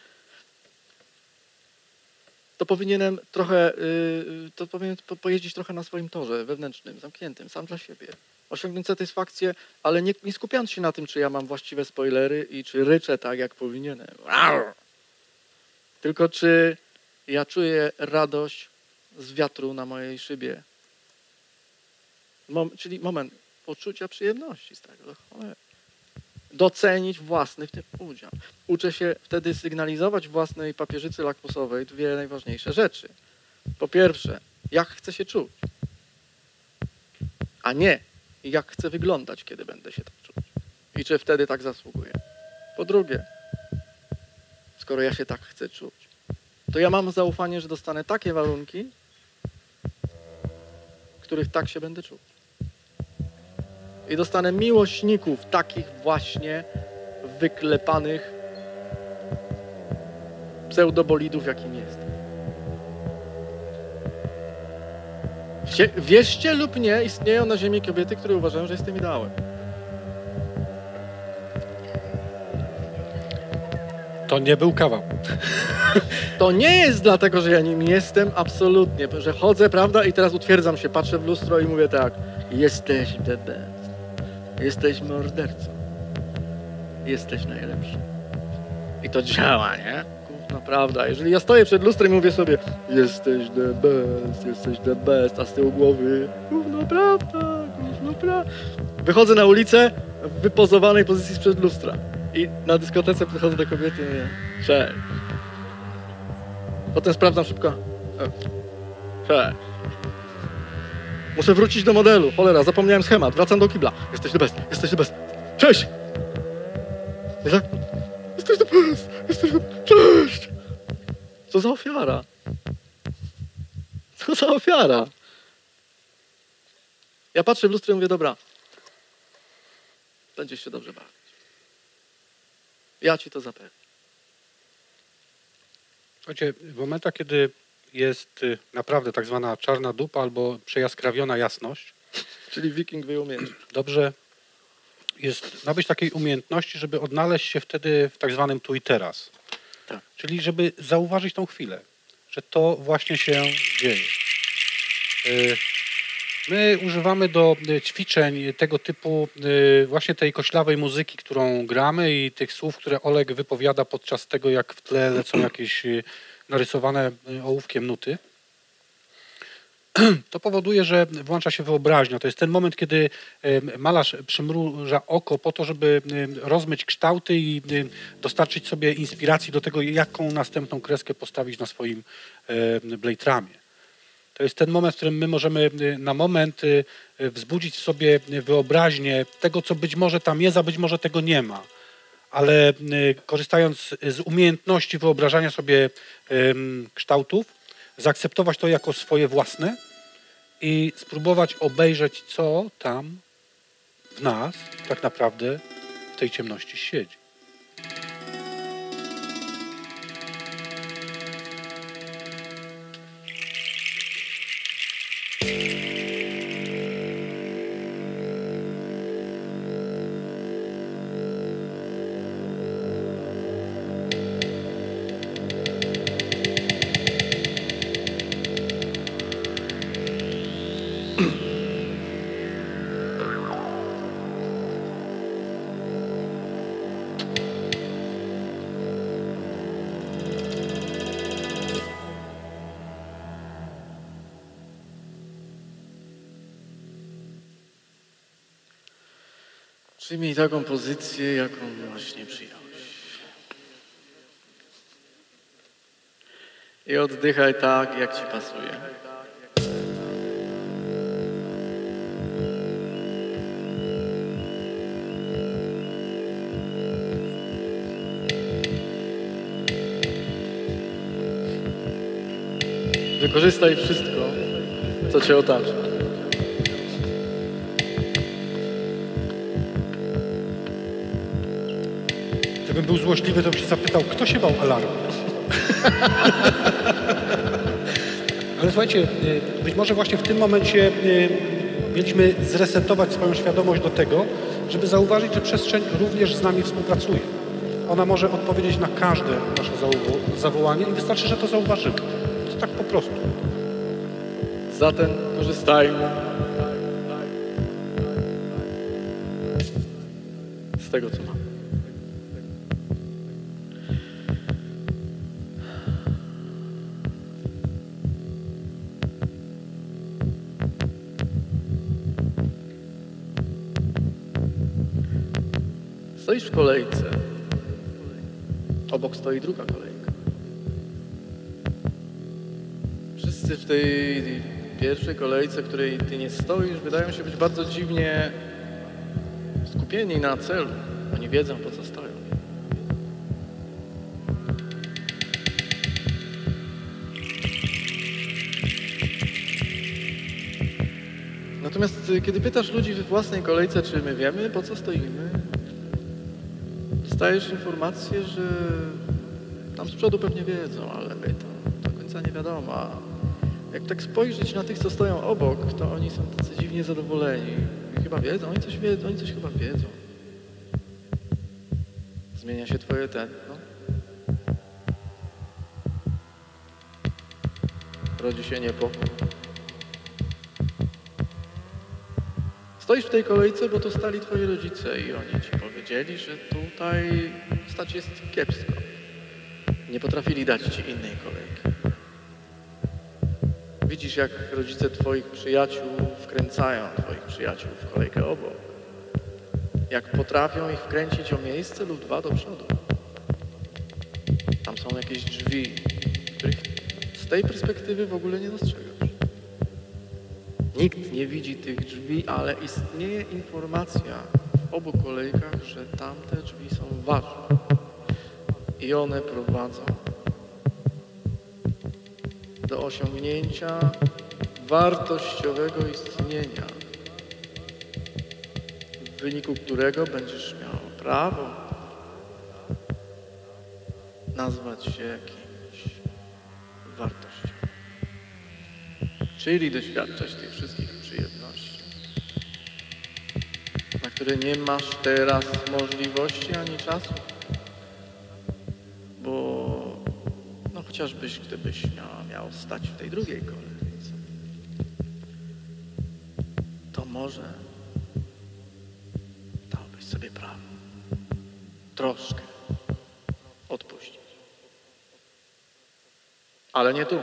to powinienem trochę, pojeździć trochę na swoim torze wewnętrznym, zamkniętym, sam dla siebie. Osiągnąć satysfakcję, ale nie skupiając się na tym, czy ja mam właściwe spoilery i czy ryczę tak, jak powinienem. Tylko czy ja czuję radość z wiatru na mojej szybie. Czyli moment poczucia przyjemności z tego. Docenić własny w tym udział. Uczę się wtedy sygnalizować własnej papierzycy lakmusowej dwie najważniejsze rzeczy. Po pierwsze, jak chcę się czuć, a nie jak chcę wyglądać, kiedy będę się tak czuć. I czy wtedy tak zasługuję. Po drugie, skoro ja się tak chcę czuć, to ja mam zaufanie, że dostanę takie warunki, w których tak się będę czuł. I dostanę miłośników takich właśnie wyklepanych pseudobolidów, jakim jestem. Wierzcie lub nie, istnieją na ziemi kobiety, które uważają, że jestem ideałem. To nie był kawał. To nie jest dlatego, że ja nim jestem, absolutnie, że chodzę, prawda, i teraz utwierdzam się, patrzę w lustro i mówię tak, jesteś the best, jesteś mordercą, jesteś najlepszy. I to działa, nie? Gówno prawda. Jeżeli ja stoję przed lustrem i mówię sobie, jesteś the best, a z tyłu głowy, gówno prawda. Wychodzę na ulicę w wypozowanej pozycji sprzed lustra i na dyskotece podchodzę do kobiety i mówię, cześć. Potem sprawdzam szybko. Cześć. Muszę wrócić do modelu. Cholera, zapomniałem schemat. Wracam do kibla. Jesteś the best. Jesteś the best. Cześć! I tak? Jesteś the best. Jesteś the best. Cześć! Co za ofiara? Co za ofiara? Ja patrzę w lustro i mówię, dobra. Będziesz się dobrze bawić. Ja ci to zapewnię. Słuchajcie, w momentach, kiedy jest naprawdę tak zwana czarna dupa albo przejaskrawiona jasność, Czyli wiking wyjął miecz. dobrze jest nabyć takiej umiejętności, żeby odnaleźć się wtedy w tak zwanym tu i teraz. Tak. Czyli żeby zauważyć tą chwilę, że to właśnie się dzieje. My używamy do ćwiczeń tego typu właśnie tej koślawej muzyki, którą gramy i tych słów, które Oleg wypowiada podczas tego, jak w tle lecą jakieś narysowane ołówkiem nuty. To powoduje, że włącza się wyobraźnia. To jest ten moment, kiedy malarz przymruża oko po to, żeby rozmyć kształty i dostarczyć sobie inspiracji do tego, jaką następną kreskę postawić na swoim Blade Ramie. To jest ten moment, w którym my możemy na moment wzbudzić w sobie wyobraźnię tego, co być może tam jest, a być może tego nie ma. Ale korzystając z umiejętności wyobrażania sobie kształtów, zaakceptować to jako swoje własne i spróbować obejrzeć, co tam w nas tak naprawdę w tej ciemności siedzi. Przyjmij taką pozycję, jaką właśnie przyjąłeś. i oddychaj tak, jak ci pasuje. Wykorzystaj wszystko, co cię otacza. Gdybym był złośliwy, to bym się zapytał, kto się bał alarmu? Ale słuchajcie, być może właśnie w tym momencie mieliśmy zresetować swoją świadomość do tego, żeby zauważyć, że przestrzeń również z nami współpracuje. Ona może odpowiedzieć na każde nasze zawołanie i wystarczy, że to zauważymy. To tak po prostu. Zatem korzystajmy z tego, co mamy. Stoisz w kolejce. Obok stoi druga kolejka. Wszyscy w tej pierwszej kolejce, w której ty nie stoisz, wydają się być bardzo dziwnie skupieni na celu. Oni wiedzą, po co stoją. Natomiast kiedy pytasz ludzi we własnej kolejce, czy my wiemy, po co stoimy, dostajesz informację, że tam z przodu pewnie wiedzą, ale my to do końca nie wiadomo. A jak tak spojrzeć na tych, co stoją obok, to oni są tacy dziwnie zadowoleni. I chyba wiedzą, oni coś chyba wiedzą. Zmienia się twoje tętno. Rodzi się niepokój. Stoisz w tej kolejce, bo to stali twoi rodzice i oni ci powiedzieli, że tutaj stać jest kiepsko. Nie potrafili dać ci innej kolejki. Widzisz, jak rodzice twoich przyjaciół wkręcają twoich przyjaciół w kolejkę obok. Jak potrafią ich wkręcić o miejsce lub dwa do przodu. Tam są jakieś drzwi, których z tej perspektywy w ogóle nie dostrzegasz. Nikt nie widzi tych drzwi, ale istnieje informacja w obu kolejkach, że tamte drzwi są ważne i one prowadzą do osiągnięcia wartościowego istnienia, w wyniku którego będziesz miał prawo nazwać się jakimś wartością. Czyli doświadczać tych wszystkich przyjemności, na które nie masz teraz możliwości ani czasu. Bo no chociażbyś, gdybyś miał stać w tej drugiej kolejce, to może dałbyś sobie prawo troszkę odpuścić. Ale nie tu.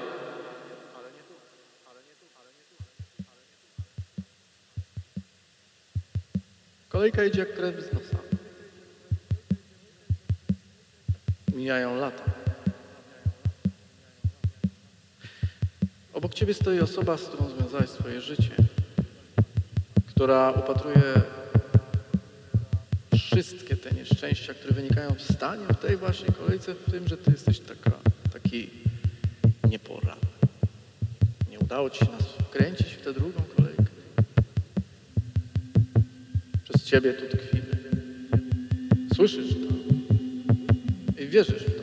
Kolejka idzie jak krew z nosa. Mijają lata. Obok ciebie stoi osoba, z którą związałeś swoje życie, która upatruje wszystkie te nieszczęścia, które wynikają w stanie w tej właśnie kolejce, w tym, że ty jesteś taki nieporadny. Nie udało ci się nas wkręcić w tę drugą kolejkę. Przez ciebie tu tkwimy. Słyszysz to i wierzysz w to.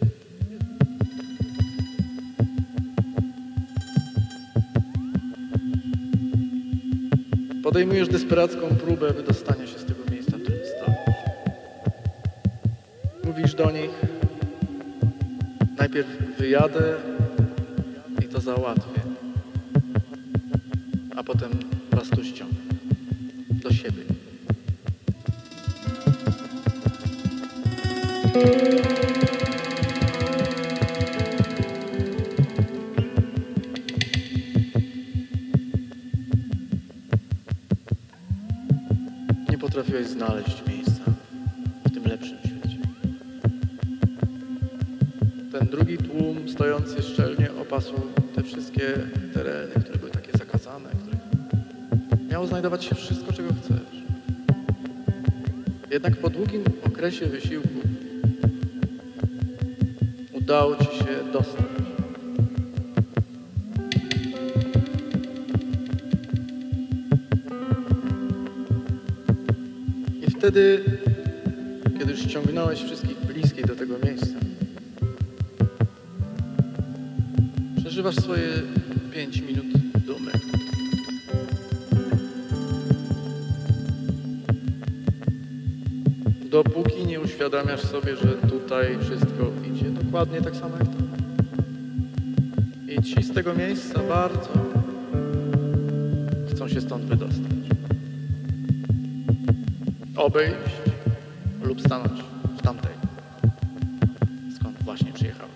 Podejmujesz desperacką próbę wydostania się z tego miejsca, w którym stoisz. Mówisz do nich, najpierw wyjadę i to załatwię, a potem was tu ściągnę do siebie. Nie potrafiłeś znaleźć miejsca w tym lepszym świecie. Ten drugi tłum stojąc szczelnie opasł te wszystkie tereny, które były takie zakazane, w których miało znajdować się wszystko, czego chcesz. Jednak po długim okresie wysiłku udało ci się dostać. I wtedy, kiedy już ściągnąłeś wszystkich bliskich do tego miejsca, przeżywasz swoje 5 minut dumy. Dopóki nie uświadamiasz sobie, że tutaj wszystko idzie dokładnie tak samo jak tam. I ci z tego miejsca bardzo chcą się stąd wydostać. Obejść lub stanąć w tamtej, skąd właśnie przyjechałeś.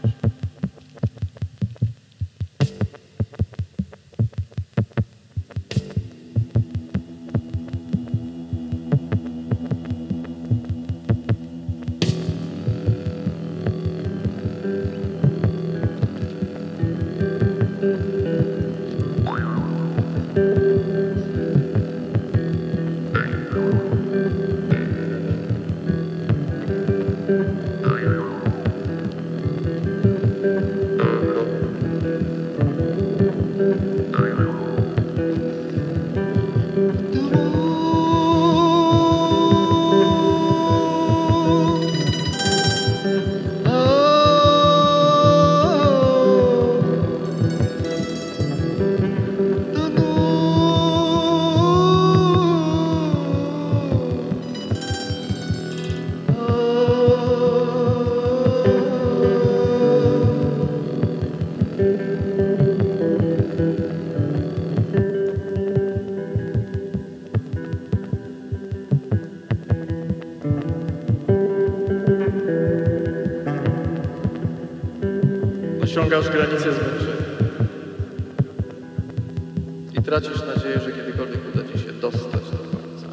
Osiągasz granicę zmęczenia i tracisz nadzieję, że kiedykolwiek uda ci się dostać do końca.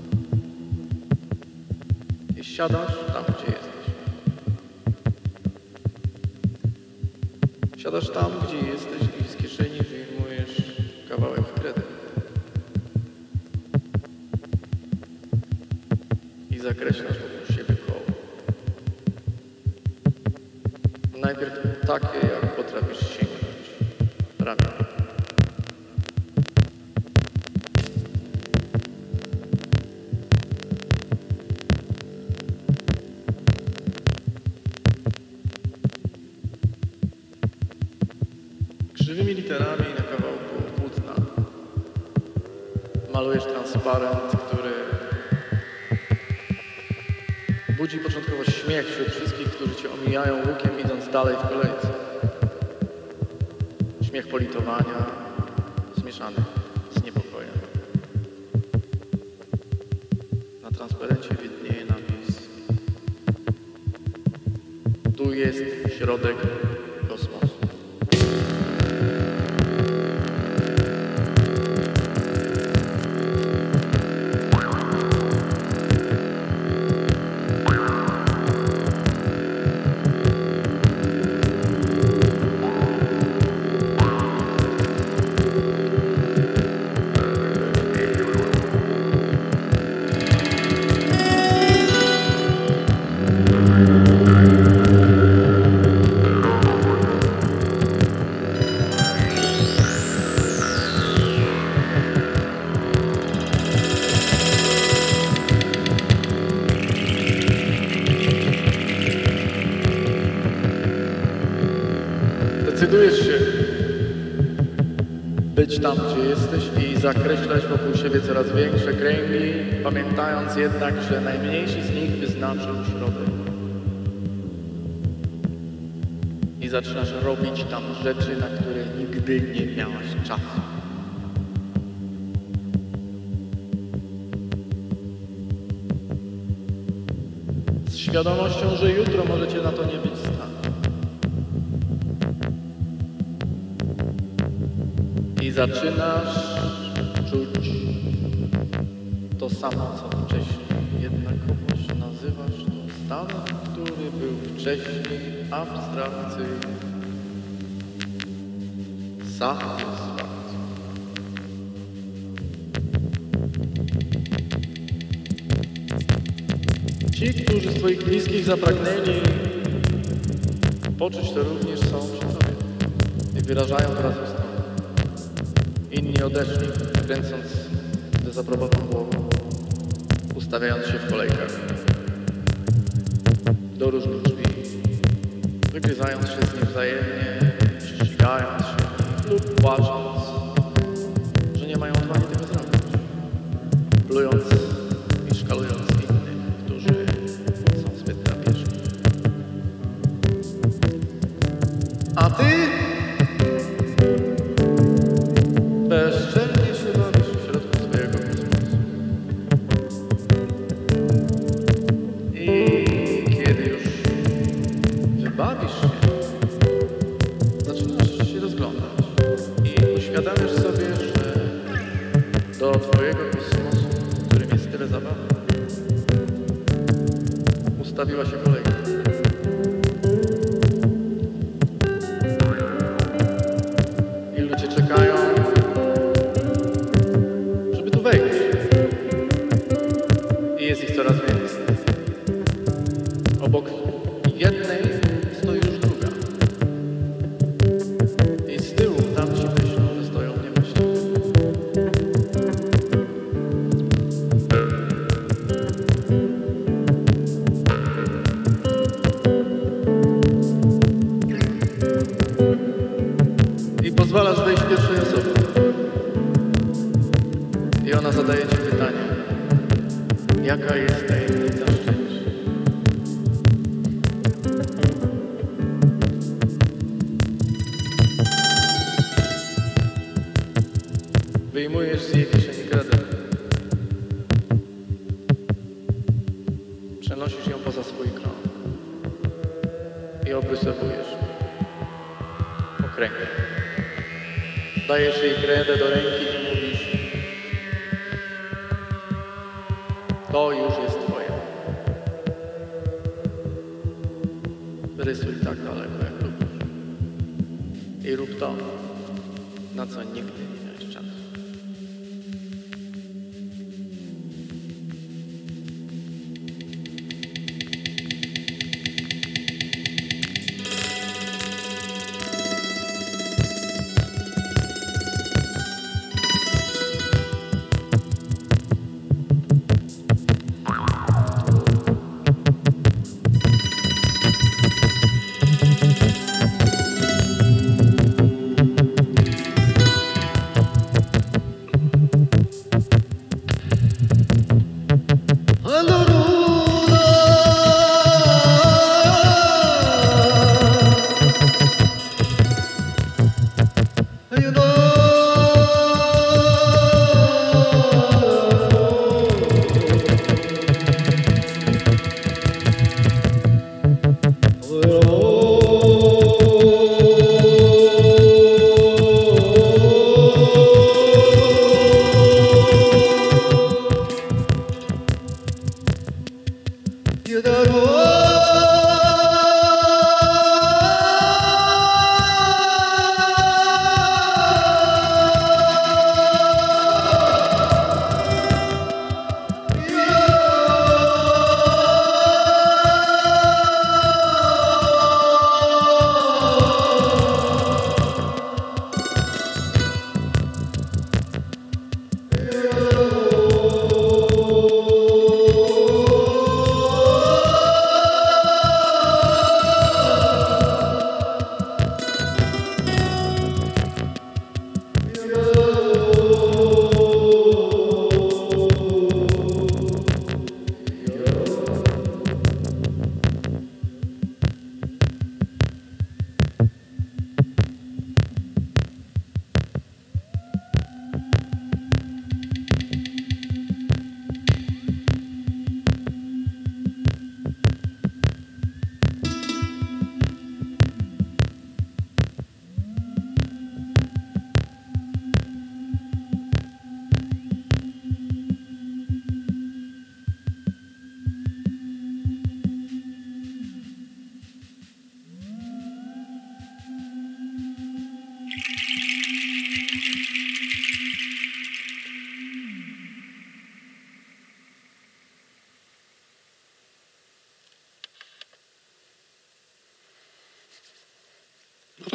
I siadasz tam, gdzie jesteś. Siadasz tam, gdzie jesteś i z kieszeni wyjmujesz kawałek kredy. I zakreślasz wokół siebie koło. Najpierw takie, jak potrafisz sięgnąć ramię. Krzywymi literami na kawałku płótna malujesz transparent, który budzi początkowo śmiech wśród wszystkich, którzy cię omijają łukiem, idąc dalej w kolejce. Śmiech politowania, zmieszany z niepokojem. Na transparencie widnieje napis: tu jest środek kosmosu. Decydujesz się być tam, gdzie jesteś i zakreślać wokół siebie coraz większe kręgi, pamiętając jednak, że najmniejszy z nich wyznaczył środek. I zaczynasz robić tam rzeczy, na które nigdy nie miałaś czasu. Z świadomością, że jutro możecie na to nie być stać. I zaczynasz czuć to samo, co wcześniej. Jednakowoż nazywasz to stanem, który był wcześniej abstrakcyjny. Satysfakcja. Ci, którzy swoich bliskich zapragnęli poczuć to również są przy Tobie i wyrażają to razem z Tobą. Inni odeszli, kręcąc dezaprobatą głową, ustawiając się w kolejkach do różnych drzwi, wygryzając się z nich wzajemnie, ścigając się lub płacząc, że nie mają odwagi tego zrobić, plując i szkalując innych, którzy są zbyt drapieżni. A Ty bezczelnie się bawisz w środku swojego kosmosu. I kiedy już wybawisz się, zaczynasz się rozglądać i uświadamiasz sobie, że do Twojego kosmosu, w którym jest tyle zabawy, ustawiła się kolejka. I ludzie czekają, żeby tu wejść. I jest ich coraz więcej. Obok jednej stoi już druga. I z tyłu tamci myślą, że stoją mnie myślą. I pozwalasz wejść pierwszej osobie. I ona zadaje Ci pytanie. Jaka jest tajemnica szczęścia? Wyjmujesz z jej kieszeni kredę. Przenosisz ją poza swój krąg. I obrysowujesz okręgiem. Dajesz jej kredę do ręki i mówisz: to już jest Twoje. Rysuj tak daleko, jak lubisz. I rób to, na co nigdy nie miałeś czasu.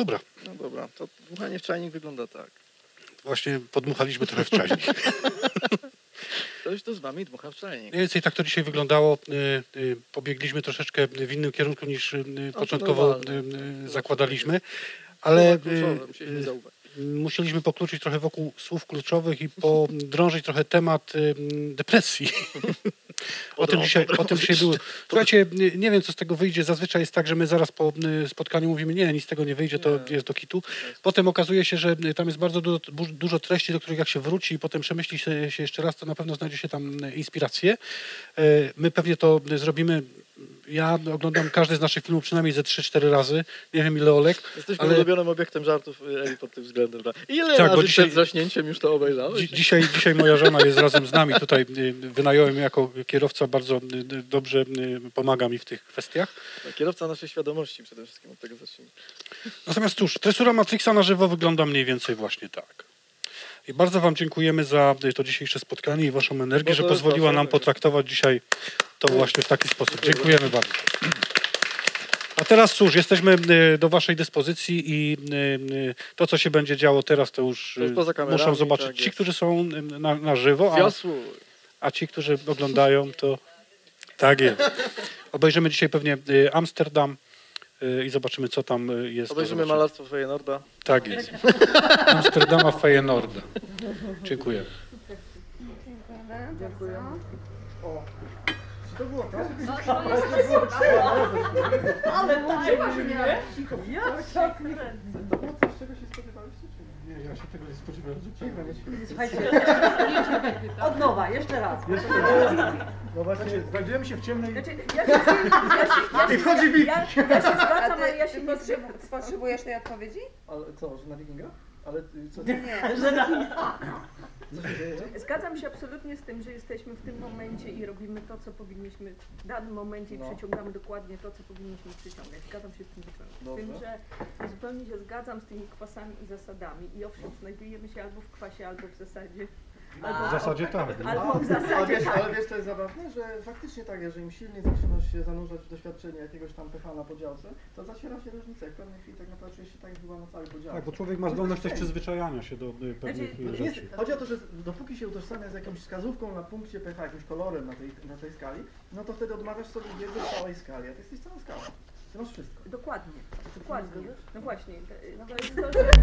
dobra. No dobra, to dmuchanie w czajnik wygląda tak. Właśnie podmuchaliśmy trochę w czajnik. Ktoś tu z wami dmucha w czajnik. Mniej więcej tak to dzisiaj wyglądało. Pobiegliśmy troszeczkę w innym kierunku niż początkowo normalne. zakładaliśmy, ale Kluczowe, musieliśmy zauważyć. musieliśmy pokluczyć trochę wokół słów kluczowych i podrążyć trochę temat depresji. O tym dzisiaj było. Słuchajcie, nie wiem, co z tego wyjdzie. Zazwyczaj jest tak, że my zaraz po spotkaniu mówimy, nie, nic z tego nie wyjdzie, to jest do kitu. Potem okazuje się, że tam jest bardzo dużo treści, do których jak się wróci i potem przemyśli się jeszcze raz, to na pewno znajdzie się tam inspiracje. My pewnie to zrobimy. Ja oglądam każdy z naszych filmów przynajmniej ze 3-4 razy. Nie wiem ile Olek. Jesteśmy ale ulubionym obiektem żartów Eli pod tym względem. Ile Tak, bo razy dzisiaj- przed zaśnięciem już to obejrzałeś? Dzisiaj moja żona jest razem z nami. Tutaj wynająłem jako kierowca, bardzo dobrze pomaga mi w tych kwestiach. Kierowca naszej świadomości przede wszystkim od tego zacznijmy. Natomiast cóż, tresura Matrixa na żywo wygląda mniej więcej właśnie tak. I bardzo wam dziękujemy za to dzisiejsze spotkanie i waszą energię, Bo że to jest pozwoliła wasza nam energia. potraktować dzisiaj to właśnie w taki sposób. Dziękujemy bardzo. A teraz cóż, jesteśmy do waszej dyspozycji i to, co się będzie działo teraz, to już To już poza kamerami, muszą zobaczyć tak ci, jest. którzy są na żywo, Wiosłuj. a ci, którzy oglądają, to tak jest. Obejrzymy dzisiaj pewnie Amsterdam i zobaczymy, co tam jest. do Obejrzymy zobaczenia. malarstwo Feyenoorda. Tak jest. Amsterdama Feyenoorda. Dziękuję. Dziękuję. Czy to było to? Ale włączyła się mnie. To było coś, czego się spodziewaliście, czy nie? Nie, ja się tego nie spodziewałem zupełnie. Słuchajcie, od nowa, jeszcze raz. No właśnie, znajdujemy się w ciemnej... Znaczy, I wchodzi Wiki. ja się zgadzam, ale ja się nie Potrzebujesz tej odpowiedzi? Ale co, że na Wikinga? Ale co? Nie. Co się dzieje? Zgadzam się absolutnie z tym, że jesteśmy w tym momencie i robimy to, co powinniśmy w danym momencie i No. przyciągamy dokładnie to, co powinniśmy przyciągać. Zgadzam się z tym zupełnie. Z tym, Dobrze. że zupełnie się zgadzam z tymi kwasami i zasadami. I owszem, znajdujemy się albo w kwasie, albo w zasadzie. W zasadzie tak. Albo w Ale zasadzie wiesz, tak. ale wiesz, co jest zabawne, że faktycznie tak, jeżeli im silniej zaczynasz się zanurzać w doświadczenie jakiegoś tam pH na podziałce, to zaciera się różnica. W pewnej chwili tak naprawdę czujesz się tak chyba na całej podziałce. Tak, bo człowiek ma zdolność też przyzwyczajania się do pewnych To rzeczy. chodzi o to, że dopóki się utożsamia z jakąś wskazówką na punkcie pH, jakimś kolorem na tej skali, no to wtedy odmawiasz sobie wiedzę o całej skali, a ty jesteś całą skalą. Ty masz wszystko. Dokładnie, dokładnie. No właśnie, to jest to, że